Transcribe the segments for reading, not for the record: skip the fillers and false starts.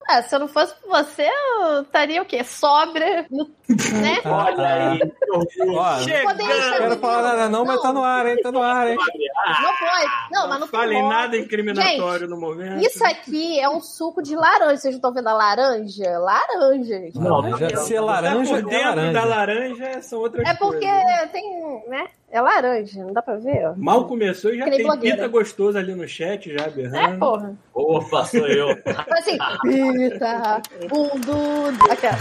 Se eu não fosse por você, eu estaria o quê? Sóbria, né? Olha aí. Chegando. Não quero falar nada não, mas tá no ar, hein? Tá no ar, hein? Não pode. Não, mas não falem pode. nada incriminatório Gente, no momento. Isso aqui é um suco de laranja. Vocês não estão vendo a laranja? Laranja, gente. Se é laranja, por dentro é laranja. da laranja são outras É porque coisas. tem, né? É laranja, não dá pra ver, ó. Mal começou e já Que nem tem blogueira. pita gostoso ali no chat, já berrando. É, porra. Opa, sou eu. Assim, pita, aquela.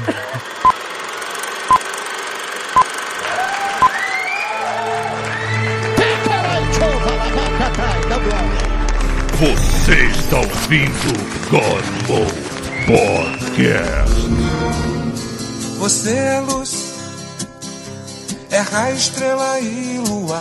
Você está ouvindo God Mode Podcast. Você é luz, é raio, estrela e luar.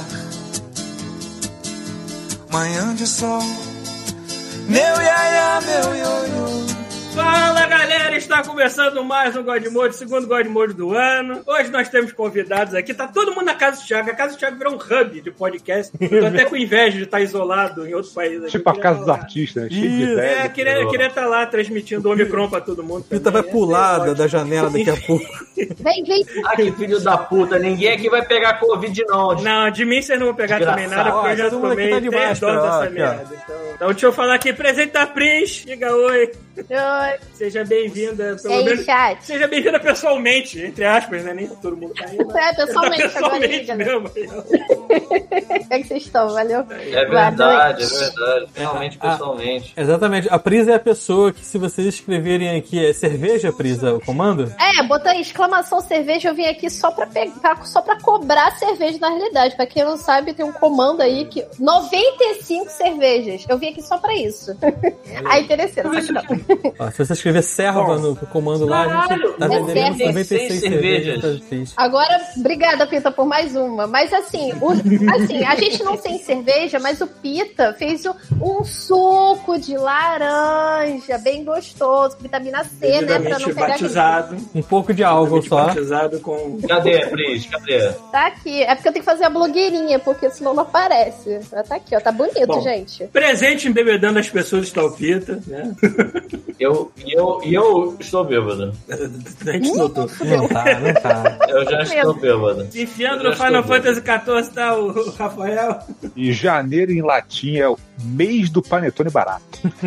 Manhã de sol, meu iaia, meu ioiô. Fala galera, está começando mais um God Mode, segundo God Mode do ano. Hoje nós temos convidados aqui, tá todo mundo na casa do Thiago. A casa do Thiago virou um hub de podcast. Tô até com inveja de estar isolado em outro país aqui. Tipo a casa dos artistas, né? Cheio de ideia. Queria estar lá transmitindo o Omicron pra todo mundo. Pita vai pular da janela daqui a pouco. Vem. Ah, que filho da puta. Ninguém aqui vai pegar Covid, não. Não, de mim vocês não vão pegar também nada, porque eu já todo mundo aqui tomei tá de 3 máscara, doses ó, dessa aqui, merda. Então deixa eu falar aqui, presente da Pris, diga oi. Oi. Seja bem-vinda, E aí, chat? seja bem-vinda pessoalmente, entre aspas, né? Nem todo mundo tá indo. Pessoalmente, agora aí, Pessoalmente galera. mesmo. Como é que vocês estão? Valeu. É verdade, é verdade. Realmente, pessoalmente. Exatamente. A Prisa é a pessoa que, se vocês escreverem aqui, é cerveja, Prisa, o comando? Bota aí, exclamação cerveja, eu vim aqui só pra pegar, só pra cobrar cerveja na realidade. Pra quem não sabe, tem um comando aí que 95 cervejas. Eu vim aqui só pra isso. Aí, interessante. Ó, se você escrever serva no comando lá, a gente tá vendendo serva. 96 cervejas. Agora, obrigada, Pita, por mais uma. Mas assim, a gente não tem cerveja, mas o Pita fez um suco de laranja, bem gostoso, vitamina C, né? Pra não pegar batizado. Um pouco de álcool só. Batizado com... Cadê, Pris? Cadê? Tá aqui. É porque eu tenho que fazer a blogueirinha, porque senão não aparece. Tá aqui, ó. Tá bonito, Bom, gente. presente embebedando as pessoas está o Pita, né? Eu estou bêbado. A gente notou. Não tá. Eu já estou bêbado. Enfiando Eu no já Final estou Fantasy XIV tá o Rafael. E janeiro em latim é o mês do panetone barato.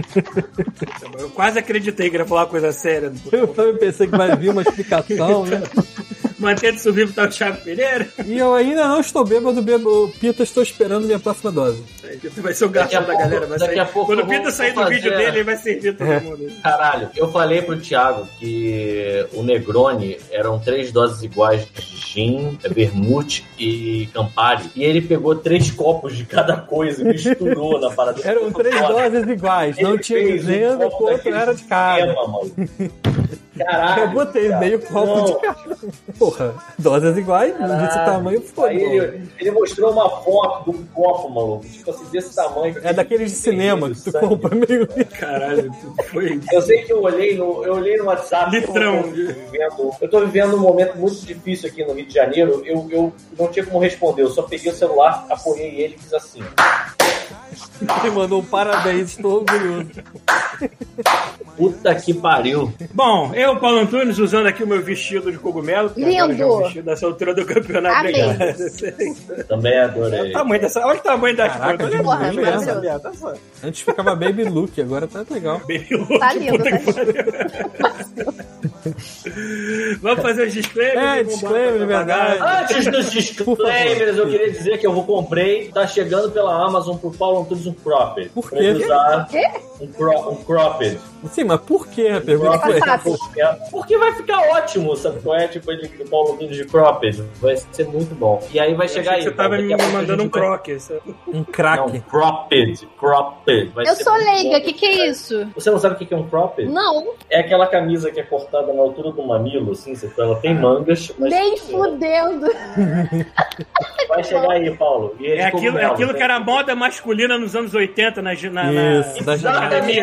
Eu quase acreditei que ele ia falar uma coisa séria. Eu também pensei que vai vir uma explicação, né? Mantendo isso vivo tá o Thiago Pereira. E eu ainda não estou bêbado, Pita, estou esperando minha próxima dose. Vai ser o garçom da galera. Vai daqui sair. a pouco Quando o eu vou Pita sair do fazer- vídeo dele, ele vai servir todo mundo. Caralho, eu falei pro Thiago que o Negroni eram 3 doses iguais de gin, vermute e Campari. E ele pegou 3 copos de cada coisa e misturou na parada. Eram 3 doses iguais, não Ele tinha fez dizendo um copo que o outro daquele era de cada. esquema, mano. Caralho. Eu botei cara. meio copo Não. de cada. Porra, doses iguais, não disse o tamanho, foi. Aí ele mostrou uma foto de um copo, maluco. Tipo assim, desse tamanho. É daqueles de cinema que tu Sabe? compra meio. Caralho, foi Eu sei que eu olhei no WhatsApp. Litrão. Eu tô vivendo um momento muito difícil aqui no Rio de Janeiro. Eu não tinha como responder. Eu só peguei o celular, apoiei ele e fiz assim. Ele mandou um parabéns, estou orgulhoso. Puta que pariu. Bom, eu, Paulo Antunes, usando aqui o meu vestido de cogumelo. Que Lindo. agora já é um vestido dessa altura do campeonato. Amei. Obrigado. Também adorei. Olha o tamanho das Caraca, coisas. porra, Olha maravilhoso. essa merda, só. Antes ficava baby look, agora tá legal. Baby look, Tá lindo, puta tá que pariu. Vamos fazer os disclaimers? É, e vamos disclaimer, embora pra verdade. bagagem. Antes dos disclaimers, eu queria dizer que eu comprei, tá chegando pela Amazon pro Paulo Antunes um cropped. Por Pra quê? ele usar Quê? um cropped. Sim, mas por que a pergunta foi? Porque vai ficar ótimo, sabe qual é? Tipo, ele Paulo Antunes de cropped. Vai ser muito bom. E aí vai chegar aí. Você tava Paulo, me daqui a pouco a mandando um gente vai- croque. sabe? Um crack. Não, cropped. Vai Eu ser sou muito leiga, bom. o que é isso? Você não sabe o que é um cropped? Não. É aquela camisa que é cortada na altura do mamilo, assim, ela tem mangas, mas... Nem fudendo. Vai chegar aí, Paulo. E É aquilo que era moda masculina nos anos 80 na academia.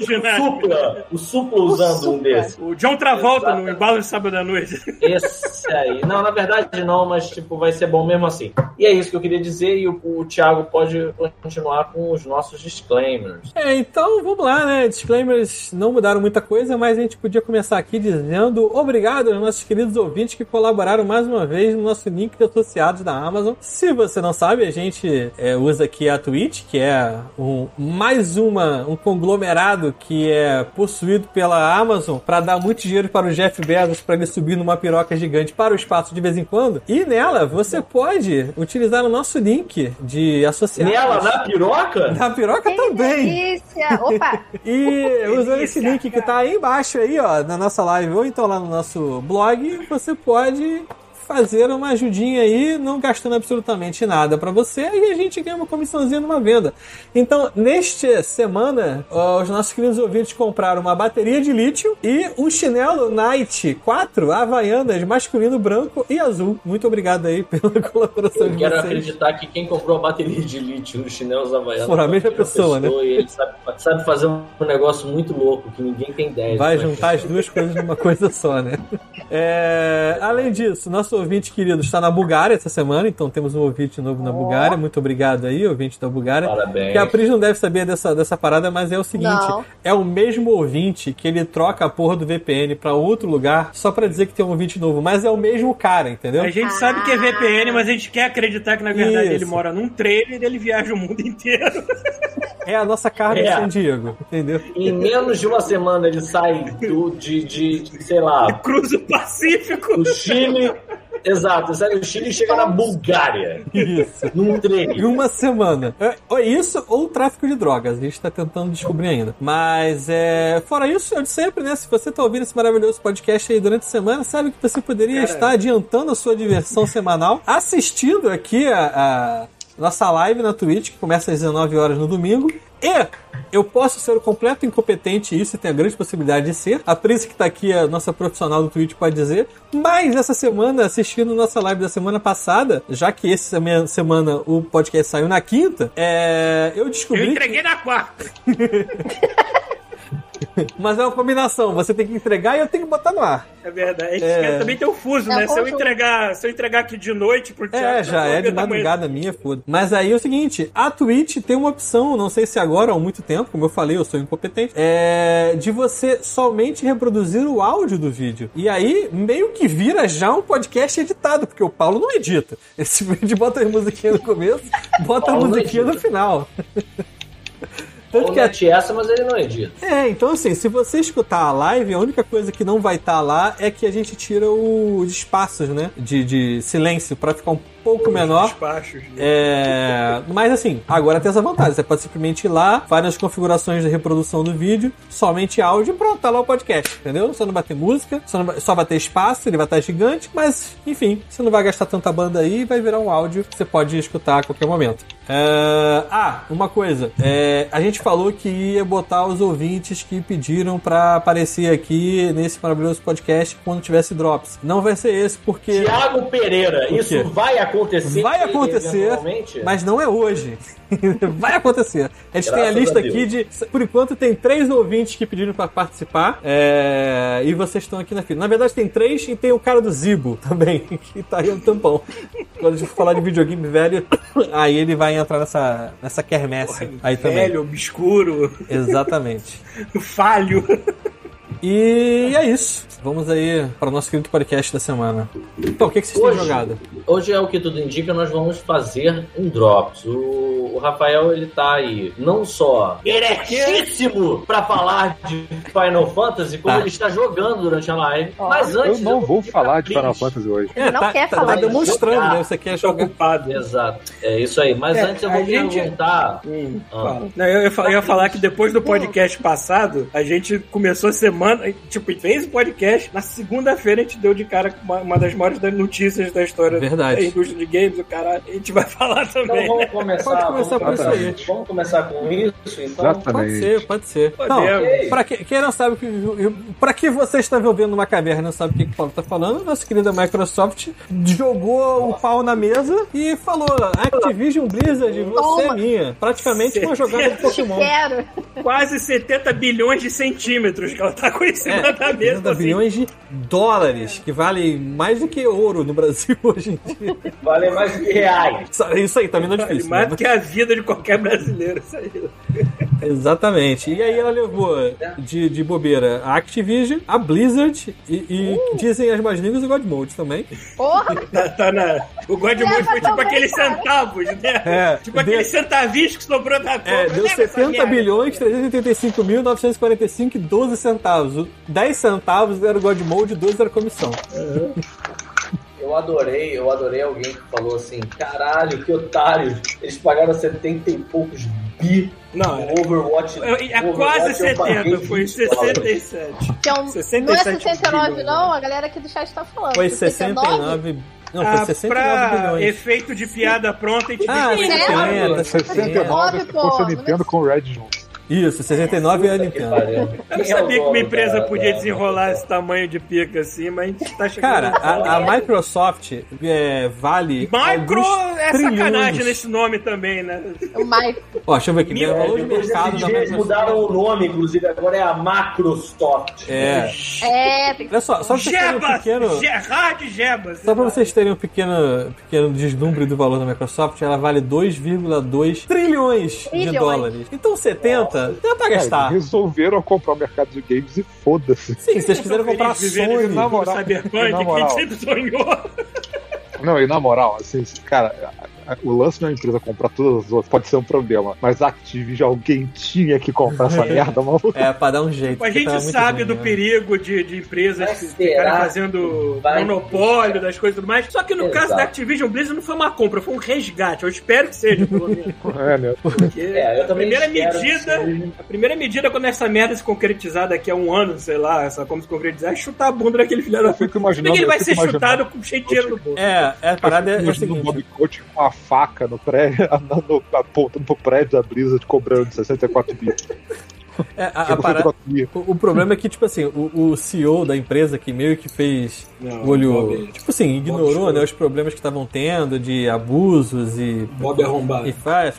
O Supla usando um desses. O John Travolta no Embalo de Sábado à Noite. Esse aí. Não, na verdade não, mas tipo, vai ser bom mesmo assim. E é isso que eu queria dizer, e o Thiago pode continuar com os nossos disclaimers. Então vamos lá, né? Disclaimers não mudaram muita coisa, mas a gente podia começar aqui dizendo obrigado aos nossos queridos ouvintes que colaboraram mais uma vez no nosso link de associados da Amazon. Se você não sabe, a gente usa aqui a Twitch, que é um conglomerado que é possuído pela Amazon para dar muito dinheiro para o Jeff Bezos, para ele subir numa piroca gigante para o espaço de vez em quando. E nela você pode utilizar o nosso link de associados. Nela, na piroca? Na piroca Que também. delícia! Opa! E usando esse link que tá aí embaixo aí, ó, na nossa live, ou então lá no nosso blog, você pode fazer uma ajudinha aí, não gastando absolutamente nada pra você, e a gente ganha uma comissãozinha numa venda. Então, nesta semana, os nossos queridos ouvintes compraram uma bateria de lítio e um chinelo Nike 4 Havaianas masculino branco e azul. Muito obrigado aí pela colaboração de vocês. Quero acreditar que quem comprou a bateria de lítio nos chinelos Havaianas foi a mesma pessoa, né? E ele sabe fazer um negócio muito louco que ninguém tem ideia. Vai juntar as duas coisas numa coisa só, né? Além disso, nosso ouvinte querido está na Bulgária essa semana, então temos um ouvinte novo na Bulgária. Muito obrigado aí, ouvinte da Bulgária. Parabéns. Que a Pris não deve saber dessa parada, mas é o seguinte: não. É o mesmo ouvinte que ele troca a porra do VPN pra outro lugar só pra dizer que tem um ouvinte novo, mas é o mesmo cara, entendeu? A gente sabe que é VPN, mas a gente quer acreditar que na verdade Isso. ele mora num trailer e ele viaja o mundo inteiro. É a nossa Carmen San Diego, entendeu? Em menos de uma semana ele sai sei lá, Cruza o Pacífico. do Chile. Exato, sai do Chile e chega na Bulgária. Isso. Num trem. Em uma semana. Ou isso, ou o tráfico de drogas. A gente tá tentando descobrir ainda. Mas, fora isso, eu de sempre, né? Se você tá ouvindo esse maravilhoso podcast aí durante a semana, sabe que você poderia estar adiantando a sua diversão semanal, assistindo aqui a nossa live na Twitch, que começa às 19 horas no domingo. E eu posso ser o completo incompetente, isso tem a grande possibilidade de ser. A Pris, que tá aqui, a nossa profissional do Twitch, pode dizer. Mas essa semana, assistindo nossa live da semana passada, já que essa semana o podcast saiu na quinta, eu descobri... Eu entreguei na quarta. Mas é uma combinação, você tem que entregar e eu tenho que botar no ar. É verdade. Também tem o fuso, né? Se eu entregar aqui de noite pro Thiago... Já é de madrugada minha, foda. Mas aí é o seguinte, a Twitch tem uma opção, não sei se agora ou há muito tempo, como eu falei, eu sou incompetente, de você somente reproduzir o áudio do vídeo. E aí, meio que vira já um podcast editado, porque o Paulo não edita. Esse vídeo bota a musiquinha no começo, bota a musiquinha no final. Ou mete essa, mas ele não edita. Então assim, se você escutar a live, a única coisa que não vai estar lá é que a gente tira os espaços, né? De silêncio, pra ficar um pouco menor. Despachos, mas assim, agora tem essa vantagem. Você pode simplesmente ir lá, faz as configurações de reprodução do vídeo, somente áudio e pronto, tá lá o podcast, entendeu? Você não vai ter música, só vai ter espaço, ele vai estar gigante, mas enfim, você não vai gastar tanta banda aí e vai virar um áudio que você pode escutar a qualquer momento. Uma coisa, a gente falou que ia botar os ouvintes que pediram pra aparecer aqui nesse maravilhoso podcast quando tivesse drops. Não vai ser esse porque... Thiago Pereira, isso vai acontecer? Vai acontecer, mas não é hoje. Vai acontecer. A gente tem a lista aqui de... Por enquanto tem 3 ouvintes que pediram pra participar e vocês estão aqui na fila. Na verdade tem 3 e tem o cara do Zibo também, que tá aí um tampão. Quando a gente for falar de videogame velho, aí ele vai entrar nessa quermesse aí também. Velho, obscuro. Exatamente. Falho. E é isso. Vamos aí para o nosso querido podcast da semana. Então, o que vocês têm jogado? Hoje é o que tudo indica, nós vamos fazer um Drops. O Rafael, ele tá aí não só eretíssimo para falar de Final Fantasy, como ele está jogando durante a live. Mas antes... Eu não vou falar de Final Fantasy hoje. Não quer falar. Tá demonstrando, né? Você quer jogar. Ocupado. Exato. É isso aí. Mas antes eu vou perguntar... Não, eu ia falar que depois do podcast passado, a gente começou a semana, tipo, fez o podcast, na segunda-feira a gente deu de cara com uma das maiores notícias da história da indústria de games, o cara, a gente vai falar também. Então vamos começar começar por isso aí. Vamos começar com isso, então? Exatamente. Pode ser. Então, quem não sabe, pra que você está vivendo numa caverna e não sabe o que o Paulo tá falando, nossa querida Microsoft jogou o pau na mesa e falou: Activision Blizzard, você é minha. Praticamente uma jogada de Pokémon. Quero. Quase 70 bilhões de centímetros que ela tá com em cima da mesa. 70 bilhões de dólares, que vale mais do que ouro no Brasil hoje em dia. Vale mais do que reais. Isso aí, também não é difícil. Mais do que a vida de qualquer brasileiro, isso aí. Exatamente. E aí ela levou de bobeira a Activision, a Blizzard e dizem as más línguas o God Mode também. Porra! O God Mode foi tipo aqueles centavos, né? Tipo aqueles centavinhos que sobrou da conta. Deu 70 bilhões, 385.945 e 12 centavos. 10 centavos era o God Mode, 12 era a comissão. Eu adorei alguém que falou assim, caralho, que otários, eles pagaram 70 e poucos bi. Não, Overwatch. Quase 70, foi 67. Então, 67 não é 69 bilhões. não, a galera aqui do chat tá falando. Foi 69. Não, foi 69 bilhões. Efeito de piada pronta e de 69 se fosse a Nintendo com o Red junto. Isso, 69 é a Nintendo. Eu não sabia que uma empresa podia desenrolar esse tamanho de pica assim, mas a gente tá chegando. Cara, a Microsoft vale. Micro é trilhões. sacanagem nesse nome também, né? O Mike. Ó, deixa eu ver aqui. O valor de mercado da Eles Microsoft. mudaram o nome, inclusive, agora é a Macrosoft. Tem Olha só pra vocês terem um pequeno. Gerard Jebas. Só pra vocês terem um pequeno deslumbre do valor da Microsoft, ela vale 2,2 trilhões de dólares. Então 70 dá pra gastar. Resolveram comprar o mercado de games e foda-se. Sim, se vocês quiserem comprar a Sony, na moral, Cyberpunk, na que a moral. gente sempre sonhou. Não, e na moral, assim, cara, o lance de uma empresa comprar todas as outras pode ser um problema, mas a Activision, alguém tinha que comprar essa merda, maluco. pra dar um jeito. A gente sabe do perigo de empresas que ficarem fazendo monopólio das coisas e tudo mais. Só que no caso da Activision Blizzard não foi uma compra, foi um resgate. Eu espero que seja, pelo menos. Né? Porque eu também a primeira medida quando essa merda se concretizar daqui a um ano, sei lá, como se concretizar, é chutar a bunda daquele filho da puta. Porque ele vai ser chutado com cheio de dinheiro no bolso. A parada é a o seguinte. Bob Coach com a faca no prédio, apontando pro prédio da Blizzard, cobrando 64 bits. O problema é que, tipo assim, o CEO da empresa que meio que fez tipo assim, ignorou, né, os problemas que estavam tendo de abusos e Bob arrombado. E faz,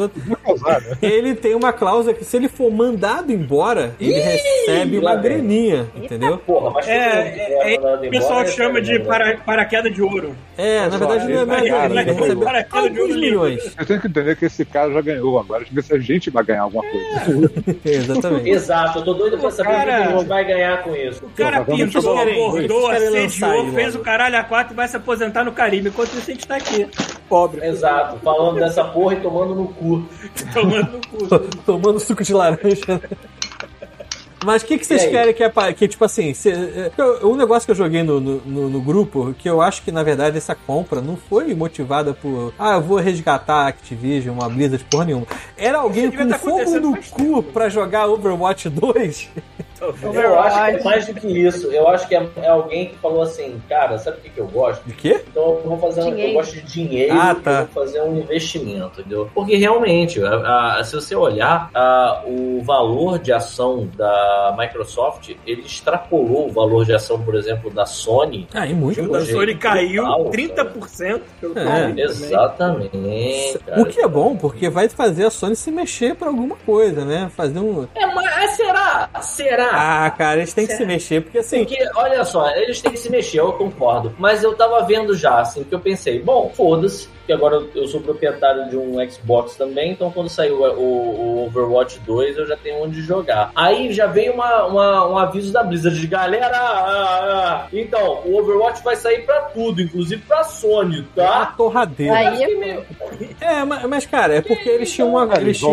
ele tem uma cláusula que se ele for mandado embora, ele recebe uma graninha, entendeu? Porra, mas o pessoal chama de paraquedas de ouro. Na verdade não é mais graninha, ele recebe alguns milhões. Eu tenho que entender que esse cara já ganhou agora, deixa eu ver se a gente vai ganhar alguma coisa. Exatamente. Exato, eu tô doido pra saber o que a gente vai ganhar com isso. O cara pintou, bordou, assediou, fez o caralho a 4 e vai se aposentar no Caribe. Enquanto isso a gente tá aqui, pobre. Exato, falando dessa porra e tomando no cu. Tomando suco de laranja. Mas o que vocês querem que tipo assim, um negócio que eu joguei no grupo, que eu acho que na verdade essa compra não foi motivada por eu vou resgatar a Activision, uma Blizzard, porra nenhuma. Era alguém com fogo no cu pra jogar Overwatch 2. Eu acho que é mais do que isso. Eu acho que é alguém que falou assim, cara, sabe o que eu gosto? De quê? Então eu vou fazer eu gosto de dinheiro, eu vou fazer um investimento, entendeu? Porque realmente, se você olhar, o valor de ação da Microsoft, ele extrapolou o valor de ação, por exemplo, da Sony. Muito. Da Sony caiu 30% pelo Exatamente. Cara. O que é bom, porque vai fazer a Sony se mexer pra alguma coisa, né? Fazer um... Mas será? Cara, eles têm que se mexer, porque assim... Porque, olha só, eles têm que se mexer, eu concordo. Mas eu tava vendo já, assim, que eu pensei, bom, foda-se, que agora eu sou proprietário de um Xbox também, então quando saiu o Overwatch 2, eu já tenho onde jogar. Aí já veio um aviso da Blizzard de galera, então, o Overwatch vai sair pra tudo, inclusive pra Sony, tá? Uma torradeira. Mas cara, é porque eles tinham um acordo. Que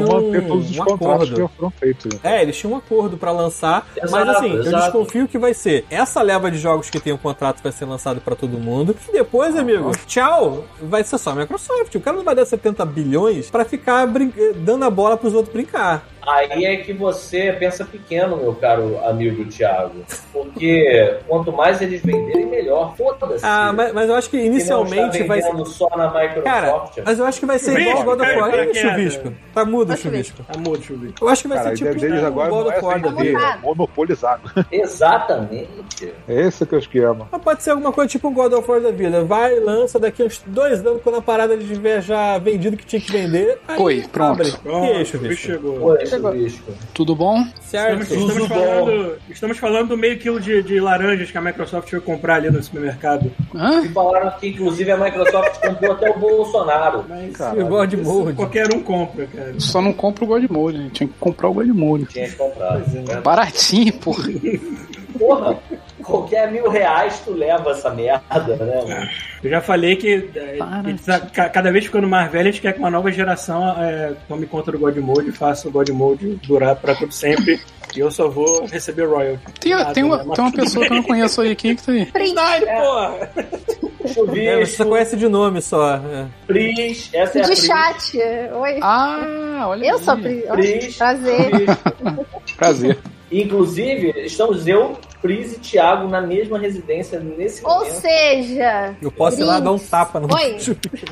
já foram feitos. Eles tinham um acordo pra lançar, mas assim, eu desconfio que vai ser essa leva de jogos que tem um contrato vai ser lançado pra todo mundo, e depois, amigo, tchau, vai ser só a Microsoft. O cara não vai dar 70 bilhões pra ficar dando a bola pros outros brincar. Aí é que você pensa pequeno, meu caro amigo Thiago. Porque quanto mais eles venderem, melhor. Foda-se. Mas eu acho que inicialmente vai ser. Só na Microsoft. Cara, mas eu acho que vai ser igual God of War. Olha o chuvisco. Tá mudo o chuvisco. Tá mudo o chuvisco. Eu acho que vai ser tipo deles agora God of War da vida. é monopolizado. Exatamente. É esse que é o esquema. Mas pode ser alguma coisa tipo um God of War da vida. Vai, lança, daqui uns 2 anos, quando a parada de tiver já vendido o que tinha que vender. Aí Oi, pronto. abre. E aí, chuvisco? Chegou. Oi, chuvisco. Tudo bom? Certo. Estamos falando do meio quilo de laranjas que a Microsoft foi comprar ali no supermercado. Hã? E falaram que, inclusive, a Microsoft comprou até o Bolsonaro. Mas E o God Mode. qualquer um compra, cara. Só não compra o God Mode, né? Tinha que comprar o God Mode. Tinha que comprar. Baratinho, porra. Porra, qualquer R$1.000 tu leva essa merda, né, mano? Eu já falei que cada vez ficando mais velho, a gente quer que uma nova geração tome conta do God Mode e faça o God Mode durar pra tudo sempre. E eu só vou receber royalty. Tem uma pessoa que eu não conheço aí. Quem é que tá aí? Verdade, porra! Você só conhece de nome só. Pris, essa é a De Pris. chat. Oi. Olha Eu aí. sou Pri. Pris. Prazer. Prazer. Inclusive, estamos eu, Pris e Thiago na mesma residência nesse Ou momento. seja... Eu posso ir lá dar um tapa no Oi.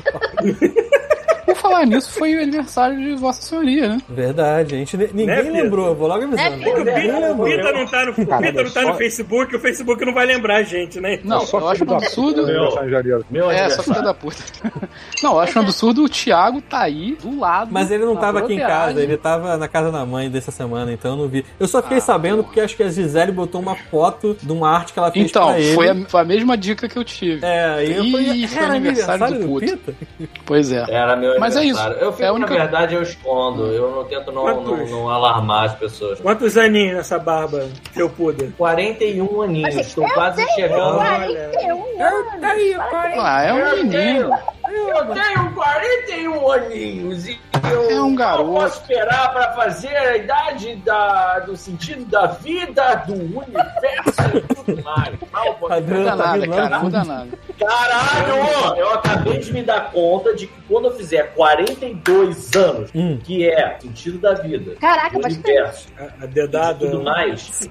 Por falar nisso, foi o aniversário de Vossa Senhoria, né? Verdade, ninguém lembrou, vou logo avisando. Né, O Pita não tá no Facebook, o Facebook não vai lembrar a gente, né? Não, eu acho um absurdo. Meu Só filha da puta. Não, eu acho um absurdo o Thiago tá aí do lado. Mas ele não na tava aqui em casa, broderagem. ele tava na casa da mãe dessa semana, então eu não vi. Eu só fiquei sabendo porque acho que a Gisele botou uma foto de uma arte que ela fez Então, pra ele. foi a mesma dica que eu tive. E eu falei, foi aniversário do puto. Pita? Pois é. Era meu Mas é aniversário. isso. Eu fico, É a única- na verdade, eu escondo. Eu não tento não alarmar as pessoas. Quantos aninhos nessa barba, felpuda? 41 aninhos. Estou quase chegando. 41 anos. É um menino. Eu tenho 41 aninhos e eu É um garoto. não posso esperar para fazer a idade do sentido da vida, do universo e tudo mais. Adriano Muda tá nada, rindo, cara. não. Muda nada. Caralho! Eu acabei de me dar conta de que quando eu fizer 42 anos, que é sentido da vida, Caraca, do pode universo A e dedada. tudo mais,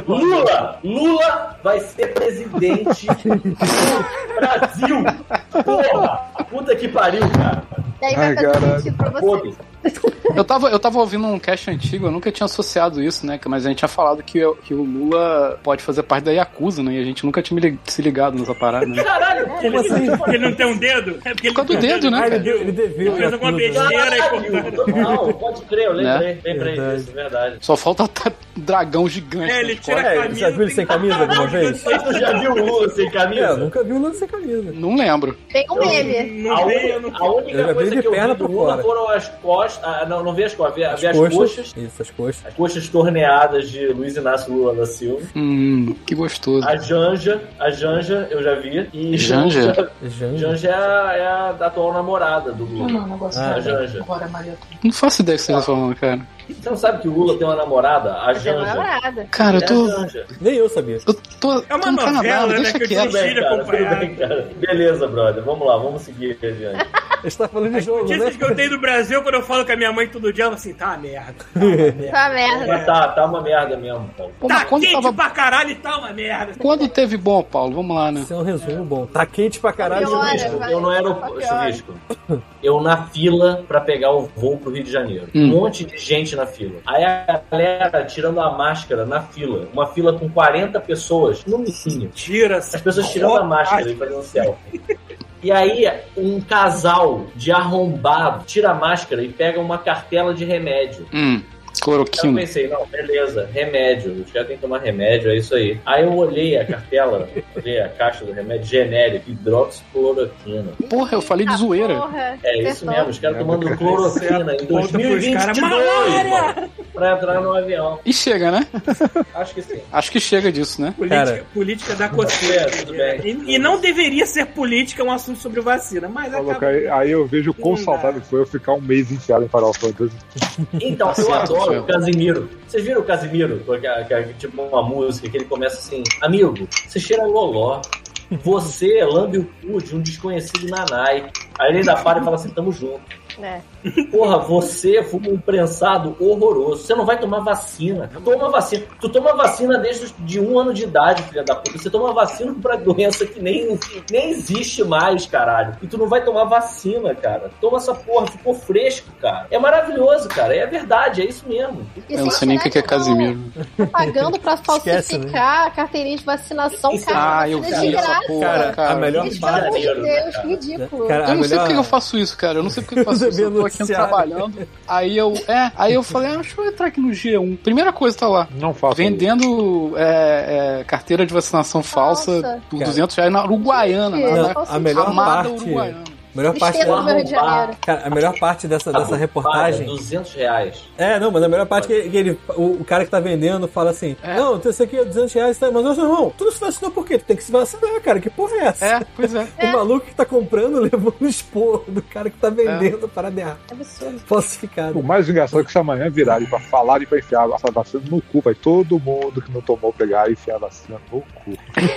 Lula vai ser presidente do Brasil! Porra! Puta que pariu, cara! E aí vai fazer sentido pra você. Foda-se. Eu tava ouvindo um cast antigo, eu nunca tinha associado isso, né? Mas a gente tinha falado que o Lula pode fazer parte da Yakuza, né? E a gente nunca tinha se ligado nessa parada, né? Caralho! Como assim? Ele não tem um dedo? É porque ele Por causa não do tem um dedo, né, cara? Ele deveu. Ele fez alguma Yakuza. besteira e Caralho! cortou. Não, pode crer, eu lembrei Verdade. disso, verdade. Só falta dragão gigante. Ele nas tira costas. a camisa. Já viu ele sem camisa alguma vez? Você já viu o Lula sem camisa? Eu nunca vi o Lula sem camisa. Não lembro. Tem um meme. Não veio, não. A Eu já única vi coisa de que eu perna vi do pra Lula fora. foram as costas. Não vi as costas, vi as coxas. Isso, as coxas. As coxas torneadas de Luiz Inácio Lula da Silva. Que gostoso. A Janja eu já vi. E Janja? Janja é a atual namorada do Lula. Não, negócio A Janja. Não faço ideia do que você tá falando, cara. Você não sabe que o Lula tem uma namorada? A Tem uma Janja. namorada. Cara, eu É tô. a Janja. Nem eu sabia. Eu tô É uma no Canadá, novela, né, deixa que eu quieto. Tudo bem, Tira cara. acompanhado. Tudo bem, cara. Beleza, brother. Vamos lá, vamos seguir adiante. A gente tá falando de jogo, né? Notícias que eu tenho do Brasil, quando eu falo com a minha mãe todo dia, ela fala assim, tá uma merda. Tá merda. Mas tá uma merda mesmo, Paulo. Pô, mas Tá quando quente tava. pra caralho e tá uma merda. Quando teve bom, Paulo? Vamos lá, né? Isso é um resumo bom. Tá quente pra caralho. Pior, Chuvisco. vai. Eu não era o chuvisco. Eu na fila pra pegar o voo pro Rio de Janeiro. Um monte de gente na fila. Aí a galera tirando a máscara na fila. Uma fila com 40 pessoas, no mínimo. Tira As pessoas tirando a máscara e fazendo selfie. E aí, um casal de arrombado tira a máscara e pega uma cartela de remédio. Eu Cloroquina. pensei, não, beleza, remédio. Os caras têm que tomar remédio, é isso aí. Aí eu olhei a cartela, olhei a caixa do remédio genérico, hidroxicloroquina. Porra, eu falei de zoeira. Porra. É isso Acertou. mesmo, os caras tomando cloroquina em Ponto pros caras, 2022, malária! mano, pra entrar no avião. E chega, né? Acho que sim. Acho que chega disso, né? Política da coceira. Tudo bem. E não deveria ser política um assunto sobre vacina, mas acaba... Aí eu vejo o quão Não dá. saudável foi eu ficar um mês enfiado em Final Fantasy. Então, eu Certo, adoro certo. o Casimiro. Vocês viram o Casimiro? Tipo uma música que ele começa assim: amigo, você cheira loló. Você lambe o cu de um desconhecido nanai. Aí ele ainda para e fala assim: tamo junto. É. Porra, você fuma um prensado horroroso. Você não vai tomar vacina. Toma vacina. Tu toma vacina desde de 1 ano de idade, filha da puta. Você toma vacina pra doença que nem existe mais, caralho. E tu não vai tomar vacina, cara. Toma essa porra, ficou fresco, cara. É maravilhoso, cara. É verdade, é isso mesmo. Eu não sei nem o que é Casimiro. Pagando pra falsificar a carteirinha de vacinação, cara. Eu de vi graça. essa porra, cara. A melhor Gente, pelo amor de Deus, ridículo. Cara, Eu não sei por que eu faço isso, cara. Eu não sei por que eu faço isso. Eu tô aqui trabalhando. Aí eu falei, deixa eu entrar aqui no G1. Primeira coisa tá lá. Não faço vendendo carteira de vacinação falsa por R$200 na Uruguaiana. A melhor parte... Uruguaiana. Melhor parte cara, a melhor parte dessa reportagem. R$200. Mas a melhor parte é que o cara que tá vendendo fala assim: não, isso aqui é R$200, tá? Mas, meu irmão, tu não se vacinou por quê? Tu tem que se vacinar, cara. Que porra é essa? Pois é. O maluco que tá comprando levou no esporro do cara que tá vendendo para errada. É absurdo. Falsificado. O mais engraçado é que se amanhã virarem pra falar e pra enfiar a vacina no cu, vai todo mundo que não tomou pegar e enfiar a vacina no cu.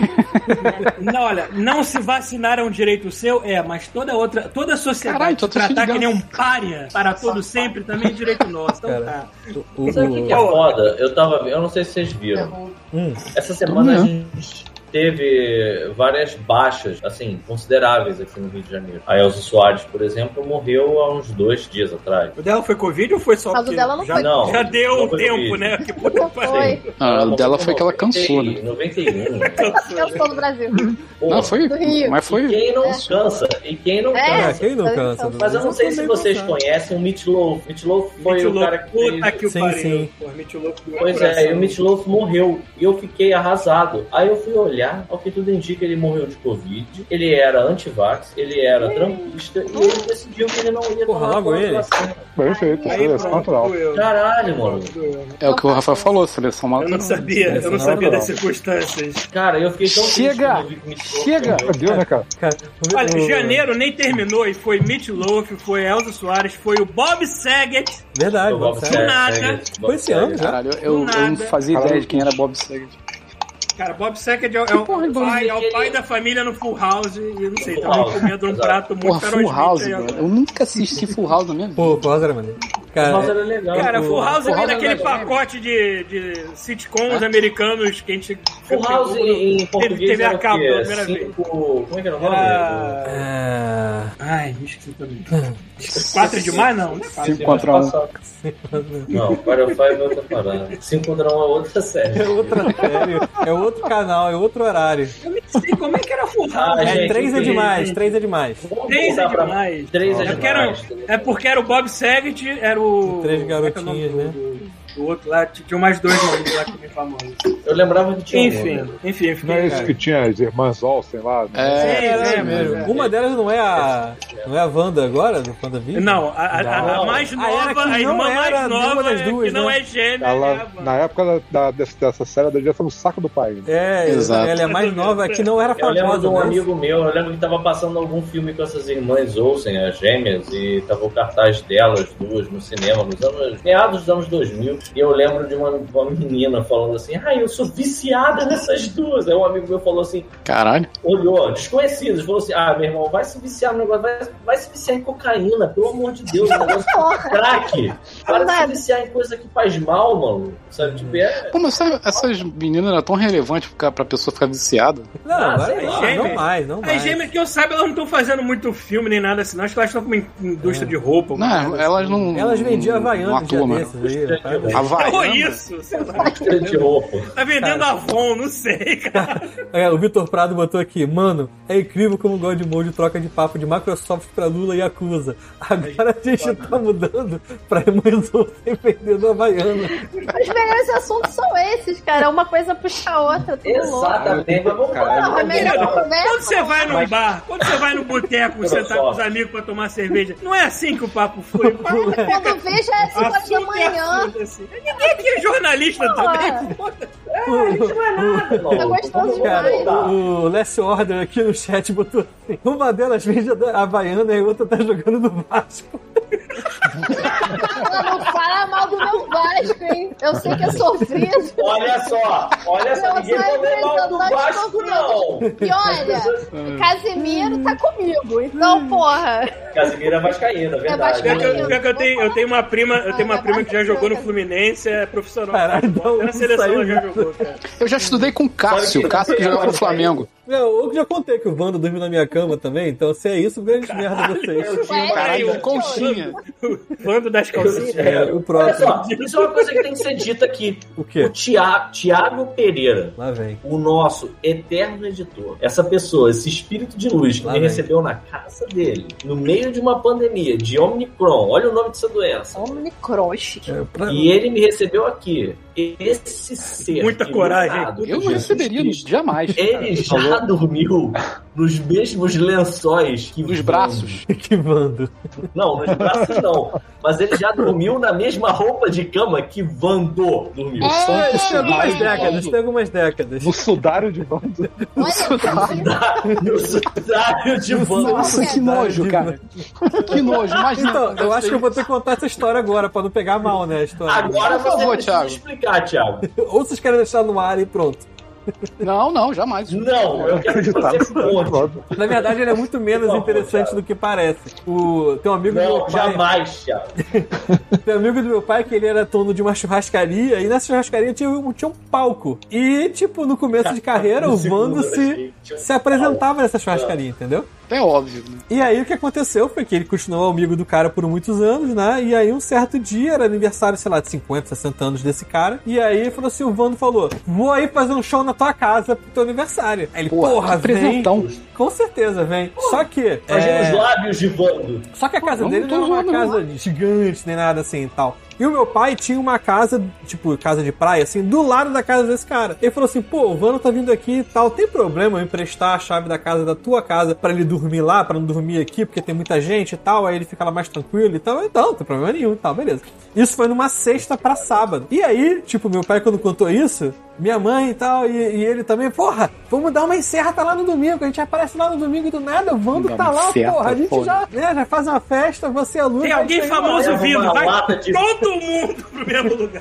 Não, olha, não se vacinar é um direito seu, mas toda a sociedade te tratar que nem um pária para todo sempre também é direito nosso. Então tá. Sabe o que é foda? Eu não sei se vocês viram. Essa semana a gente teve várias baixas, assim, consideráveis aqui no Rio de Janeiro. A Elza Soares, por exemplo, morreu há uns 2 dias atrás. O dela foi Covid ou foi só porque... O dela não foi. Já deu um tempo, COVID, né? Que puta que pariu. O dela foi que ela cansou, né? 91. Cansou do Brasil. Não, foi. Do Rio. Mas foi. E quem não cansa? Quem não cansa? Mas eu não sei se vocês conhecem o Meat Loaf. Meat Loaf foi o cara que fez... Puta que o pariu. Pois é, e o Meat Loaf morreu. E eu fiquei arrasado. Aí eu fui olhar, ao que tudo indica, ele morreu de Covid, ele era anti-vax, ele era trampista, e ele decidiu que ele não ia tomar vacina. Perfeito, seleção natural. Caralho, mano. É o que o Rafael falou, seleção natural. Eu não sabia das circunstâncias. Cara, eu fiquei tão Chega! Deu, né, cara? Olha, janeiro nem terminou e foi Meat Loaf, foi Elza Soares, foi o Bob Saget. Verdade, Bob Saget. Do nada. Foi esse ano já. Caralho, eu não fazia ideia de quem era Bob Saget. Cara, Bob Saget é o pai da família no Full House e não sei, tava comendo um prato muito Full House, velho. Eu nunca assisti Full House na minha vida. Full House era maneiro. Full House era legal. Cara, Full House é daquele pacote de sitcoms americanos que a gente... Full House em português teve era a capa pela o primeira vez. Como é que era o nome? Ai, me esqueci também. 4 de maio, não. 5 contra 1. Não, Mario 5 é outra parada. 5 contra 1 é outra série. É outra série. É outro canal, é outro horário. Eu nem sei como é que era Full House. 3 é demais, 3 é demais. 3 é demais. 3 é demais. É porque era o Bob Saget, era o... 3 garotinhas, né? O outro lá, tinha mais 2 nomes lá que me famosos. Eu lembrava que tinha Enfim. Não é esse que tinha as irmãs Olsen lá? É mesmo. Uma delas não é a Wanda agora, do WandaVision? Não, a mais nova, a irmã mais nova, que não é gêmea. Ela, na época dessa série, ela devia estar no saco do pai. É, exato. Ela é mais nova, que não era famosa. Eu lembro de um amigo meu, eu lembro que tava passando algum filme com essas irmãs Olsen, as gêmeas, e tava o cartaz delas duas no cinema, meados dos anos 2000. E eu lembro de uma menina falando assim, eu sou viciada nessas duas. Aí um amigo meu falou assim, caralho, olhou, desconhecidos, falou assim, meu irmão, vai se viciar no negócio, vai se viciar em cocaína, pelo amor de Deus, um negócio crack. Para de se viciar em coisa que faz mal, mano. Sabe, tipo, Pô, mas essas meninas eram tão relevantes pra pessoa ficar viciada? Não mais. As gêmeas que eu saiba, elas não estão fazendo muito filme nem nada assim, acho que elas estão com uma indústria de roupa. Não, elas não... Elas vendiam Havaianas um dia desses aí. Isso, sei lá. Tá vendendo Avon, não sei, cara. O Vitor Prado botou aqui, mano, é incrível como o God Mode troca de papo de Microsoft pra Lula e Yakuza. Agora a gente tá mudando pra irmãs Olsen vendendo Havaiana. Os melhores assuntos são esses, cara. Uma coisa puxa a outra. Exatamente. Quando você vai num bar, quando você vai no boteco, você tá com os amigos pra tomar cerveja, não é assim que o papo foi. Quando veja é 5 horas da manhã. Ninguém aqui é jornalista também. Isso não é nada, não. É gostoso demais. O Last Order aqui no chat botou assim, uma delas vende a Havaiana e a outra tá jogando no Vasco. Não fala mal do meu Vasco, hein? Eu sei que é sofrido. Olha só, ninguém falou mal do Vasco, não. E olha, Casemiro tá comigo, então, porra. Casemiro é vascaíno, é verdade. Eu tenho uma prima que já jogou no Fluminense, é profissional. Caralho, Na seleção ela já jogou, cara. Eu já estudei com o Cássio que jogava no Flamengo. Eu já contei que o Wanda dormiu na minha cama também, então se é isso, grande merda vocês. Eu tinha uma Caralho, conchinha. O Vando das calcinhas. O próximo. Olha só, isso é uma coisa que tem que ser dita aqui. O quê? O Tiago Pereira, Lá vem. o nosso eterno editor, essa pessoa, esse espírito de luz que Lá me vem. recebeu na casa dele, no meio de uma pandemia de Omicron, olha o nome dessa doença, Omnicroche. e ele me recebeu aqui. Esse ser Muita coragem. iluminado Eu por não Jesus receberia Cristo, jamais. ele já dormiu nos mesmos lençóis que Nos Wando. braços. Que Wando. Não, nos braços não. Mas ele já dormiu na mesma roupa de cama que Wando dormiu. Isso tem algumas décadas. No sudário de Wando. No sudário de Wando. Nossa, que nojo, cara. Que nojo, imagina. Então, eu acho que eu vou ter que contar essa história agora, pra não pegar mal, né, a história. Agora Por você favor, precisa Thiago. explicar, Thiago. Ou vocês querem deixar no ar e pronto. Não, jamais. Não, eu quero que você conte. Na verdade, ele é muito menos interessante do que parece. Tem um amigo do meu Não, pai. jamais, Thiago. Tem um amigo do meu pai que ele era dono de uma churrascaria, e nessa churrascaria tinha um palco. E, tipo, no começo de carreira, o Wando se apresentava nessa churrascaria, entendeu? É óbvio, né? E aí o que aconteceu foi que ele continuou amigo do cara por muitos anos, né? E aí um certo dia, era aniversário, sei lá, de 50, 60 anos desse cara. E aí ele falou assim, o Wando falou, vou aí fazer um show na tua casa pro teu aniversário. Aí ele, porra, que vem. presentão. Com certeza, vem. Só que... Imagina os lábios de Wando. Só que a casa não dele tô não era uma zoando, casa gigante, nem nada assim e tal. E o meu pai tinha uma casa, tipo, casa de praia, assim, do lado da casa desse cara. Ele falou assim, pô, o Wando tá vindo aqui e tal, tem problema eu emprestar a chave da casa da tua casa pra ele dormir lá, pra não dormir aqui, porque tem muita gente e tal, aí ele fica lá mais tranquilo e tal. Então, não tem problema nenhum e tal, beleza. Isso foi numa sexta pra sábado. E aí, tipo, meu pai quando contou isso, minha mãe e tal, e ele também, porra, vamos dar uma encerta lá no domingo, a gente aparece lá no domingo do nada, o Wando tá lá, porra, a gente já faz uma festa, você é a luz. Tem alguém famoso vindo, vai de... todo mundo pro mesmo lugar.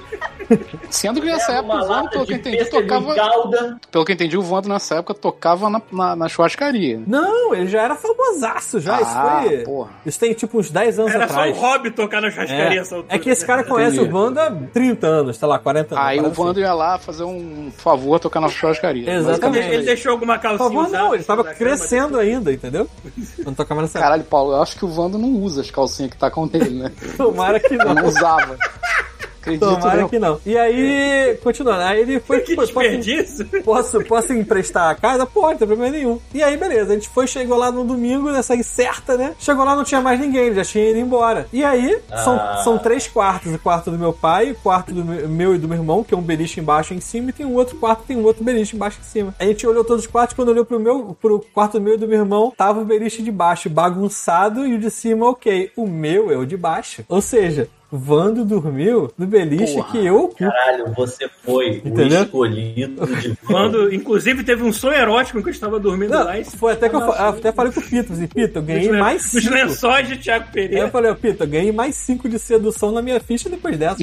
Sendo que nessa época o Wando, pelo que eu entendi, Pelo que eu entendi, o Wando nessa época tocava na churrascaria. Não, ele já era famosaço já, isso foi... Porra. Isso tem tipo uns 10 anos Era atrás. só um hobby tocar na churrascaria essa altura. É que esse cara conhece o Wando há 30 anos, sei lá, 40 anos. Aí o Wando ia lá fazer um favor tocar na churrascaria. Exatamente. Ele deixou alguma calcinha. Por favor, não, ele tava da cama, crescendo ainda, entendeu? Não tocava nessa Caralho, Paulo, eu acho que o Wando não usa as calcinhas que tá com ele, né? Tomara que não. Não usava. Acredito, Tomara não. que não. E aí, continuando, aí ele foi... Que desperdício. Posso emprestar a casa? Pode, não tem problema nenhum. E aí, beleza, a gente chegou lá no domingo, nessa incerta, né? Chegou lá, não tinha mais ninguém, ele já tinha ido embora. E aí, são 3 quartos. O quarto do meu pai, o quarto do meu e do meu irmão, que é um beliche embaixo e em cima, e tem um outro quarto, tem um outro beliche embaixo e em cima. A gente olhou todos os quartos, quando olhou pro quarto do meu e do meu irmão, tava o beliche de baixo bagunçado e o de cima ok. O meu é o de baixo. Ou seja... Wando dormiu no beliche que eu ocupo. Caralho, você foi entendeu? O escolhido de Wando, inclusive, teve um sonho erótico que eu estava dormindo não, lá. Foi até que eu até falei pro Pito, assim, Pito, eu ganhei mais 5. Os lençóis de Thiago Aí Pereira. eu falei, Pito, eu ganhei mais 5 de sedução na minha ficha depois dessa.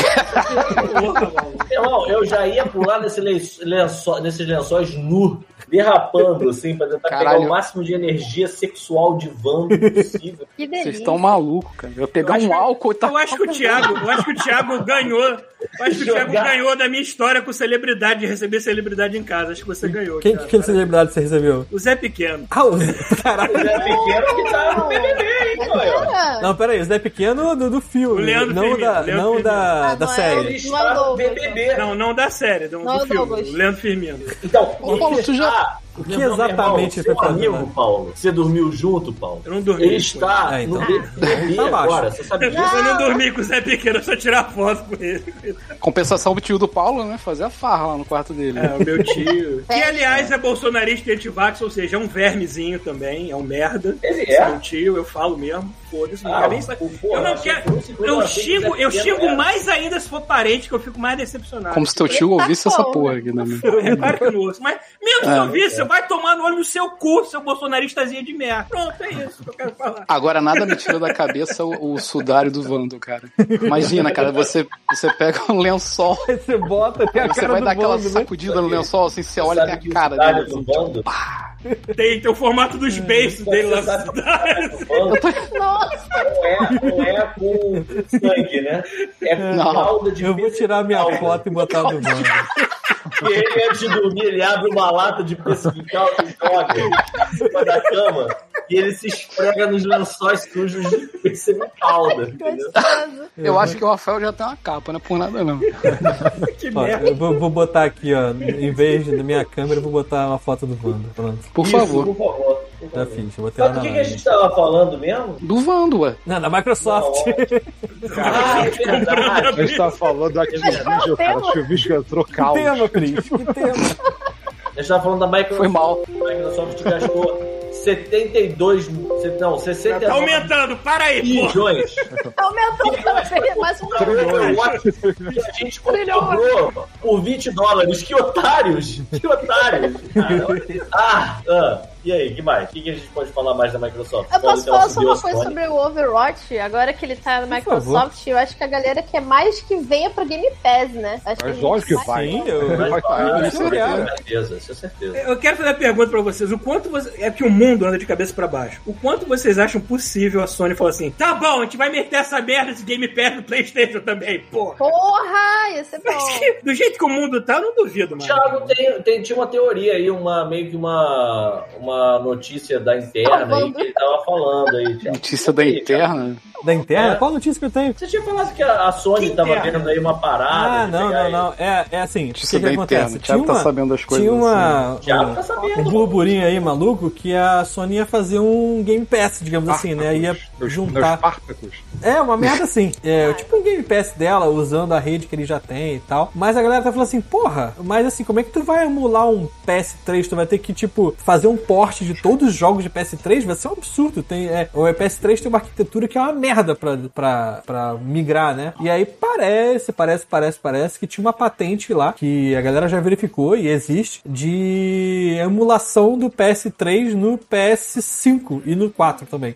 Irmão, eu já ia pular nesses lençóis nu, derrapando, assim, pra tentar pegar o máximo de energia sexual de Wando possível. Que delícia. Vocês estão malucos, cara. Eu pegar um álcool e tá... Eu acho que o Thiago ganhou. Eu acho que o Thiago ganhou da minha história com celebridade, de receber celebridade em casa. Acho que você ganhou. Que celebridade você recebeu? O Zé Pequeno. Ah, o Zé... Caralho. O Zé Pequeno que tá no BBB, hein, Caio? Não, peraí, o Zé Pequeno do filme. O Leandro não Firmino, não da série. Ele está no BBB. Não da série, do filme. O Leandro Firmino. Então, Paulo, tu já... O que exatamente seu amigo, Paulo? Você dormiu junto, Paulo? Eu não dormi. Ele está no BBB agora, você sabe disso? Eu não dormi com o Zé Pequeno, eu só tirar foto com ele. Compensação do tio do Paulo, né? Fazer a farra lá no quarto dele. É, o meu tio. Que, aliás, é bolsonarista e antivax, ou seja, é um vermezinho também, é um merda. Ele é? Meu tio, eu falo mesmo. Foda-se, não quero nem saber. Porra, Eu não quero. Eu xingo mais ainda se for parente, que eu fico mais decepcionado. Como se teu tio ouvisse essa porra aqui, né? É claro que eu não ouço, mas seu vício, vai tomar no olho no seu cu, seu bolsonaristazinho de merda. Pronto, é isso que eu quero falar. Agora, nada me tira da cabeça o sudário do Vando, cara. Imagina, cara, você pega um lençol, Aí você bota, tem a você cara vai do dar aquela Vando, né? sacudida no lençol, assim, você olha e Sabe tem que a o cara sudário dele. do Vando- Tem o formato dos beiços dele lá. Sabe que o sudário do Vando Nossa, não é com sangue, né? É com Não. calda de Eu vou tirar minha pessical. foto e botar no Vando. E ele, antes de dormir, ele abre uma lata de pessical e joga em cima da cama e ele se esfrega nos lençóis sujos de pessical, entendeu? gostoso. Eu acho que o Rafael já tem uma capa, não é por nada não. Que Ó, merda. eu vou botar aqui, ó. Em vez da minha câmera, eu vou botar uma foto do Vando. Pronto. Por Isso, favor. por favor. Já fiz. Eu botei lá Sabe na do que a live. gente tava falando mesmo? Do Vando, ué. Não, da Microsoft. Ah, é verdade. A gente tava falando da Activision, cara. A Activision entrou Que caos. tema, Cris? Que tema? A gente tava falando da Microsoft. Foi mal. A Microsoft gastou 69 Tá aumentando, para aí, porra. bilhões. Aumentou mais um Que a gente comprou por $20. Que otários! Que otários! E aí, que mais? O que a gente pode falar mais da Microsoft? Eu posso falar só uma Deus, coisa Sony. sobre o Overwatch? Agora que ele tá na Por Microsoft, eu acho que a galera quer mais que venha pro Game Pass, né? Acho Mas que lógico que vai. vai. Sim, eu. Mas vai, Isso eu quero. certeza, isso é certeza. Eu quero fazer a pergunta pra vocês. O quanto é que o mundo anda de cabeça pra baixo. O quanto vocês acham possível a Sony falar assim, tá bom, a gente vai meter essa merda desse Game Pass no PlayStation também, porra. Porra, ia ser bom. Do jeito que o mundo tá, eu não duvido, mano. Thiago, tinha uma teoria aí, meio que uma notícia da interna aí que ele tava falando aí. Thiago. Notícia da interna. Da interna? É. Qual notícia que eu tenho? Você tinha falado que a Sony Que tava interna? vendo aí uma parada. Ah, de não, pegar não, não. É assim, o Notícia que da acontece? interna. O Thiago tá sabendo das coisas. Tinha uma. Thiago tá sabendo. Um burburinho aí maluco que a Sony ia fazer um Game Pass, digamos assim, né? Ia Meus juntar. Spartacus. É, uma merda assim. É, tipo um Game Pass dela, usando a rede que ele já tem e tal. Mas a galera tá falando assim, porra, mas assim, como é que tu vai emular um PS3? Tu vai ter que, tipo, fazer um port de todos os jogos de PS3? Vai ser um absurdo. O PS3 tem uma arquitetura que é uma merda pra migrar, né? E aí parece que tinha uma patente lá, que a galera já verificou e existe, de emulação do PS3 no PS5 e no 4 também.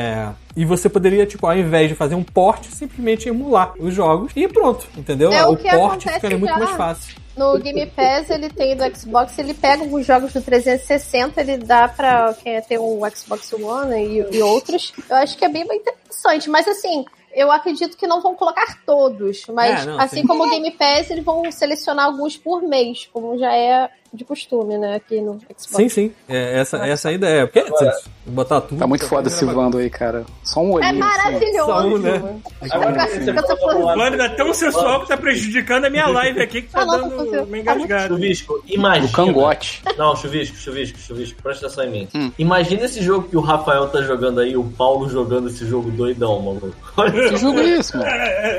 E você poderia, tipo, ao invés de fazer um port, simplesmente emular os jogos e pronto, entendeu? É o o que port acontece ficaria muito já. mais fácil. No Game Pass, ele tem do Xbox, ele pega os jogos do 360, ele dá pra quem tem um Xbox One e outros. Eu acho que é bem interessante, mas assim, eu acredito que não vão colocar todos, mas não, assim sim. como o Game Pass, eles vão selecionar alguns por mês, como já é de costume, né, aqui no Xbox. Sim. Essa é a ideia. Porque botar tudo... Tá muito foda esse Vando aí, cara. Só um olhinho. É maravilhoso. Só um, né? Agora, você falou O Vando é tão sensual que tá prejudicando a minha live aqui, que tá dando uma engasgada. Chuvisco, imagina. O cangote. Não, Chuvisco, presta atenção em mim. Imagina esse jogo que o Rafael tá jogando aí, o Paulo jogando esse jogo doidão, maluco. Que jogo é isso, mano?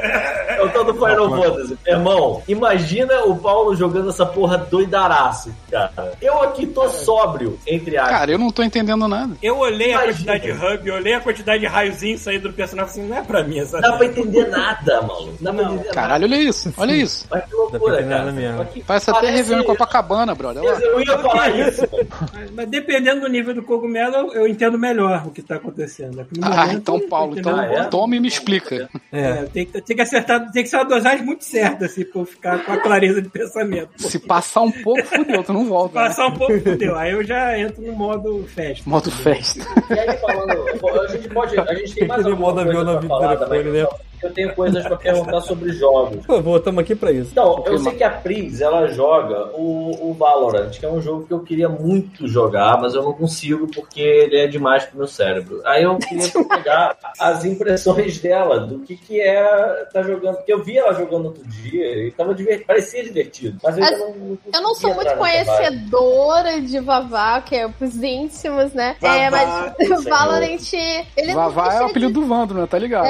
É o tal do Final Fantasy. Irmão, imagina o Paulo jogando essa porra doidaraço, cara. Eu aqui tô sóbrio, entre aspas. Cara, eu não tô entendendo nada. Eu olhei a Imagina. quantidade de hub, eu olhei a quantidade de raiozinho saindo do personagem, assim, não é pra mim essa Não dá pra entender nada, maluco. Não dá pra entender Caralho, olha isso. Olha isso. nada. Mas que Dá pra loucura, entender cara. nada mesmo. Mas que Parece até Réveillon em Copacabana, brother. Olha lá. Eu ia falar isso, mano. Mas dependendo do nível do cogumelo, eu entendo melhor o que tá acontecendo. No Ah, momento, então, Paulo, então toma e me explica. tem que acertar, tem que ser uma dosagem muito certa, assim, pra eu ficar com a clareza de pensamento. Se passar um pouco, fudeu, tu não volta. Né? Passar um pouco, fudeu. Aí eu já entro no modo festa. Modo festa. E aí, falando, a gente tem mais Aquele alguma modo avião coisa na pra falar da telefone, né? Microsoft? Eu tenho coisas pra perguntar sobre jogos. Por favor, estamos aqui pra isso. Então, eu sei que a Pris, ela joga o Valorant, que é um jogo que eu queria muito jogar, mas eu não consigo porque ele é demais pro meu cérebro. Aí eu queria pegar as impressões dela, do que é tá jogando. Porque eu vi ela jogando outro dia e tava parecia divertido. Mas eu, ainda Eu não sou muito entrar nessa vibe. conhecedora de Vavá, que é pros íntimos, né? Vavá, Mas o Valorant, ele Vavá não é o apelido do Vando, né? Tá ligado?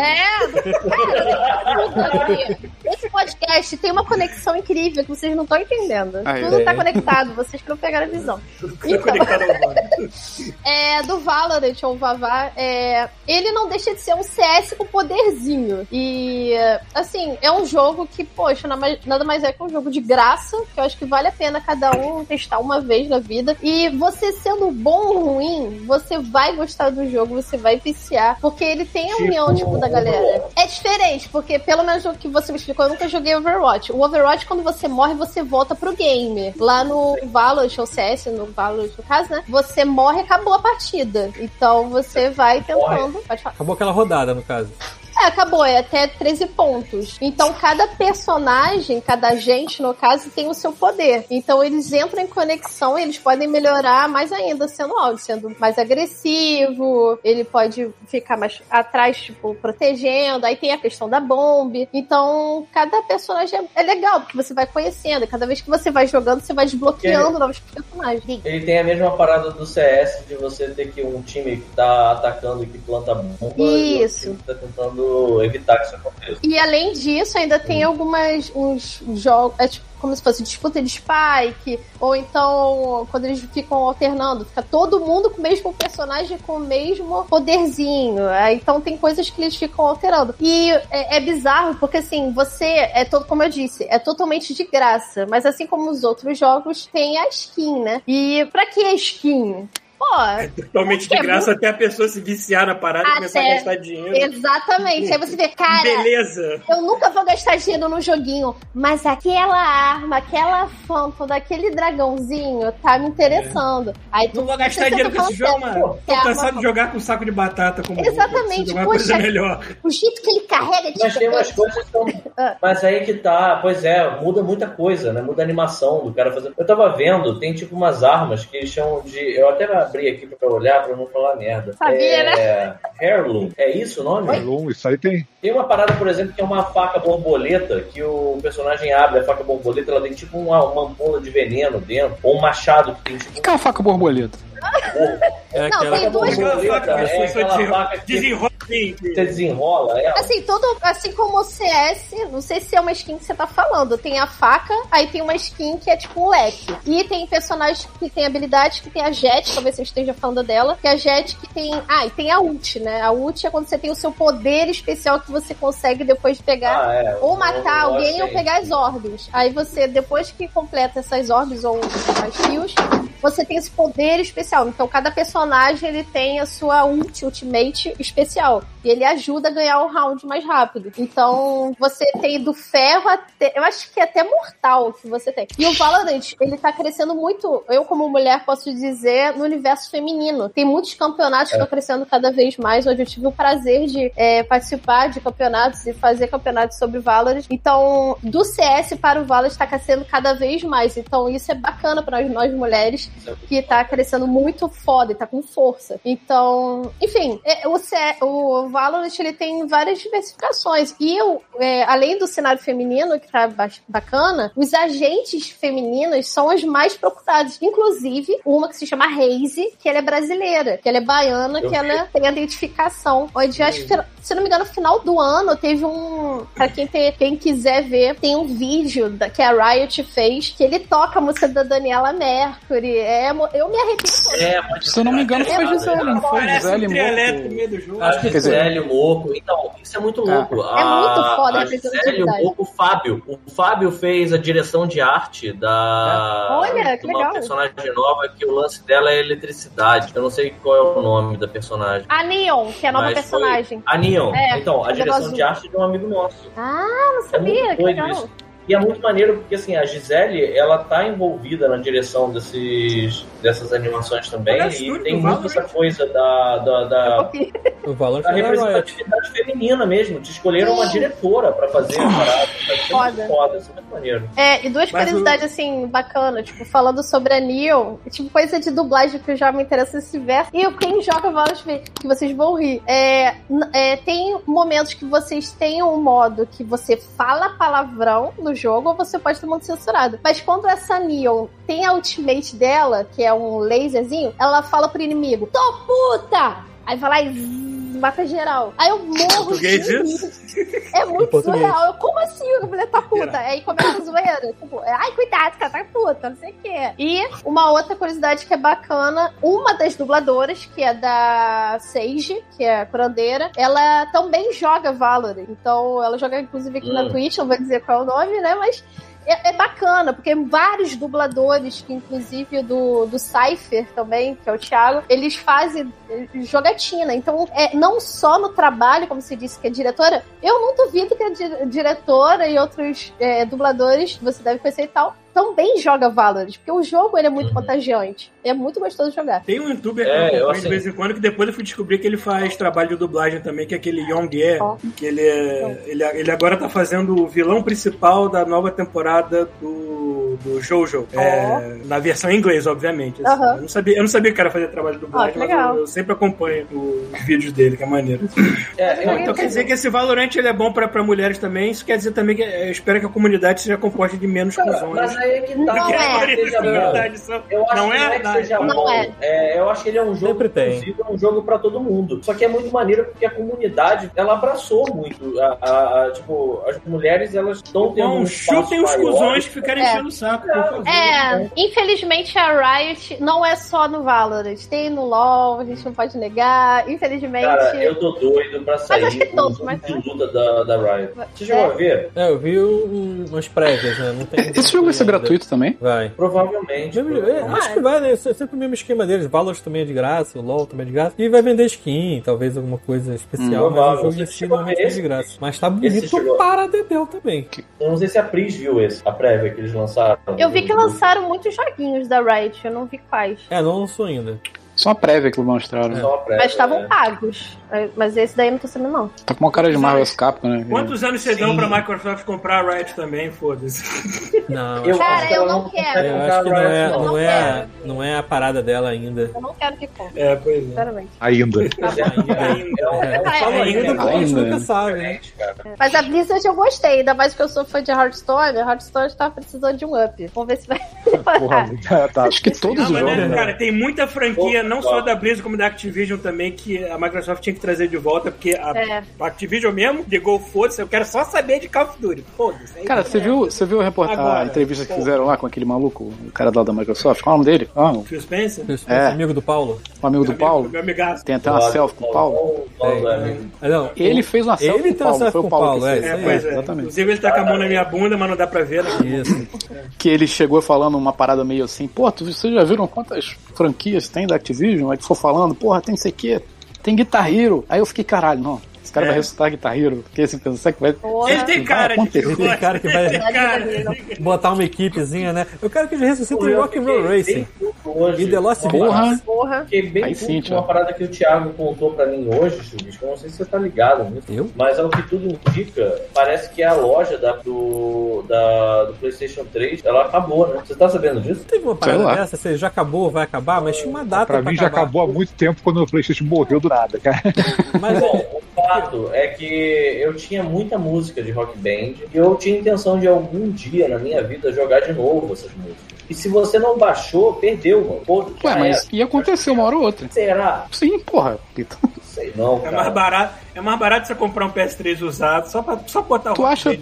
Esse podcast tem uma conexão incrível que vocês não estão entendendo. Ah, Tudo é. tá conectado, vocês que não pegaram a visão. Conectado ao Vando. do Valorant, ou Vavá, ele não deixa de ser um CS com poderzinho. E, assim, é um jogo que, poxa, nada mais é que um jogo de graça, que eu acho que vale a pena cada um testar uma vez na vida. E você sendo bom ou ruim, você vai gostar do jogo, você vai viciar, porque ele tem a união, tipo, da galera. É diferente, porque pelo menos o que você me explicou, eu nunca joguei Overwatch. O Overwatch, quando você morre, você volta pro game. Lá no Valorant, ou CS, no Valorant no caso, né? Você morre e acabou a partida. Então você vai tentando. Pode falar. Acabou aquela rodada, no caso. Acabou, é até 13 pontos. Então, cada personagem, cada agente, no caso, tem o seu poder. Então, eles entram em conexão e eles podem melhorar mais ainda sendo áudio, sendo mais agressivo, ele pode ficar mais atrás, tipo, protegendo. Aí tem a questão da bomba. Então, cada personagem é legal, porque você vai conhecendo. E cada vez que você vai jogando, você vai desbloqueando novos personagens. Ele tem a mesma parada do CS, de você ter que um time que tá atacando e que planta bomba. Isso. E o time que tá tentando evitar que isso aconteça. E além disso, ainda tem uns jogos, tipo, como se fosse disputa de Spike, ou então quando eles ficam alternando, fica todo mundo com o mesmo personagem, com o mesmo poderzinho. Então tem coisas que eles ficam alterando. E é bizarro, porque assim, você como eu disse, é totalmente de graça. Mas assim como os outros jogos, tem a skin, né? E pra que a skin? Pô, é totalmente de graça até a pessoa se viciar na parada e começar a gastar dinheiro. Exatamente. Aí você vê, cara, beleza. Eu nunca vou gastar dinheiro num joguinho, mas aquela arma, aquela Phantom daquele dragãozinho tá me interessando. Aí não vou gastar dinheiro com esse jogo, mano. Tô cansado de jogar com saco de batata como exatamente. Uma coisa melhor. O jeito que ele carrega... Mas tem umas coisas que estão... Mas aí que tá... Pois muda muita coisa, né? Muda a animação do cara fazer... Eu tava vendo, tem tipo umas armas que eles chamam de... Eu até abri aqui pra olhar, pra não falar merda. Sabia, né? Heirloom. É isso o nome? Heirloom, isso aí tem. Tem uma parada, por exemplo, que é uma faca borboleta, que o personagem abre a faca borboleta, ela tem tipo uma ampola de veneno dentro, ou um machado que tem tipo... O que é uma faca borboleta? Não, tem duas desenrola assim. Você desenrola ela. Assim, assim como o CS, não sei se é uma skin que você tá falando. Tem a faca, aí tem uma skin que é tipo um leque. E tem personagens que tem habilidades, que tem a Jet, talvez você esteja falando dela, que é a Jet que tem... e tem a ult, né? A ult é quando você tem o seu poder especial que você consegue depois pegar ou matar alguém ou pegar as orbes. Aí você, depois que completa essas orbes ou as kills, você tem esse poder especial. Então, cada personagem, ele tem a sua ultimate especial. E ele ajuda a ganhar o round mais rápido. Então, você tem do ferro até... Eu acho que é até mortal que você tem. E o Valorant, ele tá crescendo muito, eu como mulher posso dizer, no universo feminino. Tem muitos campeonatos que estão crescendo cada vez mais, onde eu tive o prazer de participar de campeonatos e fazer campeonatos sobre Valorant. Então, do CS para o Valorant tá crescendo cada vez mais. Então, isso é bacana para nós mulheres, que tá crescendo muito foda e tá com força. Então, enfim, o Valorant, ele tem várias diversificações. E além do cenário feminino, que tá bacana, os agentes femininos são os mais procurados. Inclusive, uma que se chama Raze, que ela é brasileira, que ela é baiana, que ela tem a identificação. Onde, acho que, se não me engano, no final do ano, teve pra quem quiser ver, tem um vídeo que a Riot fez, que ele toca a música da Daniela Mercury. Eu me arrependo. Se eu não me engano, foi Gisele, não foi? Gisele Moco. Acho que Gisele Moco. Então, isso é muito louco. É muito foda a Gisele Moco, o Fábio. O Fábio fez a direção de arte de uma personagem nova, que o lance dela é eletricidade. Eu não sei qual é o nome da personagem. A Neon, que é a nova personagem. A Neon. Então, a direção de arte de um amigo nosso. Não sabia. Que legal. Isso. E é muito maneiro porque, assim, a Gisele, ela tá envolvida na direção dessas animações também, e tem muito essa coisa da representatividade feminina mesmo. Te escolheram uma diretora pra fazer a parada. Foda, isso é muito maneiro. E duas curiosidades, assim, bacanas, tipo, falando sobre a Neon, tipo, coisa de dublagem que já me interessa nesse verso. E quem joga Valorant, que vocês vão rir. Tem momentos que vocês têm um modo que você fala palavrão no jogo, ou você pode ter um modo censurado. Mas quando essa Neon tem a ultimate dela, que é um laserzinho, ela fala pro inimigo, tô puta! Aí vai lá e mata geral. Aí eu morro de rir. É muito surreal. Eu, como assim? A mulher tá puta. Aí começa a zoeira. Tipo, ai, cuidado, cara, tá puta, não sei o quê. E uma outra curiosidade que é bacana, uma das dubladoras, que é da Sage, que é a curandeira, ela também joga Valorant. Então, ela joga, inclusive, aqui na Twitch, não vou dizer qual é o nome, né? Mas é bacana, porque vários dubladores, que inclusive do Cypher também, que é o Thiago, eles fazem jogatina. Então, não só no trabalho, como você disse que é diretora, eu não duvido que a diretora e outros dubladores que você deve conhecer e tal, também joga Valorant, porque o jogo ele é muito contagiante. É muito gostoso de jogar. Tem um youtuber que eu acompanho de vez em quando, que depois eu fui descobrir que ele faz trabalho de dublagem também, que é aquele Young que ele agora tá fazendo o vilão principal da nova temporada do Jojo. Na versão em inglês, obviamente. Assim. Eu não sabia que o cara fazia trabalho de dublagem, mas eu sempre acompanho os vídeos dele, que é maneiro. Então quer dizer que esse Valorant ele é bom pra mulheres também. Isso quer dizer também que eu espero que a comunidade seja composta de menos cuzões. Aí é que tá. Eu acho que ele é um jogo, inclusive, é um jogo pra todo mundo. Só que é muito maneiro porque a comunidade, ela abraçou muito. Tipo, as mulheres, elas estão tendo um espaço chutem os cuzões que ficarem enchendo o saco, por favor. Infelizmente a Riot não é só no Valorant. Tem no LoL, a gente não pode negar. Infelizmente... Cara, eu tô doido pra sair de luta da Riot. Você chegou a ver? Eu vi umas prévias, né? Não tem... Esse jogo vai ser gratuito também? Vai. Provavelmente. Acho que vai, né? Sempre o mesmo esquema deles. Valorant também é de graça, o LoL também é de graça. E vai vender skin, talvez alguma coisa especial, mas o jogo em si normalmente é de graça. Mas tá bonito para Dedéu também. Eu não sei se a Pris viu a prévia que eles lançaram. Eu vi que lançaram muitos joguinhos da Riot, eu não vi quais. Não lançou ainda. Só uma prévia que mostraram. Mas estavam pagos. Mas esse daí eu não tô sabendo, não. Tá com uma cara de Marvel Capcom, né? Quantos anos você deu pra Microsoft comprar a Riot também? Foda-se. Não. Cara, eu não quero. Eu acho que não é a parada dela ainda. Eu não quero que compre. Pois é. Sinceramente. Ainda. Fala ainda porque a gente nunca sabe, né? Mas a Blizzard eu gostei, ainda mais que eu sou fã de Hearthstone. A Hearthstone tá precisando de um up. Vamos ver se vai Tá. Acho que todos os jogos. Cara, tem muita franquia, não só da Blizzard como da Activision também, que a Microsoft tinha que trazer de volta, porque a Activision mesmo ligou, foda-se, eu quero só saber de Call of Duty. Foda-se. Cara, você viu a entrevista que fizeram lá com aquele maluco, o cara lá da Microsoft? Qual é o nome dele? Phil Spencer? Amigo do Paulo. Um amigo do Paulo? Meu amigaço. Tem até uma selfie com o Paulo? Ele fez uma selfie com o Paulo. Foi o Paulo que fez. Exatamente. Inclusive ele tá com a mão na minha bunda, mas não dá pra ver, né? Isso. Que ele chegou falando uma parada meio assim, vocês já viram quantas franquias tem da Activision? Aí que for falando, tem não sei o que, tem Guitar Hero. Aí eu fiquei, caralho, não. Esse cara vai ressuscitar Guitar Hero, porque esse pensa que vai... Ele tem cara de Ele tem cara que vai botar uma equipezinha, né? Eu quero que ele ressuscite o Rock'n'Roll Racing. Hoje, E The Lost Vikings. Fiquei bem puto uma parada que o Thiago contou pra mim hoje, Chubisco. Eu não sei se você tá ligado nisso. Mas ao que tudo indica, parece que a loja do PlayStation 3, ela acabou, né? Você tá sabendo disso? Teve uma parada dessa, você já acabou, vai acabar, mas tinha uma data pra mim já acabou há muito tempo quando o PlayStation morreu do nada, cara. Mas o fato é que eu tinha muita música de Rock Band e eu tinha intenção de algum dia na minha vida jogar de novo essas músicas. E se você não baixou, perdeu, mano. Pô, mas ia acontecer uma hora ou outra. Será? Sim, porra. Sei não, cara. É mais barato você comprar um PS3 usado só botar o tu acha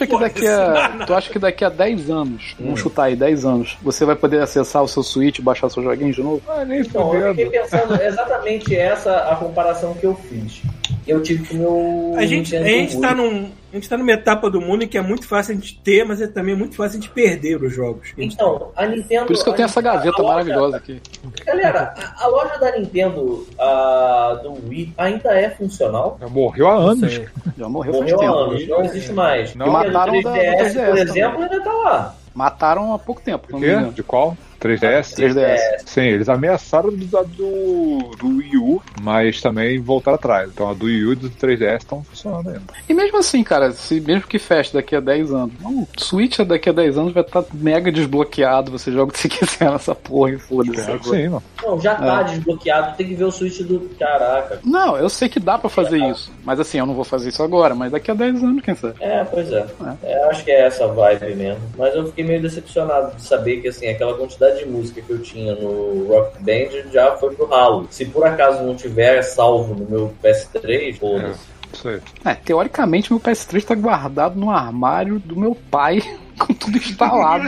que daqui a 10 anos, vamos chutar aí, 10 anos, você vai poder acessar o seu Switch e baixar seu joguinho de novo? Então, eu fiquei pensando exatamente essa a comparação que eu fiz. Eu tive que a gente tá numa etapa do mundo em que é muito fácil de ter, mas é também muito fácil de perder os jogos. Então, a Nintendo... Por isso que eu tenho essa gaveta maravilhosa aqui. Galera, a loja da Nintendo do Wii ainda é funcional? Já morreu há anos. Já morreu há anos, não existe mais. Não. E mataram o 3DS, por exemplo, ainda tá lá. Mataram há pouco tempo. O quê? De qual? 3DS? 3DS. Sim, eles ameaçaram do Wii U, mas também voltaram atrás. Então a do Wii U e do 3DS estão funcionando ainda. E mesmo assim, cara, mesmo que feche daqui a 10 anos, o Switch daqui a 10 anos vai estar mega desbloqueado, você joga o que você quiser nessa porra e foda-se. Sim, mano. Não, já tá desbloqueado, tem que ver o Switch do... Caraca. Não, eu sei que dá pra fazer isso, mas assim, eu não vou fazer isso agora, mas daqui a 10 anos, quem sabe? Pois é. Acho que é essa vibe mesmo. Mas eu fiquei meio decepcionado de saber que, assim, aquela quantidade quantidade de música que eu tinha no Rock Band já foi pro ralo. Se por acaso não tiver salvo no meu PS3, foda-se. Teoricamente, meu PS3 tá guardado no armário do meu pai, com tudo instalado.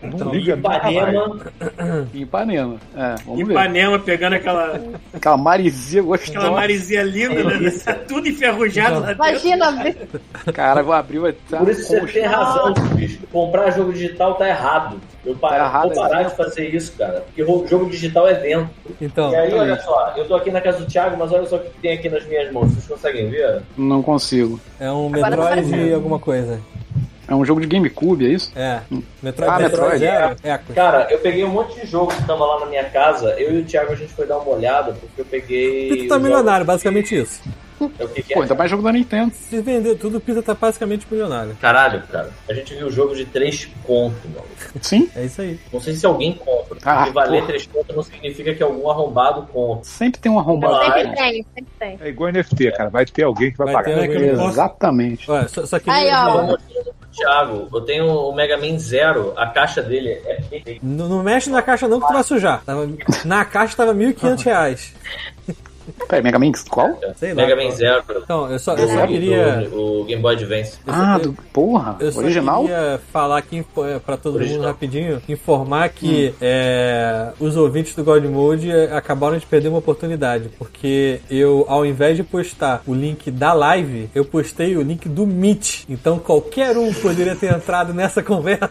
Em Ipanema. Vamos ver. Ipanema pegando aquela marisia gostosa. Aquela marisia linda, né? Tá tudo enferrujado lá dentro. Imagina abrir. Cara, vou abrir, vai estar. Por isso você tem razão, bicho. Comprar jogo digital tá errado. Vou parar de fazer isso, cara. Porque o jogo digital é dentro. Então, e aí, olha só, eu tô aqui na casa do Thiago, mas olha só o que tem aqui nas minhas mãos. Vocês conseguem ver? Não consigo. É um Metroid e alguma coisa. É um jogo de GameCube, é isso? É. Metroid. Cara, eu peguei um monte de jogo que tava lá na minha casa. Eu e o Thiago, a gente foi dar uma olhada, porque eu peguei... Pita tá milionário, basicamente isso. Pô, ainda mais jogo da Nintendo. Se vender tudo, o Pita tá basicamente milionário. Caralho, cara. A gente viu o jogo de 3 conto, mano. Sim. É isso aí. Não sei se alguém compra. Porque valer 3 conto não significa que algum arrombado compra. Sempre tem um arrombado. Sempre tem. É igual NFT, cara. Vai ter alguém que vai pagar. Exatamente. Olha, só que... Aí, ó. Thiago, eu tenho o Mega Man Zero, a caixa dele é perfeita. Não mexe na caixa não que tu vai sujar. Na caixa tava R$1.500. Peraí, Mega Man qual? Sei lá. Mega Man Zero. Então, eu só queria... O Game Boy Advance. Porra, eu só original? queria falar aqui pra todo mundo rapidinho, informar que os ouvintes do God Mode acabaram de perder uma oportunidade, porque eu, ao invés de postar o link da live, eu postei o link do Meet. Então qualquer um poderia ter entrado nessa conversa.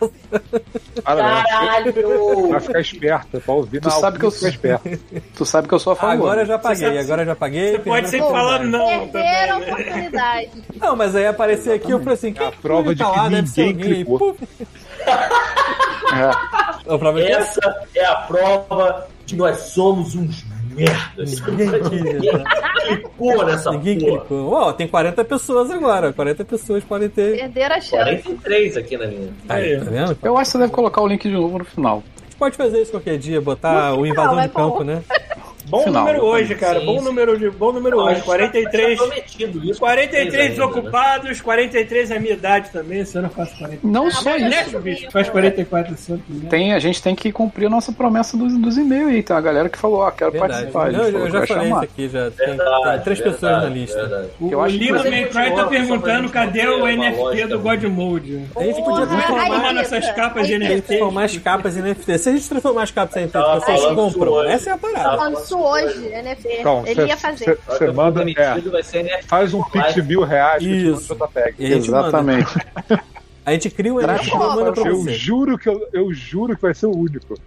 Caralho! Vai ficar esperto, pra ouvir Tu sabe que eu sou esperto. Tu sabe que eu sou a favor. Agora eu já paguei. Você pode sempre falar não. Perderam a oportunidade. Não, mas aí apareceu aqui, eu falei assim, a prova de que ninguém clicou. Essa é a prova de que nós somos uns merdas. Ninguém clicou nessa porra. Ninguém clicou. Tem 40 pessoas agora. 40 pessoas podem ter... Perderam a chance. 43 aqui na minha. Aí, tá vendo? Eu acho que você deve colocar o link de novo no final. A gente pode fazer isso qualquer dia, botar o invasão de campo, né? Bom número hoje, cara. Bom número hoje. 43. 43 desocupados, 43 é a minha idade também. Esse ano eu faço 43. Não só isso. Bicho, faz 44 esse ano também. A gente tem que cumprir a nossa promessa dos e-mails aí. Tem uma galera que falou, quero participar. Eu já falei isso aqui, já tem 3 pessoas na lista. O Lima McCray tá perguntando cadê o NFT do God Mode. A gente podia transformar nessas capas de NFT. Transformar as capas em NFT. Se a gente transformar as capas em NFT, vocês compram. Essa é a parada. Hoje, NFT. Então, ele ia fazer. Você manda, faz um pix de R$1.000 isso. Exatamente. A gente cria um NFT e manda pra você. Eu juro que vai ser o único.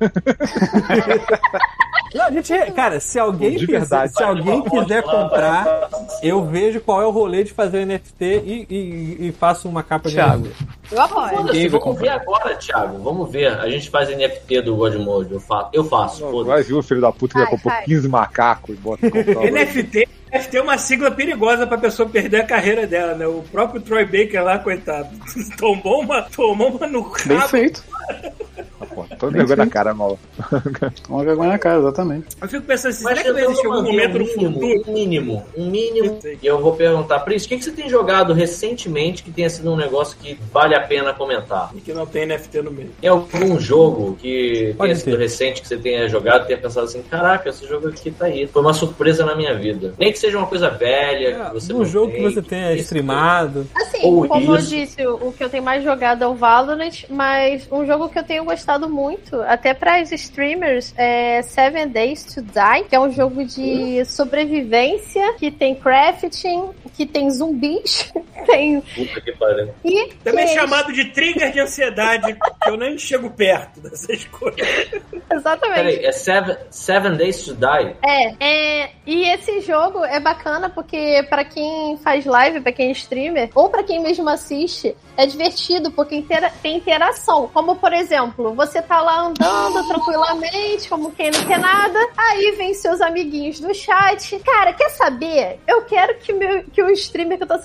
Não, a gente, cara, se alguém quiser comprar, eu vejo qual é o rolê de fazer o NFT e faço uma capa de Thiago. Eu apoio. Vamos ver agora, Thiago. Vamos ver. A gente faz NFT do God Mode. Eu faço. Vai ver o filho da puta que já comprou 15 macacos e bota NFT é uma sigla perigosa pra pessoa perder a carreira dela, né? O próprio Troy Baker lá, coitado, tomou uma no rabo. Bem feito. Tô vergonha na cara, mal. Uma vergonha na cara, exatamente. Eu fico pensando assim, será que vai existir algum momento no futuro? Um mínimo. E eu vou perguntar, Pris, o que você tem jogado recentemente que tenha sido um negócio que vale a pena comentar? E que não tem NFT no meio. Tem algum jogo que tenha sido recente que você tenha jogado e tenha pensado assim, caraca, esse jogo aqui tá aí. Foi uma surpresa na minha vida. Nem que seja uma coisa velha, que você um jogo que você tenha streamado. Assim, como eu disse, o que eu tenho mais jogado é o Valorant, mas um jogo que eu tenho gostado muito, até para os streamers, é 7 Days to Die, que é um jogo de sobrevivência, que tem crafting, que tem zumbis, tem... Puta que pariu. E também chamado de trigger de ansiedade, que eu nem chego perto dessas coisas. Exatamente. Peraí, é 7 Days to Die? E esse jogo é bacana porque pra quem faz live, pra quem é streamer, ou pra quem mesmo assiste, é divertido porque tem interação. Como, por exemplo, você tá lá andando tranquilamente, como quem não quer nada, aí vem seus amiguinhos do chat. Cara, quer saber? Eu quero que o streamer que eu tô assistindo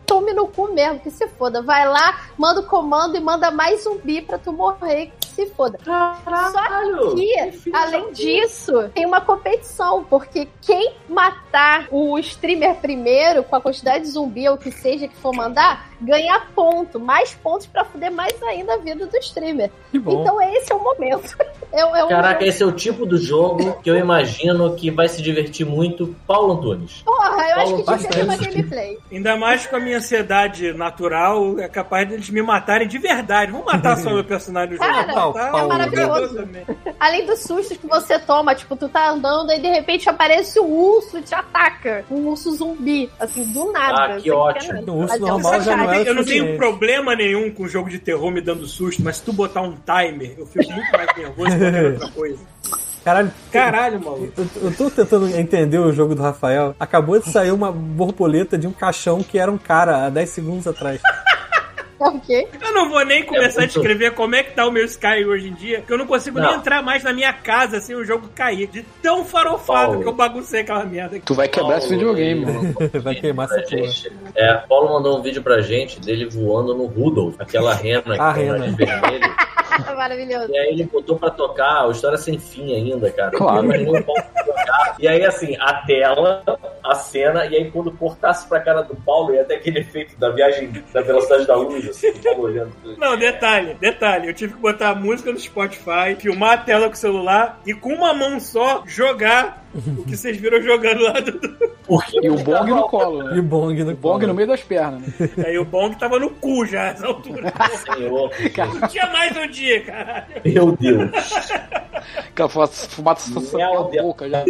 tome no cu mesmo, que se foda. Vai lá, manda o comando e manda mais zumbi pra tu morrer, que se foda. Só que, além disso, tem uma competição, porque quem matar o streamer primeiro, com a quantidade de zumbi ou o que seja que for mandar, ganha ponto. Mais pontos pra fuder mais ainda a vida do streamer. Então esse é o momento. Caraca, esse é o tipo do jogo que eu imagino que vai se divertir muito Paulo Antunes. Porra, eu acho que devia ter uma gameplay. Ainda mais com a minha ansiedade natural, é capaz deles me matarem de verdade. Vamos matar só o meu personagem no jogo. Cara, é maravilhoso. Além dos sustos que você toma, tipo, tu tá andando e de repente aparece um urso e te ataca. Um urso zumbi, assim, do nada. Ah, que ótimo. O urso normal já não é eu não tenho problema nenhum com jogo de terror me dando susto, mas se tu botar um timer, eu fico muito mais nervoso que outra coisa. Caralho, maluco. Eu tô tentando entender o jogo do Rafael. Acabou de sair uma borboleta de um caixão que era um cara há 10 segundos atrás. Okay. Eu não vou nem começar a descrever como é que tá o meu Sky hoje em dia, que eu não consigo nem entrar mais na minha casa sem o jogo cair. De tão farofado que eu baguncei aquela merda. Tu vai quebrar esse videogame, mano. Vai queimar essa porra. Paulo mandou um vídeo pra gente dele voando no Rudolph, aquela rena que tem de vermelho. Maravilhoso. E aí ele botou pra tocar o História Sem Fim ainda, cara. Claro. E aí, assim, a tela, a cena, e aí quando cortasse pra cara do Paulo, ia até aquele efeito da viagem da velocidade da luz, assim, o Paulo olhando. Não, detalhe. Eu tive que botar a música no Spotify, filmar a tela com o celular e com uma mão só jogar o que vocês viram jogando lá do... E o bong no colo, né? E o bong no meio das pernas, né? Aí o bong tava no cu já, nessa altura. Senhor. Não tinha mais um dia, caralho. Meu Deus. Aquela fumaça na boca já.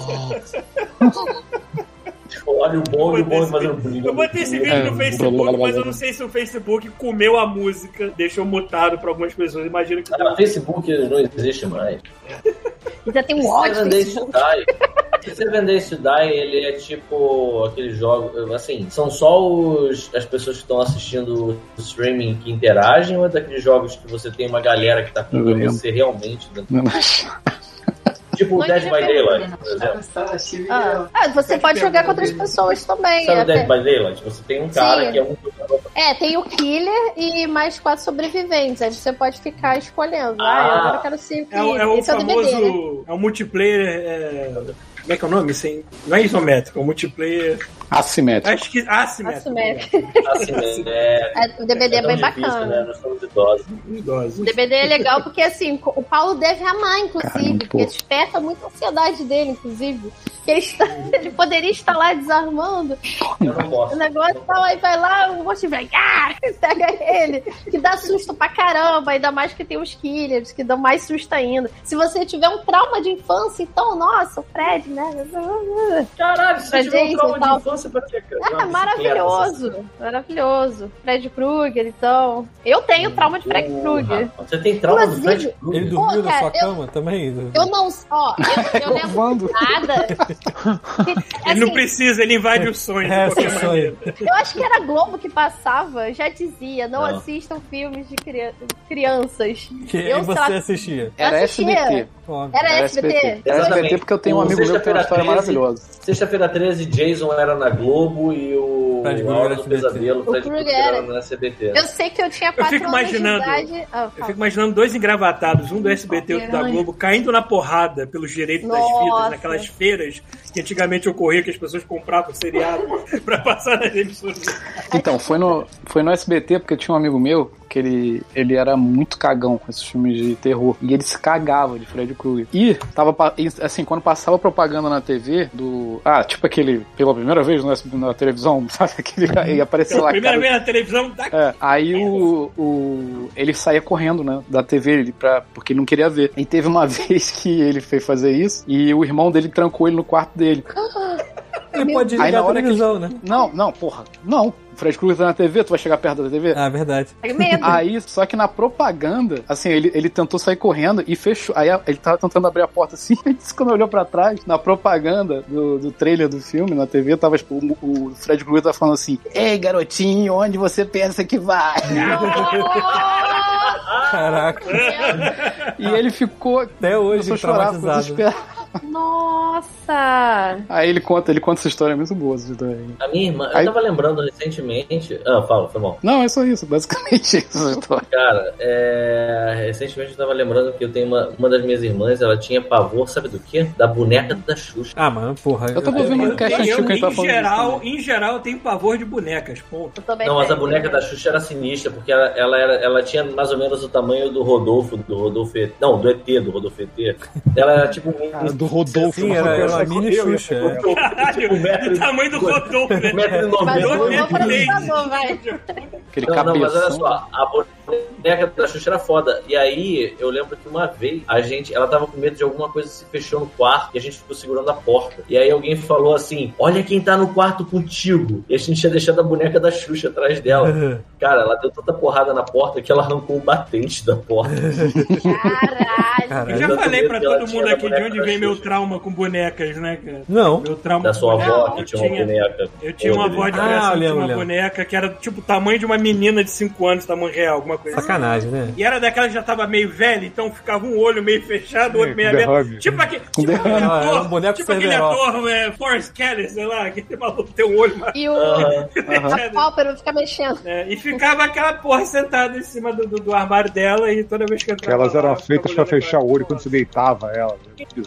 Olha o bong fazendo brilho. Eu botei esse vídeo no Facebook, mas eu não sei se o Facebook comeu a música, deixou mutado pra algumas pessoas. Imagina que... O Facebook não existe mais. Já tem um ódio. Se você vender isso daí, ele é tipo aqueles jogos, assim, são só as pessoas que estão assistindo o streaming que interagem, ou é daqueles jogos que você tem uma galera que tá com você realmente dentro? Tipo o Dead by Daylight, por exemplo. Você pode jogar com outras pessoas também. Sabe o Dead by Daylight? Você tem um cara que é um jogador. Tem o killer e mais 4 sobreviventes. Aí você pode ficar escolhendo. Agora eu quero ser killer. É o famoso... É o multiplayer... Como é que é o nome? Não é isométrico, é o multiplayer... Assimétrico. Acho que assimétrico. O DVD é bem bacana. Né? Nós somos idosos. O DVD é legal porque, assim, o Paulo deve amar, inclusive. Caramba, porque desperta muita ansiedade dele, inclusive. Que ele poderia estar lá desarmando o negócio e tal, aí vai lá, o monte vai, pega ele, que dá susto pra caramba, ainda mais que tem os killers, que dão mais susto ainda. Se você tiver um trauma de infância, então, nossa, o Fred, né? Caralho, se você tiver um trauma de infância, pra que maravilhoso. Fred Krueger, então. Eu tenho trauma de Fred Krueger. Você tem trauma de Fred Krueger? Ele dormiu na sua cama também? Eu não, eu lembro nada. Ele não precisa, ele invade o sonho de qualquer maneira. Eu acho que era Globo que passava, já dizia, não assistam filmes de crianças. Que você assistia? Era SBT. Era SBT? Era SBT porque eu tenho um amigo meu que tem uma história maravilhosa. Sexta-feira 13, Jason era na Globo e o Hora do Pesadelo, o Fred Krueger era na SBT. Eu sei que eu tinha 4 anos de idade. Eu fico imaginando 2 engravatados, um do SBT e outro da Globo, caindo na porrada pelos direitos das vidas, naquelas feiras que antigamente ocorria, que as pessoas compravam seriado pra passar nas emissoras. Então, foi no SBT, porque tinha um amigo meu que ele era muito cagão com esses filmes de terror. E ele se cagava de Fred Krueger. E tava, assim, quando passava propaganda na TV do... tipo aquele, pela primeira vez na televisão, sabe? Aquele ia aparecer lá. Primeira vez na televisão daqui. Aí ele saía correndo, né, da TV porque ele não queria ver. E teve uma vez que ele foi fazer isso e o irmão dele trancou ele no quarto dele. Ele pode ligar a televisão, né? Não, porra. Não. O Fred Krueger tá na TV, tu vai chegar perto da TV? Ah, verdade. Aí, só que na propaganda, assim, ele tentou sair correndo e fechou. Aí ele tava tentando abrir a porta assim, e disse quando olhou pra trás, na propaganda do trailer do filme, na TV, tava tipo, o Fred Krueger tava falando assim: ei, garotinho, onde você pensa que vai? Caraca. E ele ficou... Até hoje traumatizado. Nossa! Aí ele conta essa história muito boa. Também. A minha irmã, eu tava lembrando recentemente. Fala, foi bom. Não, é só isso, basicamente essa história. Cara, recentemente eu tava lembrando que eu tenho uma das minhas irmãs, ela tinha pavor, sabe do quê? Da boneca da Xuxa. Ah, mano, porra. Eu tava ouvindo um cast antigo que a gente tava falando em geral, eu tenho pavor de bonecas, ponto. Não, mas a boneca da Xuxa era sinistra, porque ela tinha mais ou menos o tamanho do Rodolfo ET. Não, do ET, do Rodolfo ET. Ela era tipo Cara, do Rodolfo. Sim, era uma mini Xuxa. Caralho, o tamanho do Rodolfo, né? 1,90m. Aquele Não, cabeção. mas olha só, a boneca da Xuxa era foda. E aí, eu lembro que uma vez, ela tava com medo de alguma coisa, se fechou no quarto e a gente ficou segurando a porta. E aí alguém falou assim, olha quem tá no quarto contigo. E a gente tinha deixado a boneca da Xuxa atrás dela. Cara, ela deu tanta porrada na porta que ela arrancou o batente da porta. Caralho! Eu já falei pra todo mundo aqui de onde vem meu trauma com bonecas, né, cara? Não. Meu trauma Da sua avó, com que tinha uma boneca. Eu tinha uma avó de criação, tinha uma lembro. boneca que era tipo o tamanho de uma menina de 5 anos, tamanho real, alguma coisa assim. Sacanagem, né? E era daquela que já tava meio velha, então ficava um olho meio fechado, o outro meio aberto. Tipo aquele era um ator, boneco tipo aquele Cerveró. ator, Forrest Kelly, sei lá, aquele maluco tem um olho mais... E a pálpebra fica mexendo. E ficava aquela porra sentada em cima do armário dela e toda vez que entrava Elas eram feitas pra fechar o olho quando você deitava ela.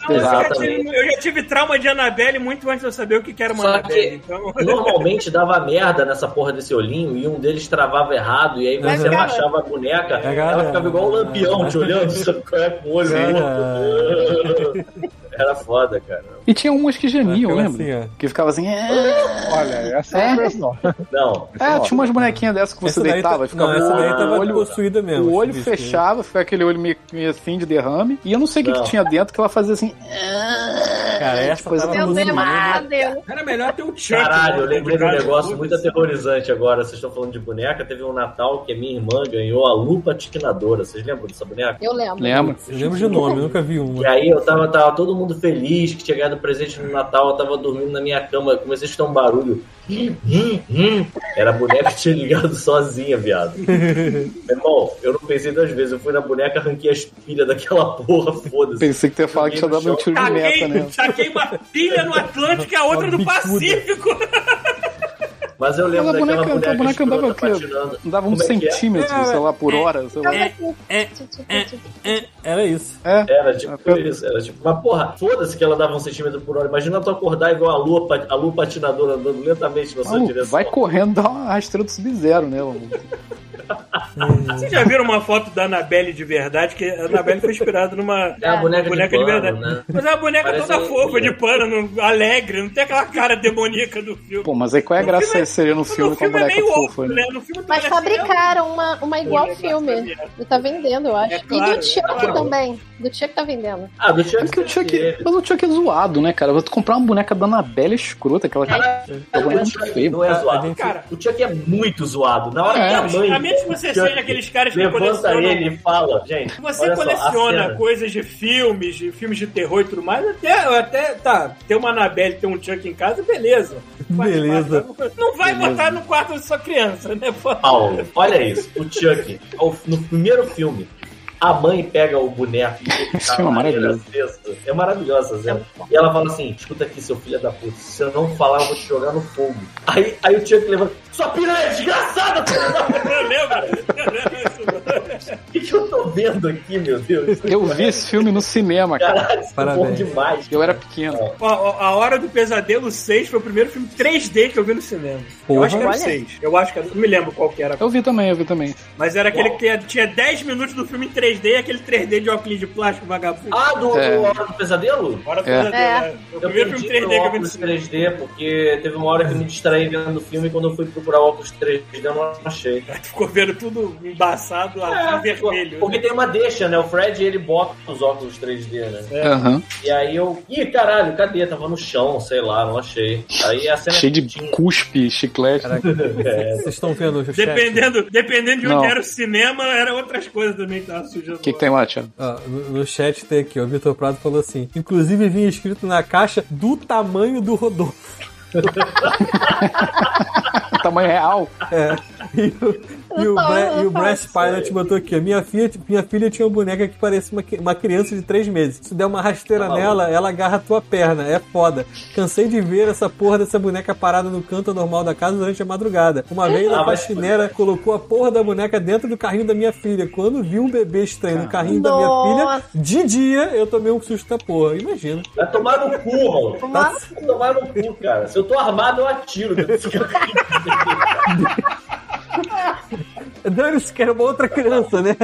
Eu já tive trauma de Annabelle muito antes de eu saber o que era uma Só Annabelle. que Então... normalmente dava merda nessa porra desse olhinho e um deles travava errado e aí você abaixava a boneca, ela ficava igual um lampião te olhando, sabe qual é, com o olho morto. Era foda, cara. E tinha umas que gemiam, lembra? Assim, que ficava assim... Olha, essa é não. Não. Tinha umas bonequinhas dessas que você deitava. Ficava essa daí tava olho possuída mesmo. O olho fechava, ficava aquele olho meio assim de derrame. E eu não sei o que tinha dentro, que ela fazia assim... Cara, essa coisa Meu Deus! Era melhor ter um Chuck. Caralho, eu lembrei de um negócio muito assim. aterrorizante agora. Vocês estão falando de boneca. Teve um Natal que a minha irmã ganhou a lupa tiquinadora. Vocês lembram dessa boneca? Eu lembro. Lembro. Eu lembro de nome, eu nunca vi uma. E aí eu tava todo mundo feliz que tinha ganhado presente no Natal. Eu tava dormindo na minha cama. Comecei a escutar um barulho. Era a boneca que tinha ligado sozinha, viado. Meu irmão, eu não pensei 2 vezes. Eu fui na boneca, arranquei as pilhas daquela porra, foda-se. Pensei que tu ia falar que tinha dado um tiro de meta, né? Saquei uma pilha no Atlântico e a outra no Pacífico. Mas eu lembro daquela a boneca andava o quê? patinando. Andava uns centímetros, sei lá, por hora. Sei lá. Era isso. Era tipo isso, era tipo, mas porra, foda-se que ela dava 1 centímetro por hora. Imagina tu acordar igual a lua patinadora andando lentamente na sua direção. Vai correndo, dá uma rasteira do Sub-Zero, né, mano? Vocês já viram uma foto da Annabelle de verdade? Que a Annabelle foi inspirada numa É a boneca de pano, verdade. né? Mas é uma boneca Parece toda um- fofa, de pano, alegre, não tem aquela cara demoníaca do filme. Pô, mas aí qual é a No graça filme- seria no filme com a boneca meio fofa, outro, né? No filme Mas fabricaram uma igual filme. E tá vendendo, eu acho. É claro, E do Chuck claro. também. Do Chuck tá vendendo. Ah, do Chuck. Porque o Chuck, mas o Chuck é zoado, né, cara? Vou comprar uma boneca da Annabelle escrota, aquela Não, boneca o muito Chuck feia. não é zoado. Cara, O Chuck é muito zoado. Na hora que a mãe. a menos que você Chuck seja aqueles caras que levanta colecionam. ele e fala, gente. Se você olha só, a coleciona cena. coisas de filmes de terror e tudo mais, até tá, ter uma Annabelle, ter um Chuck em casa, beleza. Beleza. Não vai botar no quarto da sua criança, né? Pô? Paulo, olha isso. O Chuck, no primeiro filme, a mãe pega o boneco e Esse filme é maravilhoso. É maravilhosa a cena. E ela fala assim: escuta aqui, seu filho da puta, se eu não falar, eu vou te jogar no fogo. Aí o Chuck levanta: sua piranha desgraçada, filho da puta! Eu lembro isso. O que eu tô vendo aqui, meu Deus? Eu vi esse filme no cinema, cara. Caralho, isso é bom Parabéns. demais. Eu era pequeno. A Hora do Pesadelo 6 foi o primeiro filme 3D que eu vi no cinema. Eu Porra. acho que era o Olha. 6. Eu acho que era, não me lembro qual que era. Eu vi também. Mas era aquele que tinha 10 minutos do filme em 3D e aquele 3D de óculos de plástico vagabundo. Ah, do É. Hora do Pesadelo? Hora do É. Pesadelo, né? O Eu primeiro perdi filme 3D meu que eu vi no óculos cinema. 3D, porque teve uma hora que eu me distraí vendo o filme e quando eu fui procurar óculos 3D eu não achei. Ficou vendo tudo embaçado, azul e vermelho. Porque né? tem uma deixa, né? O Fred, ele bota os óculos 3D, né? Aham. E aí eu... Ih, caralho, cadê? Tava no chão, sei lá, não achei. Aí a cena... Cheio de cuspe, chiclete. Caraca, vocês estão vendo o chat? Dependendo de Não. onde era o cinema, era outras coisas também que tava sujando. O que tem lá, Thiago? Ó, no chat tem aqui, ó, o Vitor Prado falou assim: inclusive vinha escrito na caixa do tamanho do Rodolfo. O tamanho real. É. E o Brass Pilot botou aqui: minha filha tinha uma boneca que parece uma criança de 3 meses. Se der uma rasteira nela, ela agarra a tua perna. É foda. Cansei de ver essa porra dessa boneca parada no canto normal da casa durante a madrugada. Uma vez a faxineira colocou a porra da boneca dentro do carrinho da minha filha. Quando vi um bebê estranho no carrinho da minha filha, de dia eu tomei um susto da porra. Imagina. Vai tomar no cu, Raul. Vai tomar no cu, cara. Se eu tô armado, eu atiro. Dane-se que era uma outra criança, né?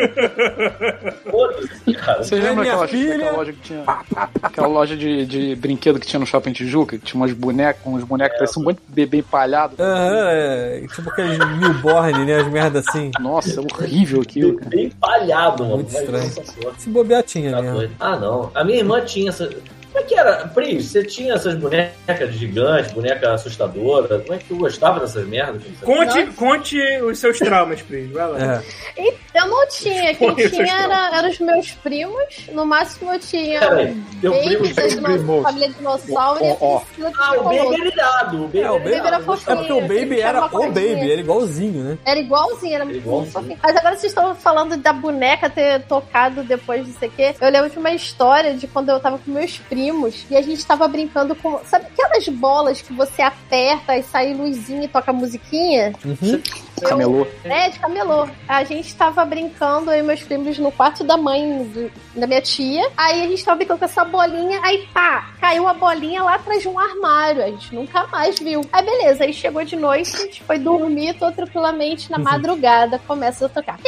Você lembra aquela loja que tinha. Aquela loja de brinquedo que tinha no Shopping Tijuca? Que tinha uns bonecos que pareciam muito bebê empalhado. Tipo aqueles newborn, né? As merdas assim. Nossa, é horrível aquilo. Bebê empalhado, mano. Muito estranho. Se bobear tinha mesmo. Ah, não. A minha irmã tinha essa. Como é que era? Pri, você tinha essas bonecas gigantes, boneca assustadora? Como é que tu gostava dessas merdas? Conte os seus traumas, Pri. Vai lá. Eu não tinha. Quem tinha eram os meus primos. No máximo eu tinha família dinossauro e o Baby era irado. O Baby era fofinho. É porque o Baby era o Baby, era igualzinho, né? Era igualzinho, era muito fofinho. Mas agora vocês estão falando da boneca ter tocado depois de sei o quê. Eu lembro de uma história de quando eu tava com meus primos e a gente tava brincando com... Sabe aquelas bolas que você aperta e sai luzinha e toca musiquinha? Uhum. Camelô. De camelô. A gente tava brincando, eu e meus primos, no quarto da mãe da minha tia. Aí a gente tava brincando com essa bolinha, aí pá, caiu a bolinha lá atrás de um armário. A gente nunca mais viu. Aí beleza, aí chegou de noite, a gente foi dormir, tô tranquilamente na madrugada, começa a tocar.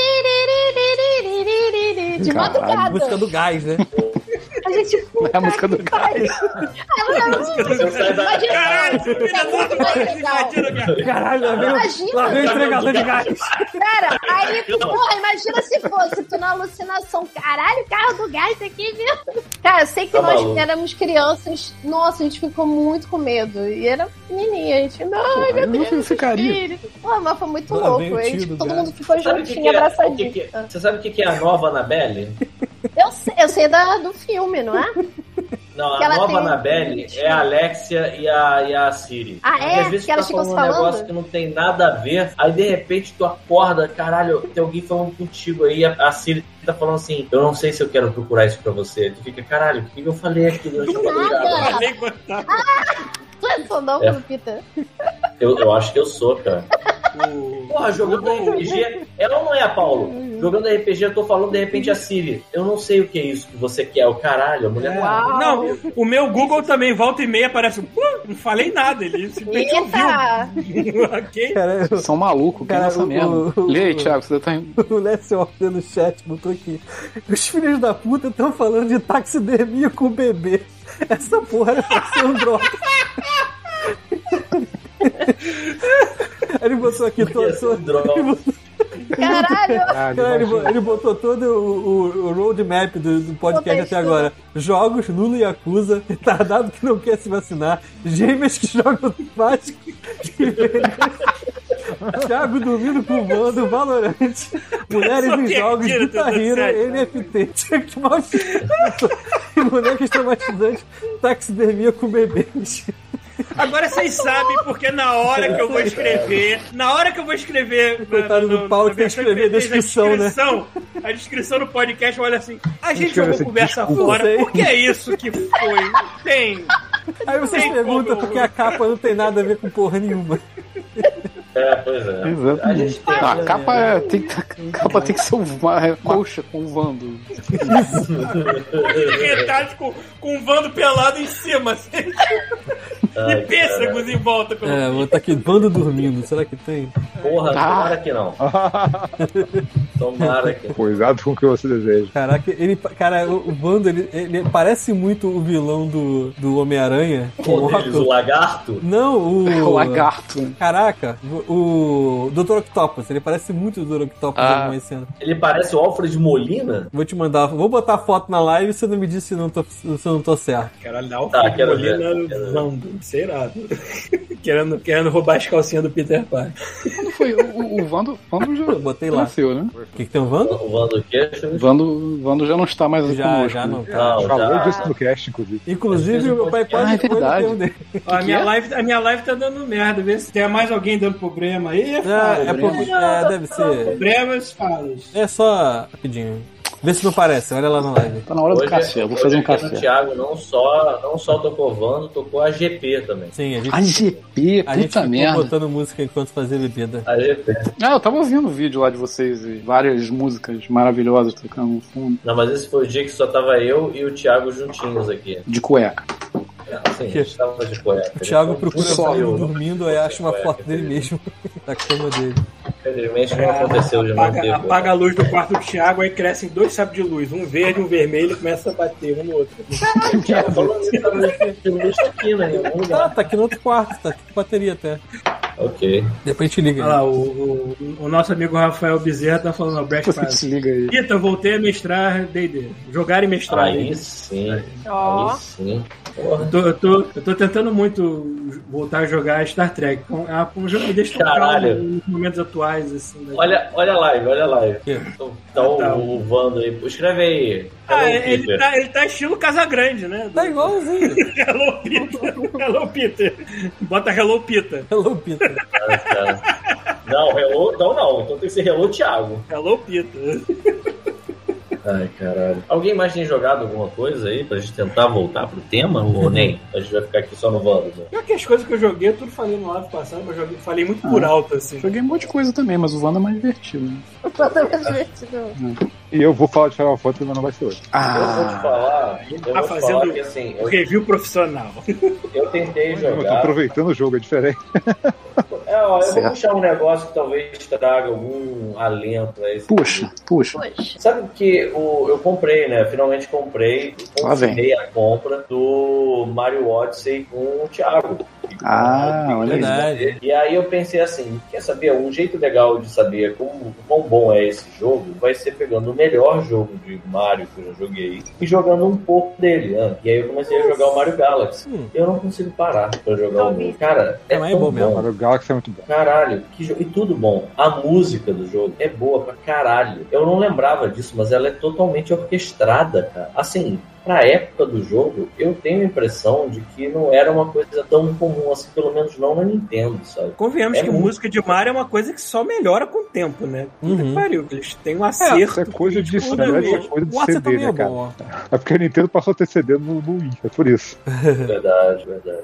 De madrugada. A música do gás, né? A gente... É a música do gás. Caralho, lá vem o entregador de gás. Cara, aí, porra, imagina se fosse tu na alucinação. Caralho, carro do gás aqui, viu? Cara, eu sei que nós éramos crianças. Nossa, a gente ficou muito com medo. E era pequenininha, a gente... Não, meu Deus, ficaria. Pô, mas foi muito louco. Aí, todo mundo ficou juntinho, abraçadinho. Você sabe o que é a nova Annabelle? Eu sei do filme, não é? Não, a nova Annabelle é a Alexia e a Siri. Ah, é? Às vezes que elas tu tá ficam falando um negócio que não tem nada a ver, aí de repente tu acorda, caralho, tem alguém falando contigo aí, a Siri tá falando assim, eu não sei se eu quero procurar isso pra você. Tu fica, caralho, o que eu falei aqui durante a madrugada? Tu é sonâmbulo, Peter? Eu acho que eu sou, cara. Porra, jogando RPG. Ela não é a Paulo. Jogando RPG, eu tô falando de repente a Siri. Eu não sei o que é isso que você quer. O caralho, a mulher. Não, o meu Google também volta e meia aparece. Não falei nada. Ele simplesmente ouviu. Ok? Cara, são malucos, cara. Essa merda. Lê aí, Thiago, você tá indo. O Lesse Order no chat botou aqui. Os filhos da puta estão falando de taxidermia com o bebê. Essa porra era pra ser um droga. Ele botou aqui todo. Caralho! Ele botou todo o roadmap do podcast até agora. Jogos, Lula e Yakuza, retardado que não quer se vacinar, gêmeas que jogam mágico, Thiago dormindo com o Vando, Valorante, mulheres em jogos, Guitar Hero, NFT, e bonecas traumatizantes, taxidermia com bebês. Agora vocês sabem porque na hora que eu vou escrever coitado do Paulo, tem que escrever a descrição, né? A descrição do podcast, olha assim, a gente jogou conversa fora, por que é isso que foi? Tem. Aí vocês perguntam porque a capa não tem nada a ver com porra nenhuma. Pois é. Exatamente. A capa tem que ser uma colcha com o Vando. Retalho com um Vando pelado em cima, assim. E pêssegos em volta. Vou estar aqui, Vando dormindo. Será que tem? Porra, tomara que não. Tomara que não. Cuidado com o que você deseja. Caraca, o Vando, ele parece muito o vilão do Homem-Aranha. O lagarto? Não, o lagarto. Caraca, o Dr. Octopus. Ele parece muito o Dr. Octopus em alguma cena. Ele parece o Alfred Molina? Vou te mandar, vou botar a foto na live e você não me diz se eu não tô certo. Caralho, Alfred Molina, Vando. Será? querendo roubar as calcinhas do Peter Parker. Quando foi? O Vando já Botei lá. nasceu, né? O que tem o Vando? O Vando o quê? Vando já não está mais conosco. Já não tá. Não, Falou já. disso no cast, inclusive. Inclusive, o meu pai pode é verdade. Ó, a minha live tá dando merda. Vê se tem mais alguém dando problema aí. Deve ser. Problemas, falas. É só rapidinho. Vê se não parece, olha lá na live. Tá na hora do café, eu vou fazer um café. O Thiago não só tocou Vando, tocou a GP também. Sim, a gente A GP, puta ficou merda. botando música enquanto fazia bebida. A GP. Eu tava ouvindo o vídeo lá de vocês e várias músicas maravilhosas tocando no fundo. Não, mas esse foi o dia que só tava eu e o Thiago juntinhos aqui. De cueca. Sim, a gente tava de cueca. O Thiago procura só ele eu, dormindo, aí acha uma foto dele mesmo na cama dele. Infelizmente não aconteceu de muito tempo. Apaga a luz do quarto do Thiago, aí crescem 2 sabres de luz, um verde e um vermelho, e começa a bater um no outro. Thiago, falando isso, tá aqui, né? Em algum lugar. Tá aqui no outro quarto, tá aqui com bateria até. Ok. Depois a gente liga. Olha lá, o nosso amigo Rafael Bezerra tá falando, Brecht Se faz. liga aí. Eita, eu voltei a mestrar D&D. Jogar e mestrar Aí D&D. sim. Ó. Aí sim. Porra. Eu tô tentando muito voltar a jogar Star Trek. Um jogo que me deixa tão Caralho. calmo nos momentos atuais, assim. Né? Olha a live. Que? Tá o Vando aí. Escreve aí. Hello, Peter. Ele tá estilo Casagrande, né? Tá igualzinho. Hello, Peter. Hello, Peter. Bota Hello, Peter. Hello, Peter. Cara. Não, Hello, não. Então tem que ser Hello, Thiago. Hello, Peter. Ai, caralho. Alguém mais tem jogado alguma coisa aí pra gente tentar voltar pro tema? Ou nem? A gente vai ficar aqui só no Vando, né? Pior que as coisas que eu joguei, eu tudo falei no live passado, mas falei muito por alto, assim. Joguei um monte de coisa também, mas o Wanda é mais divertido. Né? E eu vou falar de Final Fantasy, mas não vai ser hoje. Eu vou te falar fazendo que assim, review profissional. eu tentei Eu tô jogar. aproveitando o jogo, é diferente. Eu vou puxar um negócio que talvez traga algum alento a esse. Puxa. Sabe que eu comprei, né? Finalmente comprei. Lá vem. Consumei a compra do Mario Odyssey com o Thiago. Olha aí. Verdade. E aí eu pensei assim, quer saber, um jeito legal de saber quão bom é esse jogo vai ser pegando o melhor jogo de Mario que eu já joguei e jogando um pouco dele, né? E aí eu comecei a jogar o Mario Galaxy. Eu não consigo parar pra jogar o jogo. Cara, é Também é tão bom mesmo. Agora o Galaxy é muito bom. Caralho, que jogo. E tudo bom. A música do jogo é boa pra caralho. Eu não lembrava disso, mas ela é totalmente orquestrada, cara. Assim, pra época do jogo, eu tenho a impressão de que não era uma coisa tão comum assim, pelo menos não na Nintendo, sabe? Convenhamos que muito... música de Mario é uma coisa que só melhora com o tempo, né? Puta que pariu, eles têm um Isso acerto. é coisa de tudo CD, ali. é coisa de O Watson CD, também né, é cara? bom. É porque a Nintendo passou a ter CD no Wii, é por isso. Verdade.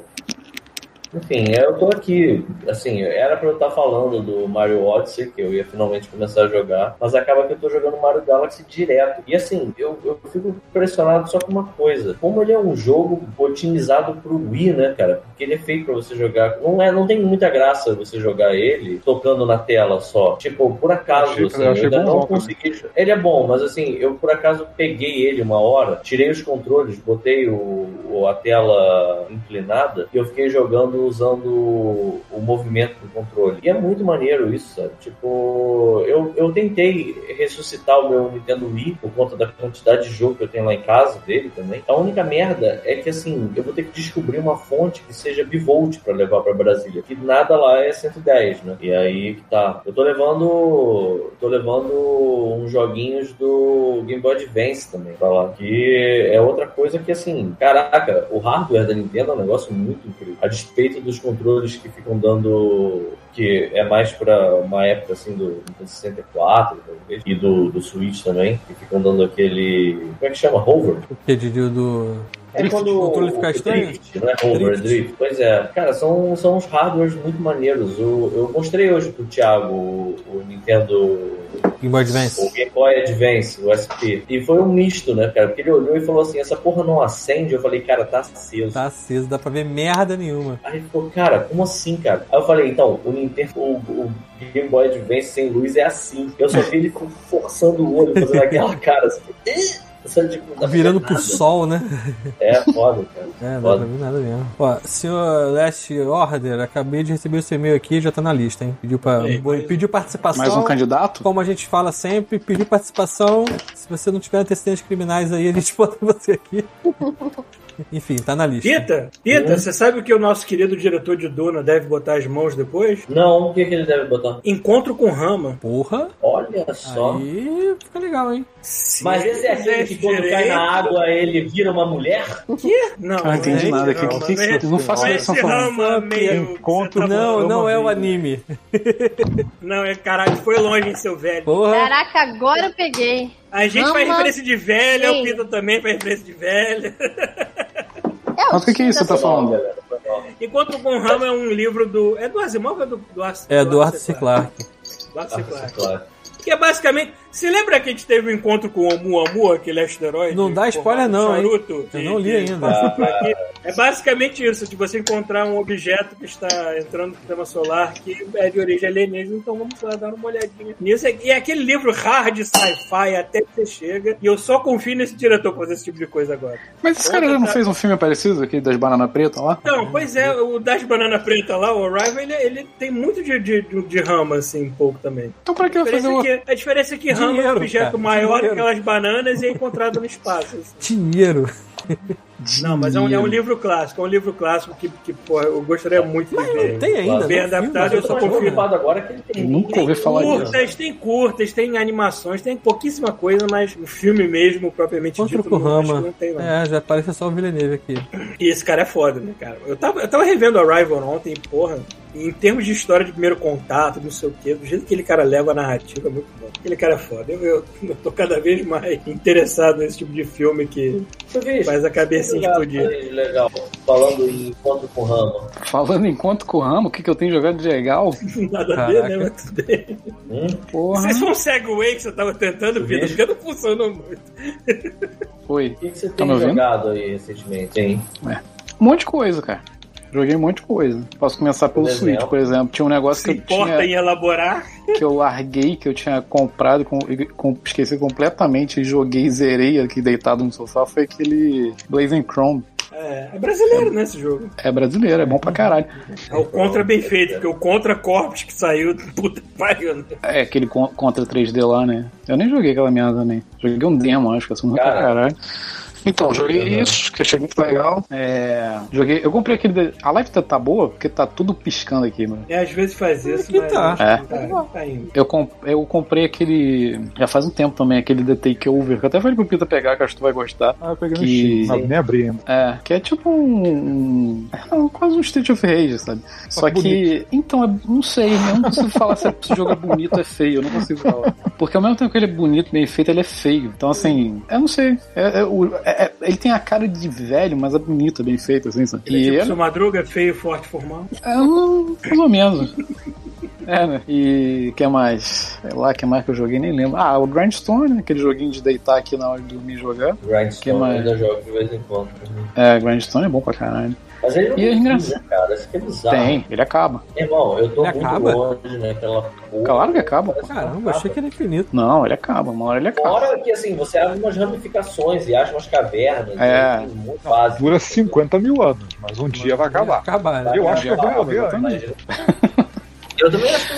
Enfim, eu tô aqui, assim, era pra eu estar falando do Mario Odyssey, que eu ia finalmente começar a jogar, mas acaba que eu tô jogando Mario Galaxy direto. E assim, eu fico impressionado só com uma coisa, como ele é um jogo otimizado pro Wii, né, cara? Porque ele é feito pra você jogar, não tem muita graça você jogar ele tocando na tela só. Tipo, por acaso, assim, eu ainda não consegui... Ele é bom, mas assim, eu por acaso peguei ele uma hora, tirei os controles, botei a tela inclinada e eu fiquei jogando usando o movimento do controle. E é muito maneiro isso, sabe? Tipo, eu tentei ressuscitar o meu Nintendo Wii por conta da quantidade de jogo que eu tenho lá em casa dele também. A única merda é que, assim, eu vou ter que descobrir uma fonte que seja bivolt pra levar pra Brasília, que nada lá é 110, né? E aí que tá. Eu tô levando uns joguinhos do Game Boy Advance também pra lá, que é outra coisa que, assim, caraca, o hardware da Nintendo é um negócio muito incrível. A despeito dos controles que ficam dando, que é mais pra uma época assim do Nintendo 64 talvez, e do Switch também, que ficam dando aquele, como é que chama? Hover? O que do... É quando o controle fica estranho? Drift, não é Hover, Drift. Pois é. Cara, são uns hardwares muito maneiros. Eu mostrei hoje pro Thiago o Nintendo... Game Boy Advance. O Game Boy Advance, o SP. E foi um misto, né, cara? Porque ele olhou e falou assim, essa porra não acende? Eu falei, cara, tá aceso. Tá aceso, dá pra ver merda nenhuma. Aí ele falou, cara, como assim, cara? Aí eu falei, então, o Nintendo, o Game Boy Advance sem luz é assim. Eu só vi ele forçando o olho, fazendo aquela cara assim. Tipo, virando pro sol, né? É, foda, cara. Não dá pra ver nada mesmo. Ó, senhor Last Order, acabei de receber o seu e-mail aqui, já tá na lista, hein? Pediu participação. Mais um candidato? Como a gente fala sempre, pediu participação. Se você não tiver antecedentes criminais aí, a gente bota você aqui. Enfim, tá na lista. Pita, você sabe o que o nosso querido diretor de Duna deve botar as mãos depois? Não, o que ele deve botar? Encontro com Rama. Porra. Olha só. Aí fica legal, hein? Mas esse é aquele que quando cai na água ele vira uma mulher? O quê? Não, Não entendi nada. Não faço esse isso falando. Rama meio... Encontro Não é o anime. Não, caralho, foi longe, hein, seu velho. Porra. Caraca, agora eu peguei. A gente faz referência de velha, o Pita também faz referência de velha. Mas o que é isso que você tá falando? Enquanto com Rama é um livro do... É do Asimov ou é do Arthur? É do Arthur C. Clarke. Do Arthur C. Clarke. Que é basicamente... Você lembra que a gente teve um encontro com o Oumuamua, aquele asteroide? Não dá spoiler não, charuto, hein? Eu não li ainda. É basicamente isso, de você encontrar um objeto que está entrando no sistema solar que é de origem alienígena, então vamos lá dar uma olhadinha nisso. E é aquele livro hard sci-fi até que você chega, e eu só confio nesse diretor pra fazer esse tipo de coisa agora. Mas esse cara já não fez um filme parecido, aquele das bananas pretas lá? Então, pois é, o das bananas pretas lá, o Arrival, ele tem muito de Rama, assim, um pouco também. Então pra que fazer A diferença é que Rama é um objeto maior que aquelas bananas e é encontrado no espaço. Assim. Dinheiro. Não, mas é um livro clássico. É um livro clássico que pô, eu gostaria muito de ver. Não tem ainda. Bem adaptado, eu só confio. Agora que ele tem. Nunca ouvi falar disso. Tem curtas, tem animações, tem pouquíssima coisa, mas o filme mesmo, propriamente Encontro dito, com Rama. não tem. Não. É, já parece só o Villeneuve aqui. E esse cara é foda, né, cara? Eu tava revendo Arrival ontem, porra. Em termos de história de primeiro contato, não sei o quê, do jeito que aquele cara leva a narrativa, é muito bom. Aquele cara é foda. Eu tô cada vez mais interessado nesse tipo de filme que faz a cabeça explodir. Legal. Falando em Encontro com Rama. Falando em Encontro com Rama, o que eu tenho jogado de legal? Nada a ver, né? Mas tudo bem. Porra. Se foi um segue que você tava tentando, Vitor, porque não funcionou muito. Foi. O que você tem jogado aí recentemente, hein? Um monte de coisa, cara. Joguei um monte de coisa. Posso começar pelo Switch, por exemplo. Tinha um negócio que eu importa em elaborar? Que eu larguei, que eu tinha comprado, esqueci completamente e joguei, zerei aqui deitado no sofá, foi aquele Blazing Chrome. É brasileiro, né, esse jogo? É brasileiro, é bom pra caralho. É o Contra bem feito, porque o Contra Corps que saiu, puta que pariu, né? É, aquele Contra 3D lá, né? Eu nem joguei aquela merda também. Joguei um demo, acho que é ruim pra caralho. Então, joguei isso, que achei muito legal. Eu comprei aquele... A live tá boa, porque tá tudo piscando aqui, mano. Às vezes faz isso, mas... Tá indo. Eu comprei aquele... Já faz um tempo também, aquele The Takeover, que eu até falei pro Pita pegar, que acho que tu vai gostar. Eu peguei no Steam, mas nem abri ainda. Que é tipo quase um Street of Rage, sabe? Só que... Bonito. Então, não sei, eu não consigo falar se esse jogo é bonito ou é feio, eu não consigo falar. Porque ao mesmo tempo que ele é bonito, bem feito, ele é feio. Então, assim, eu não sei. Ele tem a cara de velho, mas é bonito, é bem feito, assim, sabe? Ele é tipo Seu Madruga, feio, forte, formal? Mais ou menos. Né? E o que mais? Sei lá, o que mais que eu joguei, nem lembro. O Grindstone, né? Aquele joguinho de deitar aqui na hora de dormir e jogar. Grindstone eu ainda jogo de vez em quando. Grindstone é bom pra caralho. Mas ele não tem fim, né, cara? Isso que é bizarro. Tem, ele acaba. Irmão, eu tô muito longe naquela porra. Claro que acaba. Caramba, achei que era infinito. Não, ele acaba, uma hora ele acaba. Uma hora que, assim, você abre umas ramificações e acha umas cavernas. Muito fácil. Dura 50 mil anos, mas um dia vai acabar. Eu acho que eu vou morrer antes. Eu também acho.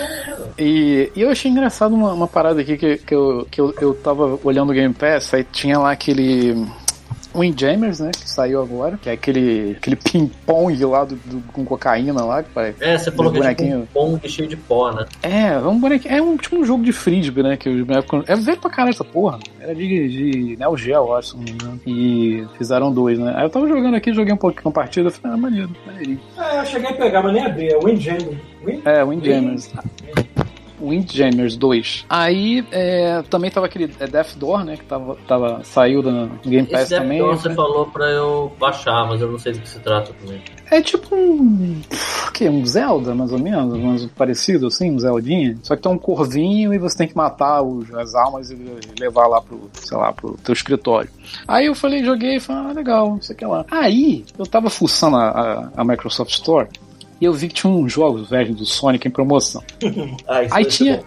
E eu achei engraçado uma parada aqui que eu tava olhando o Game Pass, aí tinha lá aquele... Windjammers, né, que saiu agora, que é aquele ping-pong lá com cocaína lá, que parece. Você falou que é tipo um pong cheio de pó, né? É um bonequinho, tipo um jogo de frisbee, né, que é velho pra caralho essa porra. Era de Neo Geo, acho, se não me engano. E fizeram 2, né. Aí eu tava jogando aqui, joguei um pouquinho com a partida, eu falei, maneirinho. Eu cheguei a pegar, mas nem abri, é Windjammers. Windjammers. Windjammers 2. Aí também tava aquele Death Door, né? Que saiu no Game Pass esse também. Death Door você falou pra eu baixar, mas eu não sei do que se trata também. É tipo um Zelda, mais ou menos, parecido assim, um Zeldinha. Só que tem um corvinho e você tem que matar as almas e levar lá pro teu escritório. Aí eu joguei e falei, legal, não sei o que lá. Aí eu tava fuçando a Microsoft Store. E eu vi que tinha uns jogos velhos do Sonic em promoção. Aí tinha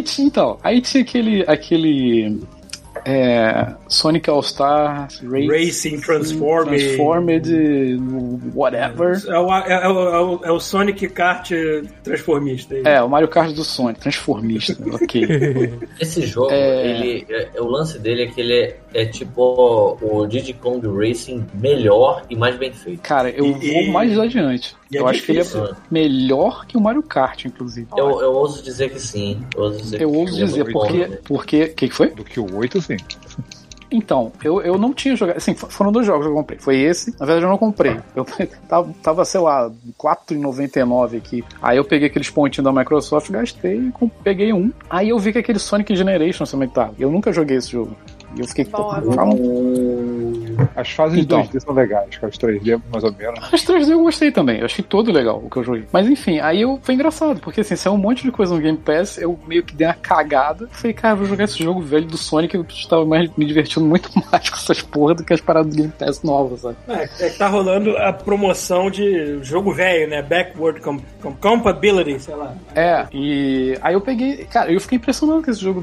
aquele Sonic All-Star Racing Transformed whatever. É o Sonic Kart transformista. O Mario Kart do Sonic, transformista. Ok. Esse jogo, o lance dele é que ele é tipo o Diddy Kong Racing melhor e mais bem feito. Cara, eu vou mais adiante. Eu acho que ele é melhor que o Mario Kart, inclusive. Eu ouso dizer que sim. Eu ouso dizer, porque... O que foi? Do que o 8, sim. Então, eu não tinha jogado. Assim, foram 2 jogos que eu comprei. Foi esse. Na verdade, eu não comprei. Eu tava, sei lá, R$4,99 aqui. Aí eu peguei aqueles pontinhos da Microsoft, gastei e peguei um. Aí eu vi que aquele Sonic Generations também tava. Eu nunca joguei esse jogo. E eu fiquei... As fases 2D são legais, as 3D mais ou menos. As 3D eu gostei também, eu achei todo legal o que eu joguei. Mas enfim, aí foi engraçado, porque assim, saiu um monte de coisa no Game Pass, eu meio que dei uma cagada. Falei, cara, vou jogar esse jogo velho do Sonic, eu estava me divertindo muito mais com essas porra do que as paradas do Game Pass novas, sabe? É que tá rolando a promoção de jogo velho, né? Backward Compatibility, sei lá. E aí eu peguei, cara, eu fiquei impressionado com esse jogo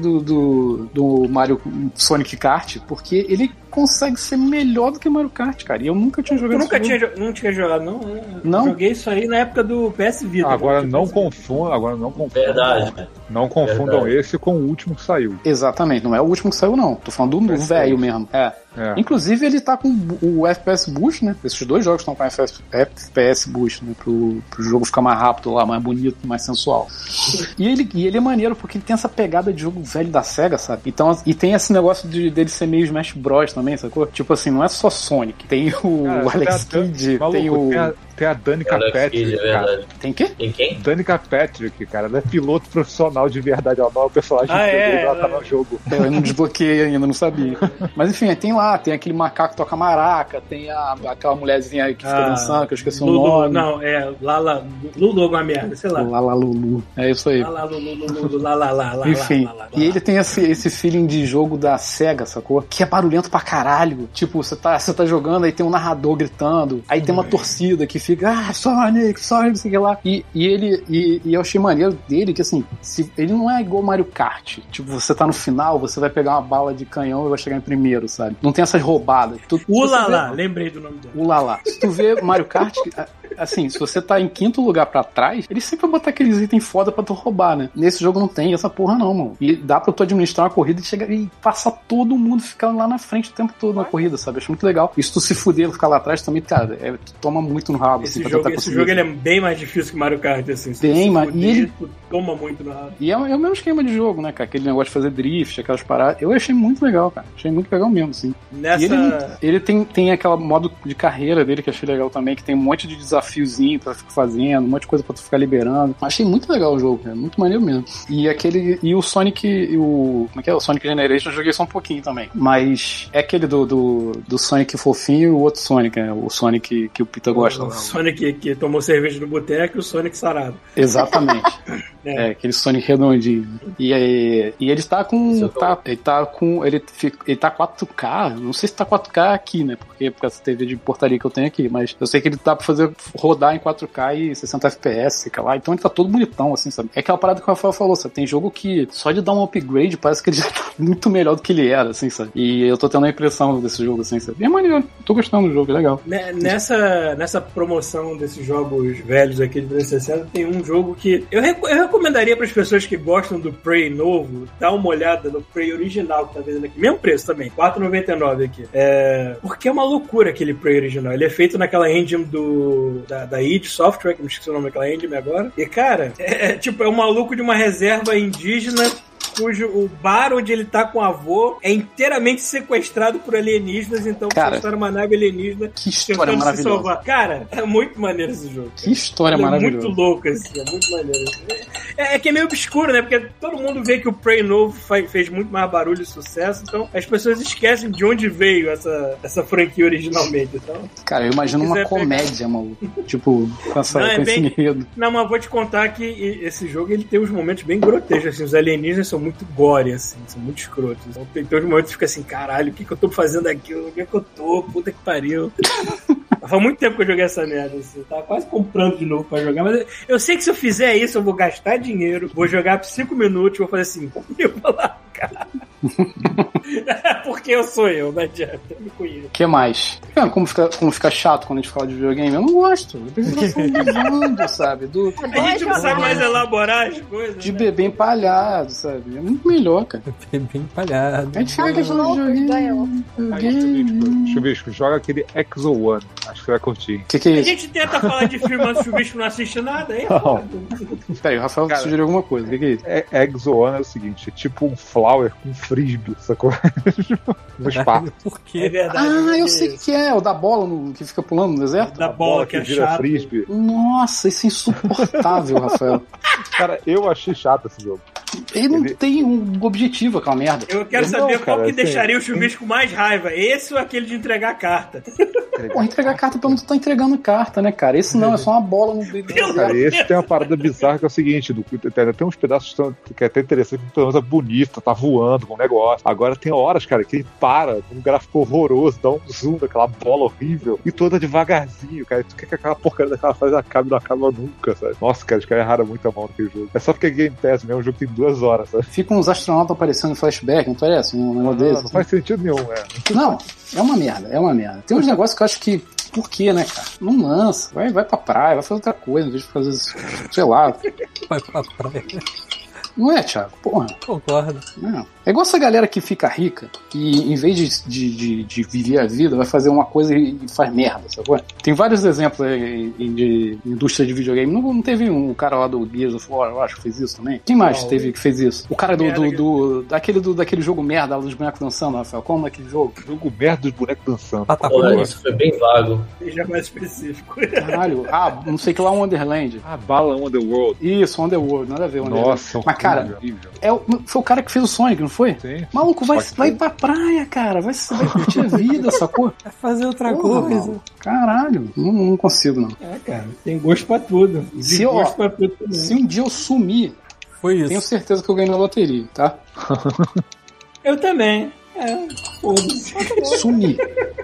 do Mario Sonic Kart, porque ele consegue ser melhor do que Mario Kart, cara. E eu nunca tinha jogado isso. Não tinha jogado, não? Não? Joguei isso aí na época do PS Vita. Agora não confundam. Verdade. Não confundam esse com o último que saiu. Exatamente, não é o último que saiu, não. Tô falando do velho mesmo. Inclusive, ele tá com o FPS Boost, né? Esses 2 jogos estão com FPS Boost, né? Pro jogo ficar mais rápido lá, mais bonito, mais sensual. E ele é maneiro porque ele tem essa pegada de jogo velho da SEGA, sabe? Então, e tem esse negócio dele ser meio Smash Bros também, sacou? Tipo assim, não é só Sonic. Tem o Alex Kidd, tem o... Tem a Danica Patrick, cara. Tem quê? Tem quem? Danica Patrick, cara. Ela é piloto profissional de verdade. Ela não é o personagem ela tá no jogo. Eu não desbloqueei ainda, não sabia. Mas enfim, tem aquele macaco que toca maraca, tem aquela mulherzinha que fica dançando, que eu esqueci o nome. Não, Lala Lulu, alguma merda, sei lá. Lala Lulu. É isso aí. Lala Lulu, lá. Enfim, e ele tem esse feeling de jogo da SEGA, sacou? Que é barulhento pra caralho. Tipo, você tá jogando, aí tem um narrador gritando, aí tem uma torcida que fica, Sonic, não sei o que lá. E eu achei maneiro dele que, assim, ele não é igual Mario Kart. Tipo, você tá no final, você vai pegar uma bala de canhão e vai chegar em primeiro, sabe? Não tem essas roubadas. Ulala, lembrei do nome dele. Ulala. Se tu vê Mario Kart, assim, se você tá em 5º lugar pra trás, ele sempre vai botar aqueles itens foda pra tu roubar, né? Nesse jogo não tem essa porra não, mano. E dá pra tu administrar uma corrida e chegar e passar todo mundo ficando lá na frente o tempo todo na corrida, sabe? Acho muito legal. E se tu se fuder e ficar lá atrás também, cara, tu toma muito no rabo. Esse jogo ele é bem mais difícil que Mario Kart, assim. Bem, mas ele toma muito no rabo. E é o mesmo esquema de jogo, né, cara? Aquele negócio de fazer drift, aquelas paradas. Eu achei muito legal, cara. Achei muito legal mesmo, assim. E ele tem aquela modo de carreira dele que eu achei legal também, que tem um monte de desafiozinho pra ficar fazendo, um monte de coisa pra tu ficar liberando. Achei muito legal o jogo, cara. Muito maneiro mesmo. E o Sonic, como é que é? O Sonic Generation eu joguei só um pouquinho também. Mas é aquele do Sonic fofinho e o outro Sonic, né? O Sonic que o Pita gosta. O Sonic que tomou cerveja no boteco e o Sonic sarado. Exatamente. Aquele Sonic redondinho. E ele tá com... Ele tá 4K. Não sei se tá 4K aqui, né? Porque por essa TV de portaria que eu tenho aqui. Mas eu sei que ele dá pra rodar em 4K e 60 FPS, fica lá. Então ele tá todo bonitão, assim, sabe? É aquela parada que o Rafael falou, sabe? Tem jogo que só de dar um upgrade parece que ele já tá muito melhor do que ele era, assim, sabe? E eu tô tendo a impressão desse jogo, assim, sabe? É maneiro. Tô gostando do jogo, é legal. Nessa promoção desses jogos velhos aqui de 360, tem um jogo que eu recomendaria para as pessoas que gostam do Prey novo, dar uma olhada no Prey original que tá vendo aqui. Mesmo preço também, R$4,99 aqui. Porque é uma loucura aquele Prey original. Ele é feito naquela engine da id Software, que não esqueci o nome daquela engine agora. E, cara, é um maluco de uma reserva indígena cujo o bar onde ele tá com o avô é inteiramente sequestrado por alienígenas, então precisa uma nave alienígena. Que história maravilhosa. Cara, é muito maneiro esse jogo. Que história maravilhosa. É muito louco esse, é muito maneiro. É que é meio obscuro, né? Porque todo mundo vê que o Prey novo fez muito mais barulho e sucesso, então as pessoas esquecem de onde veio essa franquia originalmente. Então, cara, eu imagino uma comédia, maluco. Tipo, com esse enredo. Não, mas vou te contar que esse jogo ele tem uns momentos bem grotescos, assim, os alienígenas são muito gore, assim, são muito escrotos. Então, tem uns momentos que fica assim, caralho, o que eu tô fazendo aqui? Onde é que eu tô? Puta que pariu. Faz muito tempo que eu joguei essa merda, assim. Tava quase comprando de novo pra jogar, mas eu sei que se eu fizer isso, eu vou gastar dinheiro, vou jogar por 5 minutos, vou fazer assim, eu vou lá, cara. Porque eu sou eu, não adianta, eu me conheço. O que mais? Tá vendo como fica chato quando a gente fala de videogame? Eu não gosto. Eu prefiro falando, sabe? A gente não sabe mais elaborar as coisas. De bebê empalhado, sabe? É muito melhor, cara. Bebê empalhado. A gente fica questão de videogame. Chubisco, joga aquele Exo One. Acho que você vai curtir. Que é A isso? gente tenta falar de filme, mas o Chubisco não assiste nada, aí Peraí, o Rafael Cara, sugeriu alguma coisa. O que é isso? Exo One é o seguinte, é tipo um flower com frisbee, sacou? No espaço. Por é quê? verdade. Eu sei o que é. O da bola que fica pulando no deserto? Da bola que é vira chato. frisbee. Nossa, isso é insuportável, Rafael. Cara, eu achei chato esse jogo. Ele não tem um objetivo, aquela merda. Eu quero Não, saber qual cara, que assim, deixaria o Chubisco com mais raiva. Esse ou aquele de entregar a carta? Porra, entregar carta pra não tá entregando carta, né, cara? Esse não, é só uma bola no dedo. Cara, esse tem uma parada bizarra que é o seguinte, tem uns pedaços que é até interessante, que é bonito, tá voando com o negócio. Agora tem horas, cara, que ele para, um gráfico horroroso, dá um zoom daquela bola horrível e toda devagarzinho, cara. Tu quer que aquela porcaria daquela fase acabe, não acaba nunca, sabe? Nossa, cara, os caras erraram muito a mão naquele jogo. É só porque é Game Pass mesmo, o jogo tem 2 horas, sabe? Ficam uns astronautas aparecendo em flashback, não parece? Um negócio desse. Não faz sentido nenhum, Não, é uma merda. Tem uns negócios que eu acho que. Por quê, né, cara? Não lança. Vai pra praia, vai fazer outra coisa, em vez de fazer isso, sei lá. Vai pra praia. Não é, Thiago? Porra. Concordo. Não. É igual essa galera que fica rica e em vez de viver a vida, vai fazer uma coisa e faz merda, sabe? Tem vários exemplos aí de indústria de videogame. Não teve um cara lá do Gears of War, eu acho, que fez isso também? Quem mais teve que fez isso? O cara daquele jogo merda lá dos bonecos dançando, Rafael. Como é aquele jogo? Jogo merda dos bonecos dançando. Porra, isso foi bem vago. Seja mais específico. Caralho. Não sei que lá, Wonderland. Bala Underworld. Isso, Underworld. Nada a ver, Wonderland. Nossa, mas, cara, foi o cara que fez o Sonic, não foi? Sim. Maluco, vai pra praia, cara. Vai curtir a vida, sacou? Vai fazer outra coisa. Caralho. Não consigo, não. É, cara, tem gosto pra tudo. Se um dia eu sumir, Foi isso. tenho certeza que eu ganhei na loteria, tá? Eu também. Foda-se. Sumir.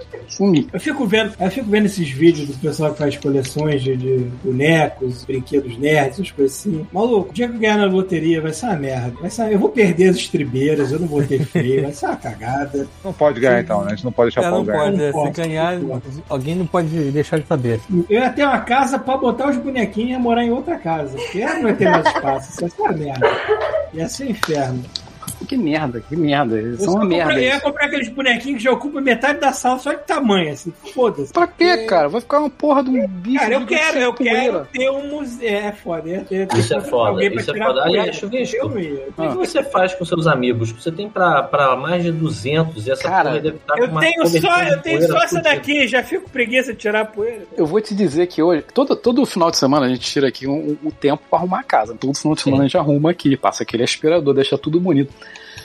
Eu fico vendo esses vídeos do pessoal que faz coleções de bonecos, brinquedos nerds, essas coisas assim. Maluco, o dia que eu ganhar na loteria vai ser uma merda. Eu vou perder as estribeiras, eu não vou ter freio, vai ser uma cagada. Não pode ganhar então, né? A gente não pode deixar Não Paulo ganhar. pode. Se ganhar, alguém não pode deixar de saber. Eu ia ter uma casa pra botar os bonequinhos e ia morar em outra casa. Porque não vai ter mais espaço. Isso ia ser uma merda. Ia ser um inferno. Que merda. Eles são uma merda. Eu ia comprar aqueles bonequinhos que já ocupam metade da sala só de tamanho, assim. Foda-se. Pra quê, cara? Vai ficar uma porra de um bicho. Cara, eu quero poeira. ter um museu. É foda. Isso é foda. Aliás, Chubisco, o que você faz com seus amigos? Você tem pra mais de 200 e essa porra deve estar com uma eu tenho só essa daqui, já fico com preguiça de tirar a poeira. Eu vou te dizer que hoje, todo final de semana a gente tira aqui o tempo pra arrumar a casa. Todo final de semana a gente arruma aqui, passa aquele aspirador, deixa tudo bonito.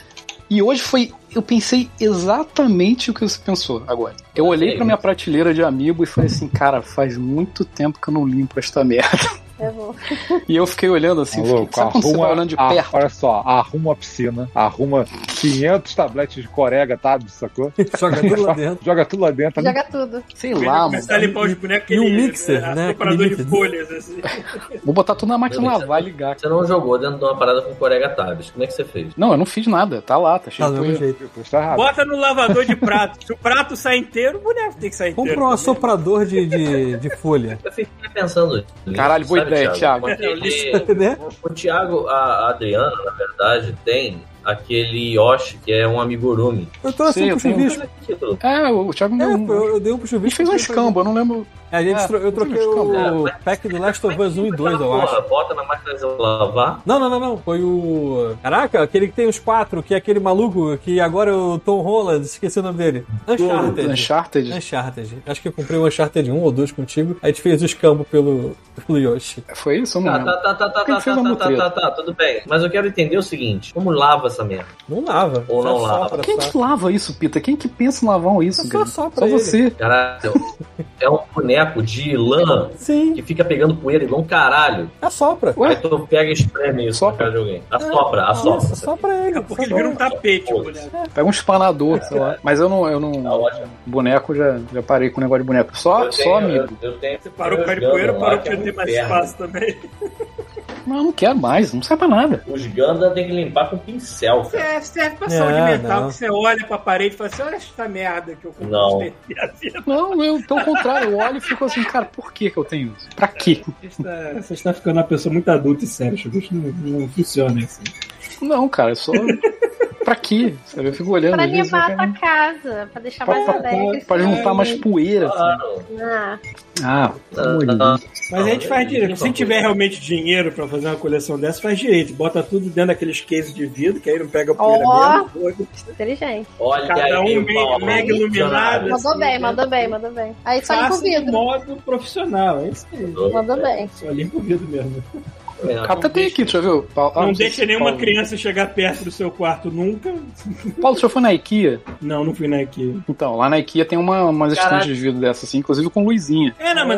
E hoje eu pensei exatamente o que você pensou agora. Eu olhei pra minha prateleira de amiibo e falei assim, cara, faz muito tempo que eu não limpo esta merda. É bom. E eu fiquei olhando assim, sabe quando você vai olhando de perto? Olha só, arruma a piscina, arruma 500 tabletes de corega, tá? Sacou? Joga tudo lá dentro. Joga tudo lá dentro. Joga tudo. Sei lá, mano. Começar a limpar os bonecos E um mixer, né? Separador Aquele de mixer. folhas, assim. Vou botar tudo na máquina de lavar e ligar. Você não jogou dentro de uma parada com corega tabs. Como é que você fez? Não, eu não fiz nada. Tá lá, tá cheio Tá de do mesmo poeira. jeito. Tá errado. Bota no lavador de prato. Se o prato sai inteiro, o boneco tem que sair inteiro. Compra um assoprador de folha. Eu fiquei pensando. Caralho, boa ideia, Thiago. Né? O Thiago, a Adriana, na verdade, tem aquele Yoshi, que é um amigurumi. Eu trouxe um pro Chuvisco. O Thiago me deu Eu dei um pro A gente Chuvisco. fez um escambo, eu não lembro. Eu troquei o pack do Last of Us 1 e 2, eu acho. Bota na máquina de lavar. Não. Foi o... Caraca, aquele que tem os 4, que é aquele maluco que agora é o Tom Holland, esqueci o nome dele. Uncharted. Acho que eu comprei o Uncharted 1 ou 2 contigo, aí a gente fez o escambo pelo Yoshi. Foi isso? Eu não lembro. Tá, tudo bem. Mas eu quero entender o seguinte, como lava essa merda? Não lava. Ou não lava. Quem que lava isso, Pita? Quem que pensa em lavar isso, cara? Só você. Caralho, é um boneco de lã que fica pegando poeira igual um caralho. Assopra. Aí tu pega e espreme isso na cara de alguém. Assopra. Assopra ele. Porque ele vira um tapete, o boneco. Pega um espanador, sei lá. Mas eu não. Tá ótimo. Boneco, já parei com o negócio de boneco. Só amigo. Eu tenho, Você parou com a de poeira, parou porque tem mais espaço também. Não, eu não quero mais, não serve pra nada. Os Gundam tem que limpar com pincel, cara. Serve pra saúde mental, que você olha pra parede e fala assim, olha essa merda que eu comprei. Não, eu, pelo contrário, eu olho e fico assim, cara, por que eu tenho isso? Pra quê? Você está ficando uma pessoa muito adulta e séria, isso não funciona assim. Não, cara, é só... Pra quê? Eu fico olhando. Pra limpar a tua casa, pra deixar mais alegre. Pra juntar mais poeira. Mas a gente faz direito. Se tiver realmente dinheiro pra fazer uma coleção dessa, faz direito. Bota tudo dentro daqueles cases de vidro, que aí não pega poeira mesmo. Inteligente. Olha cada aí, mega iluminado. Mandou bem. Aí só limpa o vidro. De modo profissional, é isso aí. Mandou bem. Só limpa o vidro mesmo. Até tem aqui, deixa eu ver. Não deixa nenhuma criança chegar perto do seu quarto nunca. Paulo, você foi na IKEA? Não fui na IKEA. Então, lá na IKEA tem umas estantes de vidro dessas, assim, inclusive com luzinha.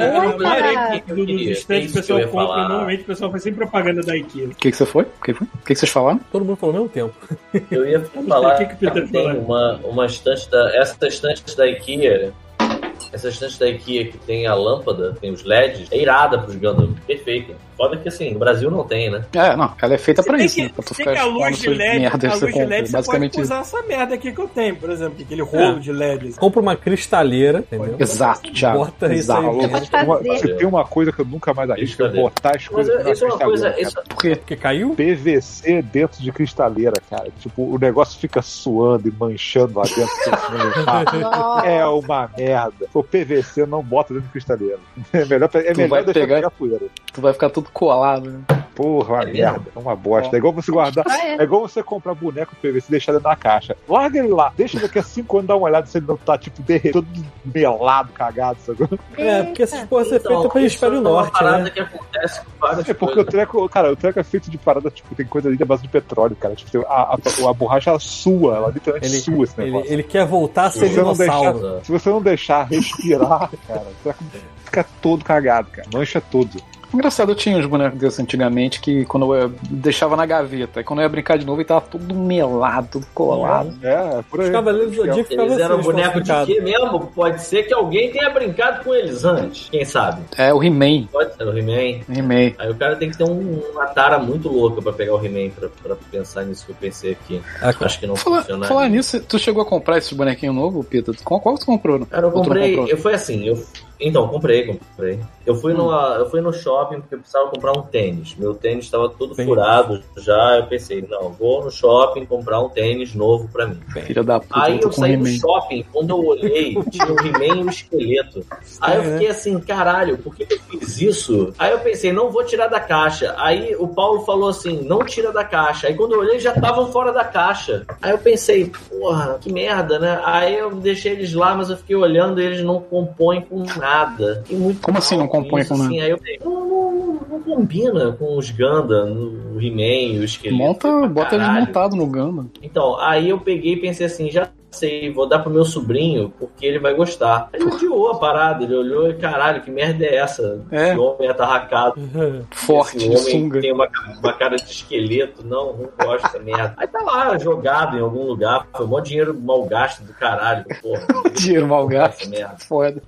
Mas dos estantes que o pessoal compra, normalmente o pessoal faz sempre propaganda da IKEA. O que você foi? O que vocês falaram? Todo mundo falou ao mesmo tempo. Eu ia falar que tem uma estante essa estante da IKEA. Essa estante da IKEA que tem a lâmpada, tem os LEDs, é irada pros Gundam. Perfeita. Foda que assim, no Brasil não tem, né? Não, ela é feita pra isso, né? Pra tu ficar a luz de LED, merda a luz de LED você basicamente pode usar essa merda aqui que eu tenho, por exemplo, aquele rolo de LED. Compra uma cristaleira, entendeu? Exato, Thiago. Bota isso aí. Se tem uma coisa que eu nunca mais arrisco, é botar as coisas na cristaleira. Por quê? Porque caiu? PVC dentro de cristaleira, cara. Tipo, o negócio fica suando e manchando lá dentro. É uma merda. O PVC não bota dentro de cristaleira. É melhor deixar pegar poeira. Tu vai ficar tudo colado, né? Porra, uma merda. É uma bosta. É igual você guardar. É igual você comprar boneco PVC e deixar ele na caixa. Larga ele lá. Deixa daqui a 5 anos dar uma olhada se ele não tá, tipo, todo melado, cagado, sabe? Porque essas porra ser feita pra hemisfério norte, né? Que acontece com várias porque o treco é feito de parada, tipo, tem coisa ali da base de petróleo, cara. Tipo, a borracha, ela sua, ela literalmente sua esse negócio. Ele quer voltar a ser dinossauro. Se você não deixar respirar, cara, o treco fica todo cagado, cara. Mancha tudo. Engraçado, eu tinha uns bonecos desses antigamente que quando eu deixava na gaveta, e quando eu ia brincar de novo ele tava tudo melado, tudo colado. Por aí. Os Cavaleiros do Zodíaco ficavam eles eram bonecos de quê mesmo? Pode ser que alguém tenha brincado com eles antes, quem sabe? É, o He-Man. Pode ser o He-Man. He-Man. Aí o cara tem que ter uma tara muito louca pra pegar o He-Man, pra pensar nisso que eu pensei aqui. Acho que não funciona. Falar nisso, tu chegou a comprar esses bonequinhos novos, Pita? Qual tu comprou? Né? Cara, eu comprei, comprei. Eu fui no shopping porque eu precisava comprar um tênis. Meu tênis estava todo furado já. Eu pensei, não, vou no shopping comprar um tênis novo pra mim. Filha da puta. Aí eu saí do shopping, quando eu olhei, tinha o He-Man e o esqueleto. Aí eu fiquei assim, caralho, por que eu fiz isso? Aí eu pensei, não vou tirar da caixa. Aí o Paulo falou assim, não tira da caixa. Aí quando eu olhei, já estavam fora da caixa. Aí eu pensei, porra, que merda, né? Aí eu deixei eles lá, mas eu fiquei olhando e eles não compõem com nada. Como assim não compõe com nada? Aí eu pensei, não combina com os Gundam, o He-Man, o esqueleto. Bota eles montados no Gundam. Então, aí eu peguei e pensei assim, já sei, vou dar pro meu sobrinho porque ele vai gostar. Ele odiou a parada, ele olhou e caralho, que merda é essa? Esse homem atarracado. Forte, esse homem sunga. tem uma cara de esqueleto, não gosto dessa merda. Aí tá lá, jogado em algum lugar, foi um monte de dinheiro mal gasto do caralho, porra. Dinheiro mal gasto, foda.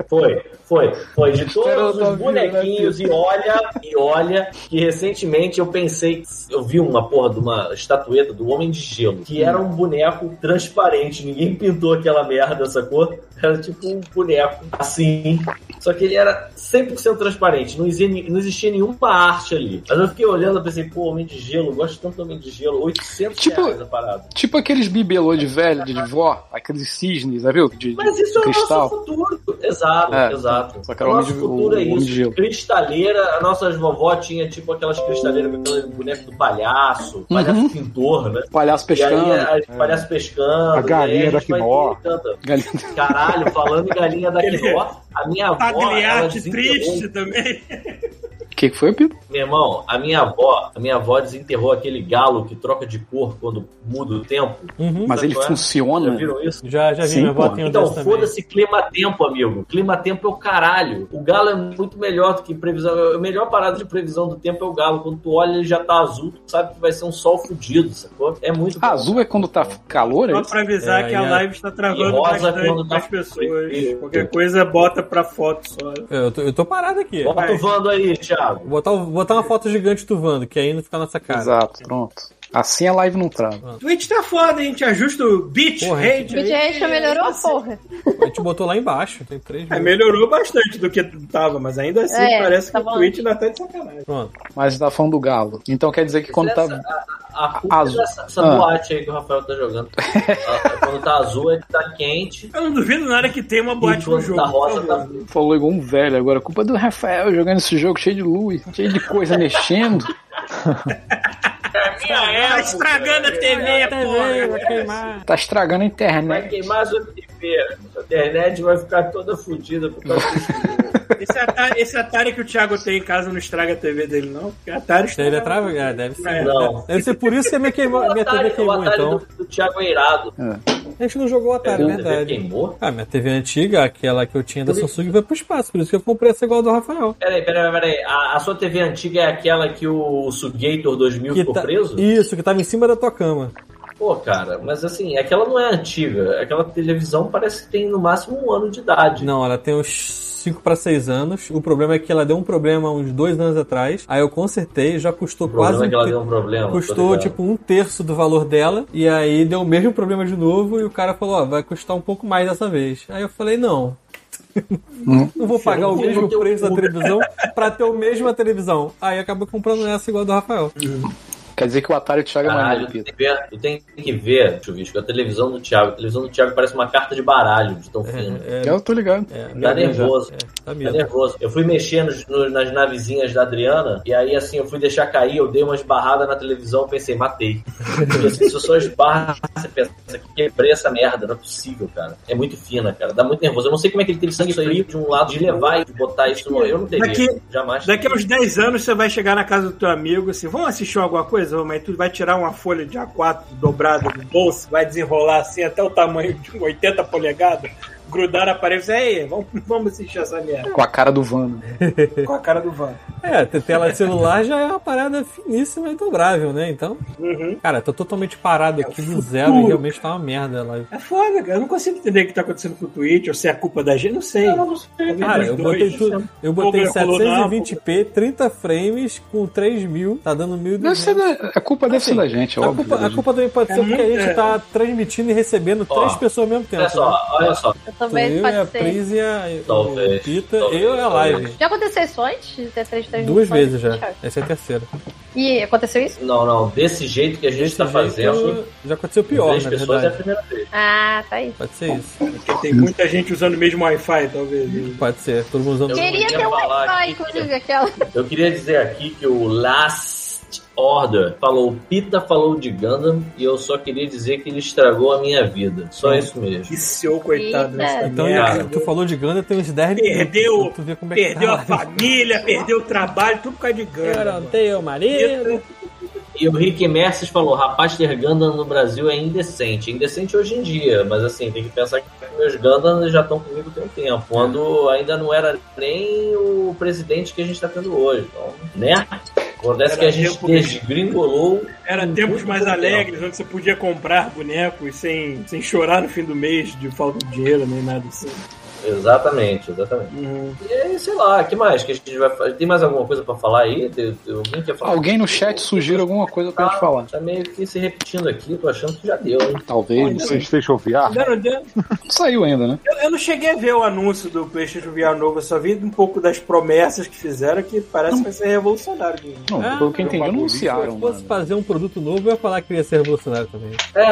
Foi de todos os bonequinhos e olha que recentemente eu vi uma porra de uma estatueta do Homem de Gelo, que era um boneco transparente, ninguém pintou aquela merda, sacou? Era tipo um boneco assim, só que ele era 100% transparente, não existia nenhuma arte ali. Mas eu fiquei olhando e pensei, pô, Homem de Gelo, eu gosto tanto do Homem de Gelo, 800 reais a parada. Tipo aqueles bibelô de velho, de vó, aqueles cisnes, viu? Mas isso cristal. É o nosso futuro. Exato. Só que era o nosso futuro é isso. Cristaleira, a nossa vovó tinha tipo aquelas cristaleiras com aquele boneco do palhaço pintor, né? Palhaço pescando. E aí, palhaço pescando. A galinha da Quinó. Caralho, falando em galinha da Quinó, a minha avó... Pagliate triste também. O que foi, Pipo? Meu irmão, a minha avó desenterrou aquele galo que troca de cor quando muda o tempo. Mas ele funciona? Já viram isso? Já vi, minha avó tem um Então, desse foda-se clima-tempo, amigo. Clima-tempo é o caralho. O galo é muito melhor do que previsão. A melhor parada de previsão do tempo é o galo. Quando tu olha, ele já tá azul, tu sabe que vai ser um sol fudido, sacou? É muito bom. Azul é quando tá calor, é Só isso? pra avisar que a live está travando bastante das pessoas. Qualquer coisa, bota pra foto só. Eu tô parado aqui. Bota o Vando aí, Thiago. Thiago. Botar uma foto gigante do Vando, que aí não fica na nossa cara. Exato, pronto. Assim a live não trava. Twitch tá foda, a gente ajusta o bitrate. Bitrate já melhorou, porra. A gente botou lá embaixo, tem 3 mil. Melhorou bastante do que tava, mas ainda assim parece tá que bom. o Twitch ainda tá de sacanagem. Pronto. Mas tá falando do Galo. Então quer dizer que quando tá. A culpa Azul. é essa boate aí que o Rafael tá jogando. Quando tá azul, ele tá quente. Eu não duvido nada que tenha uma boate no quando jogo. tá rosa, por tá favor. Falou igual um velho agora. A culpa é do Rafael jogando esse jogo cheio de luz, cheio de coisa mexendo. Tá estragando a TV, porra. Vai queimar. Tá estragando a Vai internet. queimar a sua TV. A internet vai ficar toda fodida por causa disso. Esse Atari que o Thiago tem em casa não estraga a TV dele, não? Porque a Atari Ele estraga. deve ser. É. Não. Deve ser por isso que a minha TV queimou, o Atari então. do Thiago é irado. A gente não jogou o Atari, é A TV verdade. queimou? Ah, minha TV antiga, aquela que eu tinha da Samsung, foi pro espaço, por isso que eu comprei essa igual a do Rafael. Peraí. A sua TV antiga é aquela que o Sugator 2000 ficou preso? Isso, que tava em cima da tua cama. Pô, cara, mas assim, aquela não é antiga. Aquela televisão parece que tem no máximo 1 ano de idade. Não, ela tem uns 5 para 6 anos. O problema é que ela deu um problema uns 2 anos atrás. Aí eu consertei, já custou O problema quase é que ela deu um problema. Custou tipo 1/3 do valor dela. E aí deu o mesmo problema de novo. E o cara falou, ó, vai custar um pouco mais dessa vez. Aí eu falei, não. Não vou pagar o mesmo preço da televisão pra ter a mesma televisão. Aí acabou comprando essa igual a do Rafael. Quer dizer que o Atari do Thiago é Caralho, maneiro, tu tem que ver, Chuvisco, a televisão do Thiago. A televisão do Thiago parece uma carta de baralho, de tão fino. Eu tô ligado. Tá nervoso. Tá Tá mesmo. nervoso. Eu fui mexer nas navezinhas da Adriana, e aí assim, eu fui deixar cair, eu dei uma esbarrada na televisão, pensei, matei. Porque assim, se eu só esbarra, você pensa que quebrei essa merda, não é possível, cara. É muito fina, cara. Dá muito nervoso. Eu não sei como é que ele teve sangue aí de um lado, de levar e de botar isso no... Eu não teria. Jamais. Daqui a uns 10 anos você vai chegar na casa do teu amigo assim, vamos assistir alguma coisa? Vamos, aí tu vai tirar uma folha de A4 dobrada do bolso, vai desenrolar assim até o tamanho de 80 polegadas, grudar na parede e dizer, vamos assistir essa merda. Com a cara do Vando. Com a cara do Van. Ter tela de celular já é uma parada finíssima e dobrável, né? Então, cara, tô totalmente parado aqui do zero e realmente tá uma merda a live. É foda, cara. Eu não consigo entender o que tá acontecendo com o Twitch, ou se é culpa da gente, não sei. Cara, eu botei 720p, 30 frames com 3.000, tá dando 1.200. A culpa deve ser da gente, A óbvio. culpa também pode ser porque a gente tá transmitindo e recebendo 3 pessoas ao mesmo tempo. Olha só. Eu também Eu e a pode ser. Pris e o Talvez, Pita, talvez, eu e a live. Já aconteceu isso antes? De ter 3 2 vezes já. Essa é a terceira. E aconteceu isso? Não. Desse jeito que a gente tá fazendo, já aconteceu pior, 3 na pessoas é a verdade. primeira vez. Ah, tá aí. Pode ser isso. Porque tem muita gente usando o mesmo Wi-Fi, talvez. Pode ser. Todo mundo usando. Eu Queria queria ter um falar Wi-Fi, aqui inclusive, aquela. Eu queria dizer aqui que o Last Order falou, o Pita falou de Gundam e eu só queria dizer que ele estragou a minha vida. Só isso mesmo. Que seu coitado Eita. nessa Então, merda. tu falou de Gundam, tem uns 10 minutos. Perdeu, Tu vê como é que perdeu tá. a família, perdeu o trabalho, tudo por causa de Eu Gundam. não tenho marido. E o Rick Merces falou, rapaz, ter Gundam no Brasil é indecente. Indecente hoje em dia, mas assim, tem que pensar que meus Gundam já estão comigo tem um tempo. Quando ainda não era nem o presidente que a gente está tendo hoje. Então, né? Acontece que a gente desgringolou. Era tempos mais alegres, onde você podia comprar bonecos sem chorar no fim do mês de falta de dinheiro, nem nada assim. Exatamente. E aí, sei lá, o que mais que a gente vai fazer? Tem mais alguma coisa pra falar aí? Alguém quer falar? Alguém no chat sugira alguma coisa pra gente falar. Tá meio que se repetindo aqui, tô achando que já deu, hein? Talvez. O PlayStation VR? Não saiu ainda, né? Eu não cheguei a ver o anúncio do PlayStation VR novo, eu só vi um pouco das promessas que fizeram, que parece que vai ser revolucionário. Não, pelo que eu entendi, Se anunciaram. eu fosse fazer um produto novo, eu ia falar que ia ser revolucionário também.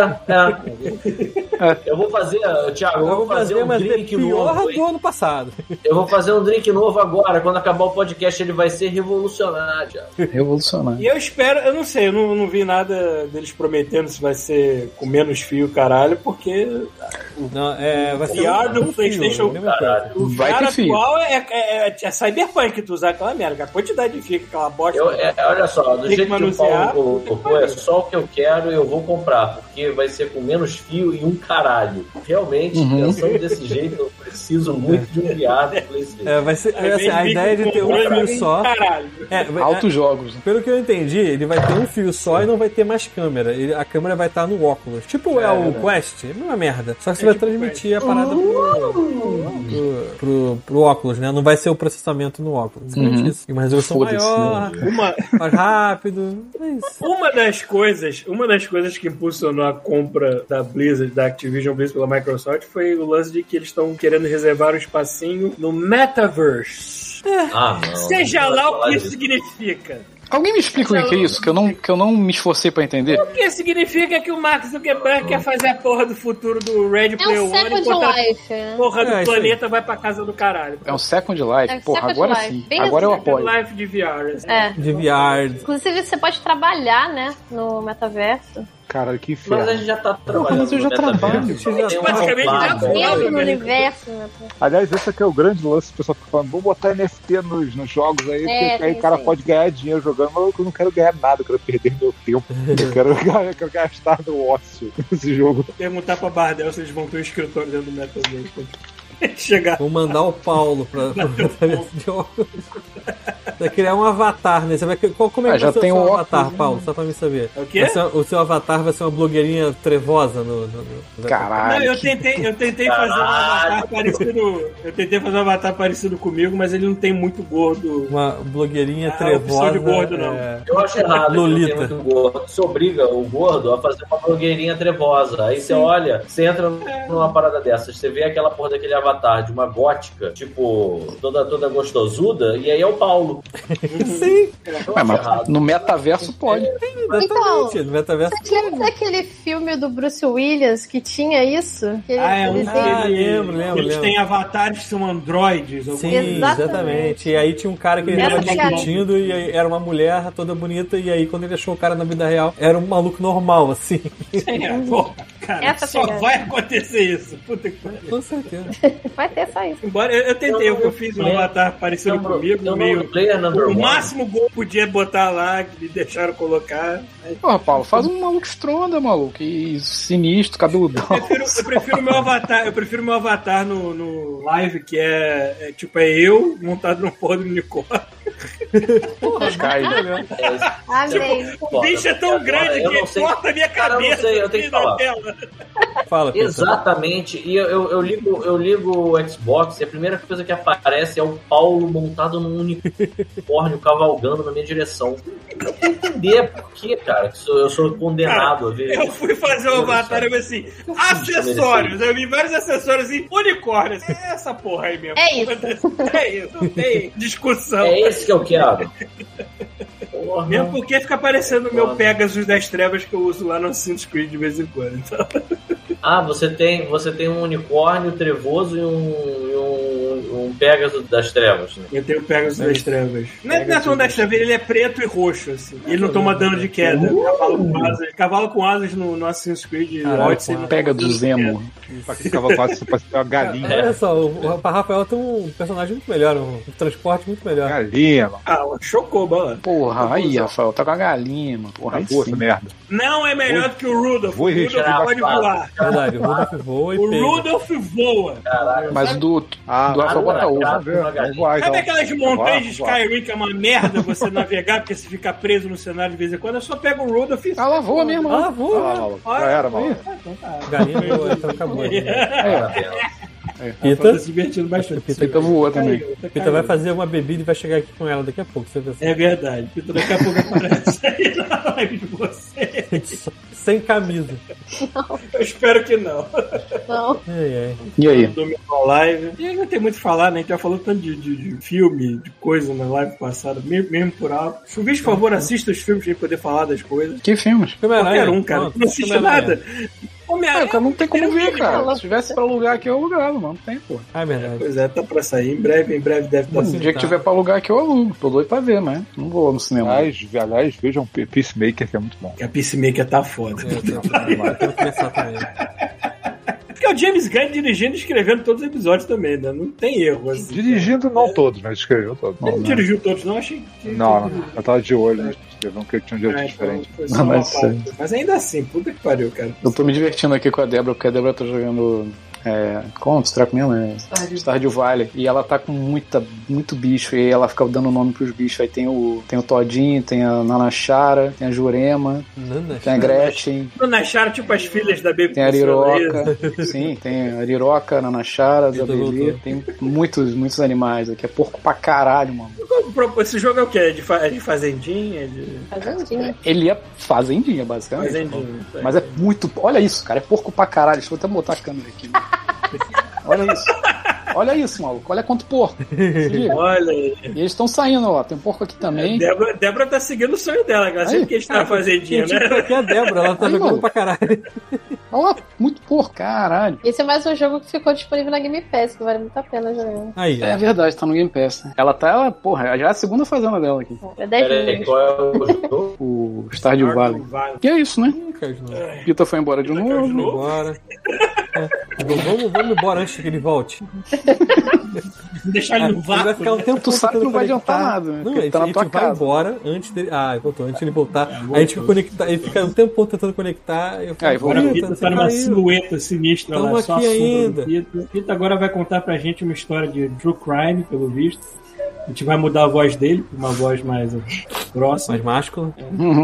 Eu vou fazer, Thiago, eu vou fazer um mas drink é pior novo. do ano passado. Eu vou fazer um drink novo agora. Quando acabar o podcast, ele vai ser revolucionário. Revolucionário. E eu espero, eu não sei, eu não vi nada deles prometendo se vai ser com menos fio, caralho, porque Não, vai ser VR no fio, PlayStation, mesma coisa. o Vai VR ter fio. atual é Cyberpunk tu usar aquela merda, a quantidade de fio que aquela bosta. Olha só, do Tem que jeito que o manusear, Paulo colocou, é só o que eu quero e eu vou comprar, porque vai ser com menos fio e um caralho. Realmente, pensando desse jeito, eu preciso muito de um VR no PlayStation. Vai ser, Ao invés assim, a vir ideia com de ter um controle, fio só. Caralho. Altos jogos. Pelo que eu entendi, ele vai ter um fio só e não vai ter mais câmera. A câmera vai estar no óculos. Tipo o Quest, é uma merda. Só que você vai transmitir a parada pro óculos, né? Não vai ser o processamento no óculos. Isso. E uma resolução maior, mais rápido. É isso. Uma das coisas que impulsionou a compra da Blizzard, da Activision Blizzard pela Microsoft, foi o lance de que eles estão querendo reservar um espacinho no Metaverse. Não. Seja lá o que isso significa. Alguém me explica o que é isso? Que eu não me esforcei pra entender. O que significa que o Mark Zuckerberg quer fazer a porra do futuro do Ready Player One enquanto a porra do planeta vai pra casa do caralho. É um Second Life. Porra, agora sim. Agora eu apoio. Life de VR. Assim. De VR. Inclusive, você pode trabalhar, né? No metaverso. Caralho, que inferno. Mas a gente já tá trabalhando. Mas eu já trabalho. Basicamente, no universo. Aliás, esse aqui é o grande lance. O pessoal fica falando, vamos botar NFT nos jogos aí, porque aí o cara pode ganhar dinheiro jogando, mas eu não quero ganhar nada, eu quero perder meu tempo. Eu quero gastar no ócio nesse jogo. Perguntar pra Bardel se eles vão ter um escritório dentro do Metaverse. Chegar. Vou mandar o Paulo pra de óculos. Vai criar um avatar, né? Você vai, como é que vai ser o seu avatar, Paulo? Só pra mim saber. O quê? O seu avatar vai ser uma blogueirinha trevosa no Caralho. Não, eu tentei fazer um avatar parecido. Eu tentei fazer um avatar parecido comigo, mas ele não tem muito gordo. Uma blogueirinha trevosa. De gordo, não. Eu acho errado. Lolita. Não tem muito gordo. Você obriga o gordo a fazer uma blogueirinha trevosa. Aí você olha, você entra numa parada dessas, você vê aquela porra daquele avatar de uma gótica, tipo, toda gostosuda, e aí é o Paulo. Sim. Mas no metaverso pode. Então, no metaverso. Você lembra daquele filme do Bruce Willis que tinha isso? Lembro. Eles têm avatares que são androides. Sim, exatamente. E aí tinha um cara que ele tava discutindo e aí era uma mulher toda bonita, e aí quando ele achou o cara na vida real, era um maluco normal, assim. Porra, cara, só vai acontecer isso. Puta que pariu. Com certeza. Vai ter só isso. Embora eu tentei, eu fiz um avatar parecido comigo, meio. O máximo gol podia botar lá, que me deixaram colocar. Porra, Paulo, faz um maluco estronda, maluco. E sinistro, cabeludão. Eu prefiro meu avatar. Eu prefiro meu avatar no live, que é eu montado no porra do unicórnio. Porra, cai. Tipo, o bicho é tão grande que corta a minha cabeça. Eu tenho que falar. Fala, exatamente. E eu ligo o Xbox e a primeira coisa que aparece é o Paulo montado num unicórnio cavalgando na minha direção. Eu quero entender por que, cara, que eu sou condenado a ver. Eu fui fazer um avatar e eu vi assim, acessórios. Eu vi vários acessórios assim, unicórnios. É essa porra aí mesmo. É isso. É isso, não tem discussão. É esse que eu quero. Porra. Mesmo porque fica aparecendo o meu Pegasus das Trevas que eu uso lá no Assassin's Creed de vez em quando. Então. Você tem um unicórnio trevoso e um Pegasus das Trevas, né? Eu tenho o Pegasus das Trevas. Não é só das Trevas, ele é preto e roxo, assim. Ele não toma dano de queda. Cavalo com asas no Assassin's Creed Odyssey. Pega do Zemo. Cavalo com asas parece uma galinha. Olha só, o Rafael tem um personagem muito melhor, um transporte muito melhor. Galinha, mano. Chocou, mano. Porra, aí, Rafael, tá com a galinha, mano. Porra, aí essa merda. Não é melhor do que o Rudolph. O Rudolph pode voar. Verdade, o Rudolph voa e o Rudolph voa. Caralho. Mas do Rafael bota ovo. Sabe aquelas montanhas de Skyrim que é uma merda você navegar porque você fica preso no cenário de vez em quando? Eu só pego o Rudolph e... Ela voa mesmo. Ela voa. Já era, mano. Galinha voa, então acabou. Pita tá se divertindo bastante. Pita voou também. Pita vai fazer uma bebida e vai chegar aqui com ela daqui a pouco. Você vê assim. É verdade. Pita daqui a pouco aparece aí na live de vocês. Sem camisa. Não. Eu espero que não. Não. E aí? Na live. E aí não tem muito o que falar, né? A gente já falou tanto de filme, de coisa na live passada, mesmo por alto. Chuvisco, por favor, assista os filmes pra gente poder falar das coisas. Que filmes? Qualquer um, cara. Não assiste nada. Cara, não tem como ver, cara. Se tivesse pra alugar aqui, eu alugava, mano. Não tem, pô. Ah, é verdade. Pois é, tá pra sair. Em breve deve estar saindo. O dia que tiver pra alugar aqui, eu alugo. Tô doido pra ver, mas não vou no cinema. Aliás, vejam Peacemaker, que é muito bom. A Peacemaker tá foda. Quero começar também. Porque é o James Gunn dirigindo e escrevendo todos os episódios também, né? Não tem erro. Assim. Dirigindo não todos, mas escreveu todos. Ele não dirigiu todos, não? Achei que... Não. Eu tava de olho, né? Escreveu que tinha um direito diferente. Mas ainda assim, puta que pariu, cara. Eu tô me divertindo aqui com a Débora, porque a Débora tá jogando Qual é o treco mesmo? Stardew Valley. E ela tá com muito bicho. E aí ela fica dando nome pros bichos. Aí tem o Todinho, tem a Nanachara, tem a Jurema, tem a Gretchen. Nanachara, tipo as filhas da Baby. Tem a Ariroca. Sim, tem a Ariroca, a Nanachara, da Belê. Tem muitos animais aqui. É porco pra caralho, mano. Esse jogo é o quê? É de fazendinha? Fazendinha. Ele é fazendinha, basicamente. Fazendinha. Mas é muito... Olha isso, cara. É porco pra caralho. Deixa eu até botar a câmera aqui. Olha isso. Olha isso, maluco. Olha quanto porco. Olha aí. E eles estão saindo, ó. Tem porco aqui também. Débora tá seguindo o sonho dela, cara. Sempre que a gente tá fazendinha, né? Aqui é a Débora, ela tá jogando pra caralho. Olha lá, muito porco, caralho. Esse é mais um jogo que ficou disponível na Game Pass, que vale muito a pena jogar. Aí, É verdade, tá no Game Pass. Né? Porra, já é a segunda fazenda dela aqui. É 10 Peraí, minutos. qual é o jogo? O Stardew Valley. E é isso, né? Pita foi embora de novo. Embora. Vamos embora antes que ele volte. Deixar ele no Ele vai vácuo. ficar um tempo Tu sabe que não vai adiantar nada, né? Não, Porque ele tá na tua vai casa. embora antes dele. Ah, ele voltou. Antes dele voltar. Aí a gente fica conectar. Ele fica um tempo tentando conectar. Eu falo, Agora a Pita tá numa caiu. silhueta sinistra Tamo lá, só a aqui sombra ainda. do Pita. Pita agora vai contar pra gente uma história de True Crime, pelo visto. A gente vai mudar a voz dele pra uma voz mais grossa. Mais másculo.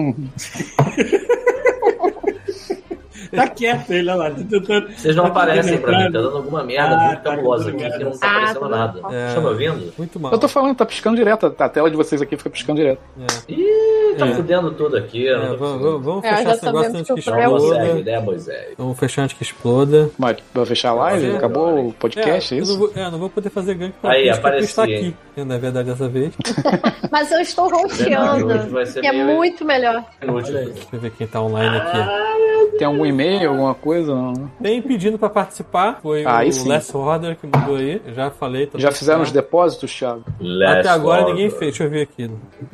Tá quieto ele, olha lá. Vocês não aparecem pra mim, tá dando alguma merda muito tá cabulosa dando aqui que merda. não tá aparecendo nada. Tá me ouvindo? Muito mal. Eu tô falando, tá piscando direto. A tela de vocês aqui fica piscando direto. Ih, tá fudendo tudo aqui. Eu não tô conseguindo. Vamos É, fechar já esse negócio sabemos antes que que o problema Consegue, exploda. né, Moisés? Vamos fechar antes que exploda. Mas vai fechar a live? Acabou o podcast, é eu isso? não vou poder fazer gank pra Aí, Twitch, porque apareci, está hein? aqui. Na verdade, dessa vez. Mas eu estou roteando, Hoje vai ser que é meio muito melhor. inútil. Deixa eu ver quem tá online aqui. Tem algum e-mail, alguma coisa? Não. Tem pedindo pra participar. Foi Aí o sim. Last Order que mandou aí. Eu já falei. tá Já tudo fizeram os certo. depósitos, Thiago? Até agora Last ninguém Order. fez. Deixa eu ver aqui.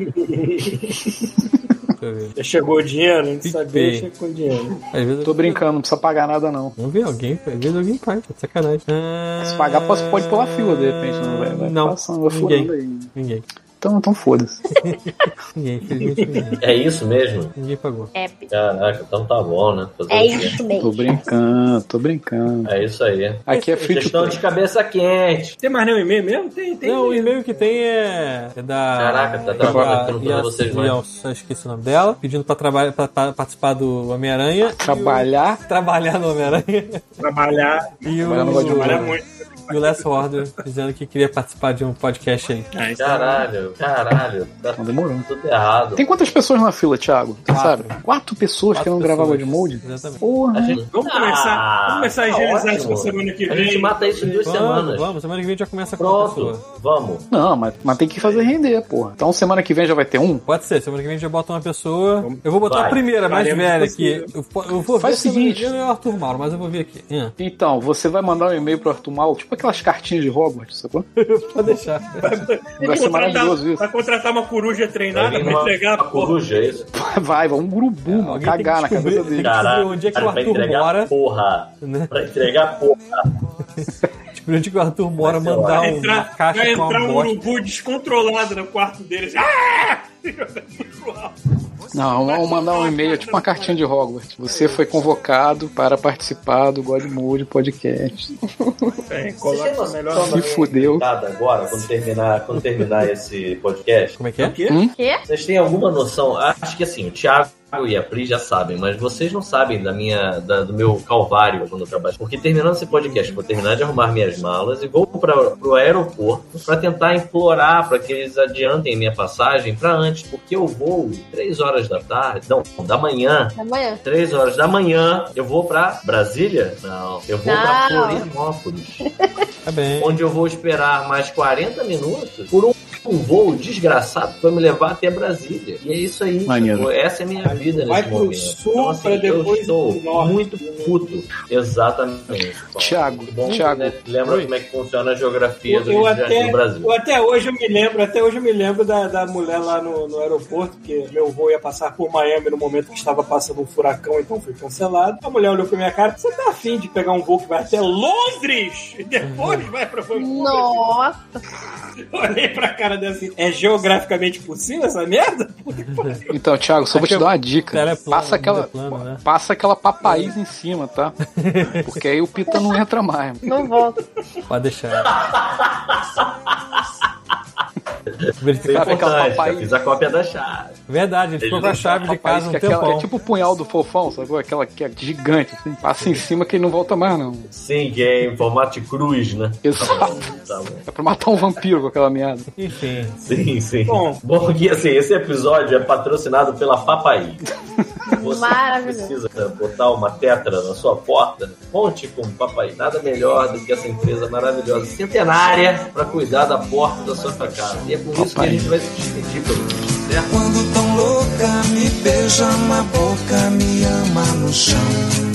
Deixa eu ver. Já chegou o dinheiro, a gente sabia PicPay. que chegou com o dinheiro. Às vezes Tô brincando, não precisa pagar nada, não. Vamos ver alguém. Às vezes alguém faz. Tá de sacanagem. Se pagar, pode pular fila, de repente. Não vai Não, passando, vai ninguém. furando aí. Ninguém. Então foda-se. Ninguém. Infelizmente ninguém. É isso mesmo? Ninguém pagou. É, Caraca, então tá bom, né? Fazer é o quê? isso Tô mesmo. brincando. É isso aí. Aqui é free Vocês to estão play. de cabeça quente. Tem mais nenhum e-mail mesmo? Tem. Não, o e-mail que tem é da. Caraca, tá travando aqui, não tô vendo vocês mais. Só esqueci o nome dela. Pedindo pra participar do Homem-Aranha. Trabalhar no Homem-Aranha. Trabalhar. E Trabalhar no God of War. Trabalhar muito. E o Last Order dizendo que queria participar de um podcast aí. Caralho. Tá Não demorou. tudo errado. Tem quantas pessoas na fila, Thiago? Você 4. sabe? 4 pessoas querendo gravar God Mode? Exatamente. Porra. Vamos começar a agilizar ótimo. isso pra semana que A gente vem. mata isso em 2 semanas. Vamos. Semana que vem já começa com uma Pronto, pessoa. vamos. Não, mas tem que fazer render, porra. Então semana que vem já vai ter um? Pode ser, semana que vem a gente já bota uma pessoa. Eu vou botar Vai. a primeira, mais Faremos velha possível. aqui. Eu vou Faz ver o se seguinte. não é o Arthur Mauro, mas eu vou ver aqui. Então, você vai mandar um e-mail pro Arthur Mal, tipo aquelas cartinhas de Hogwarts, sacou? Pode deixar. Vai ser maravilhoso isso. Vai contratar uma coruja Vai treinada vir pra entregar a uma porra. coruja, é isso? Vai um gurubu, mano, Alguém tem que cagar na descobrir- cabeça dele. Tem que descobrir Caraca, onde é que o pra Arthur entregar mora. porra. Né? Pra entregar porra. Tipo, onde é que o Arthur mora, Vai ser mandar Vai uma entrar, caixa vai com entrar uma um bosta. urubu descontrolado no quarto deles. Ah! Não, vamos mandar um e-mail, tipo uma cartinha de Hogwarts. Você foi convocado para participar do God Mode Podcast. Coloca melhor. Se fudeu. Agora, quando terminar esse podcast, Como é que é? Quê? vocês têm alguma noção? Acho que assim, o Thiago e a Pri já sabem, mas vocês não sabem do meu calvário quando eu trabalho. Porque terminando esse podcast, eu vou terminar de arrumar minhas malas e vou pro aeroporto para tentar implorar para que eles adiantem minha passagem para antes, porque eu vou 3 horas da tarde, não, da manhã. Amanhã. 3 horas da manhã, eu vou pra Brasília? Não, eu vou pra Não. Florianópolis, Tá bem. onde eu vou esperar mais 40 minutos por um voo desgraçado que vai me levar até Brasília. E é isso aí. Maneiro. Tipo, essa é a minha vida Vai nesse pro momento. sul Então, assim, pra depois eu estou ir pro norte. muito puto. Exatamente. Thiago, Bom, Thiago. né? Lembra Oi. como é que funciona a geografia do, Eu Rio de Janeiro, do Brasil. até hoje eu me lembro da mulher lá no aeroporto, que meu voo ia passar por Miami no momento que estava passando um furacão, então foi cancelado. A mulher olhou pra minha cara: você tá afim de pegar um voo que vai até Londres e depois vai pra Vancouver? Nossa. Olhei pra cara dela assim, é geograficamente possível essa merda? Puta que pariu. Então, Thiago, só vou te dar uma dica. Ela é plana, né? Passa aquela papaísa em cima, tá? Porque aí o Pita não entra mais. Não volta. Pode deixar. Isso é importante, eu fiz a cópia da chave. Verdade, ele ficou com a chave de casa um tempão. É tipo o punhal do Fofão, sabe? Aquela que é gigante, assim. Passa em cima que ele não volta mais, não. Sim, que é em formato de cruz, né? Exato. Tá bom. É pra matar um vampiro com aquela meada. Enfim. Sim. Bom que assim, esse episódio é patrocinado pela Papaí. Você precisa botar uma tetra na sua porta, conte com o Papaí. Nada melhor do que essa empresa maravilhosa, centenária, pra cuidar da porta da sua casa. E é por isso que a gente vai se despedir pelo vídeo, certo? Quando tão louca, me beija na boca, me ama no chão.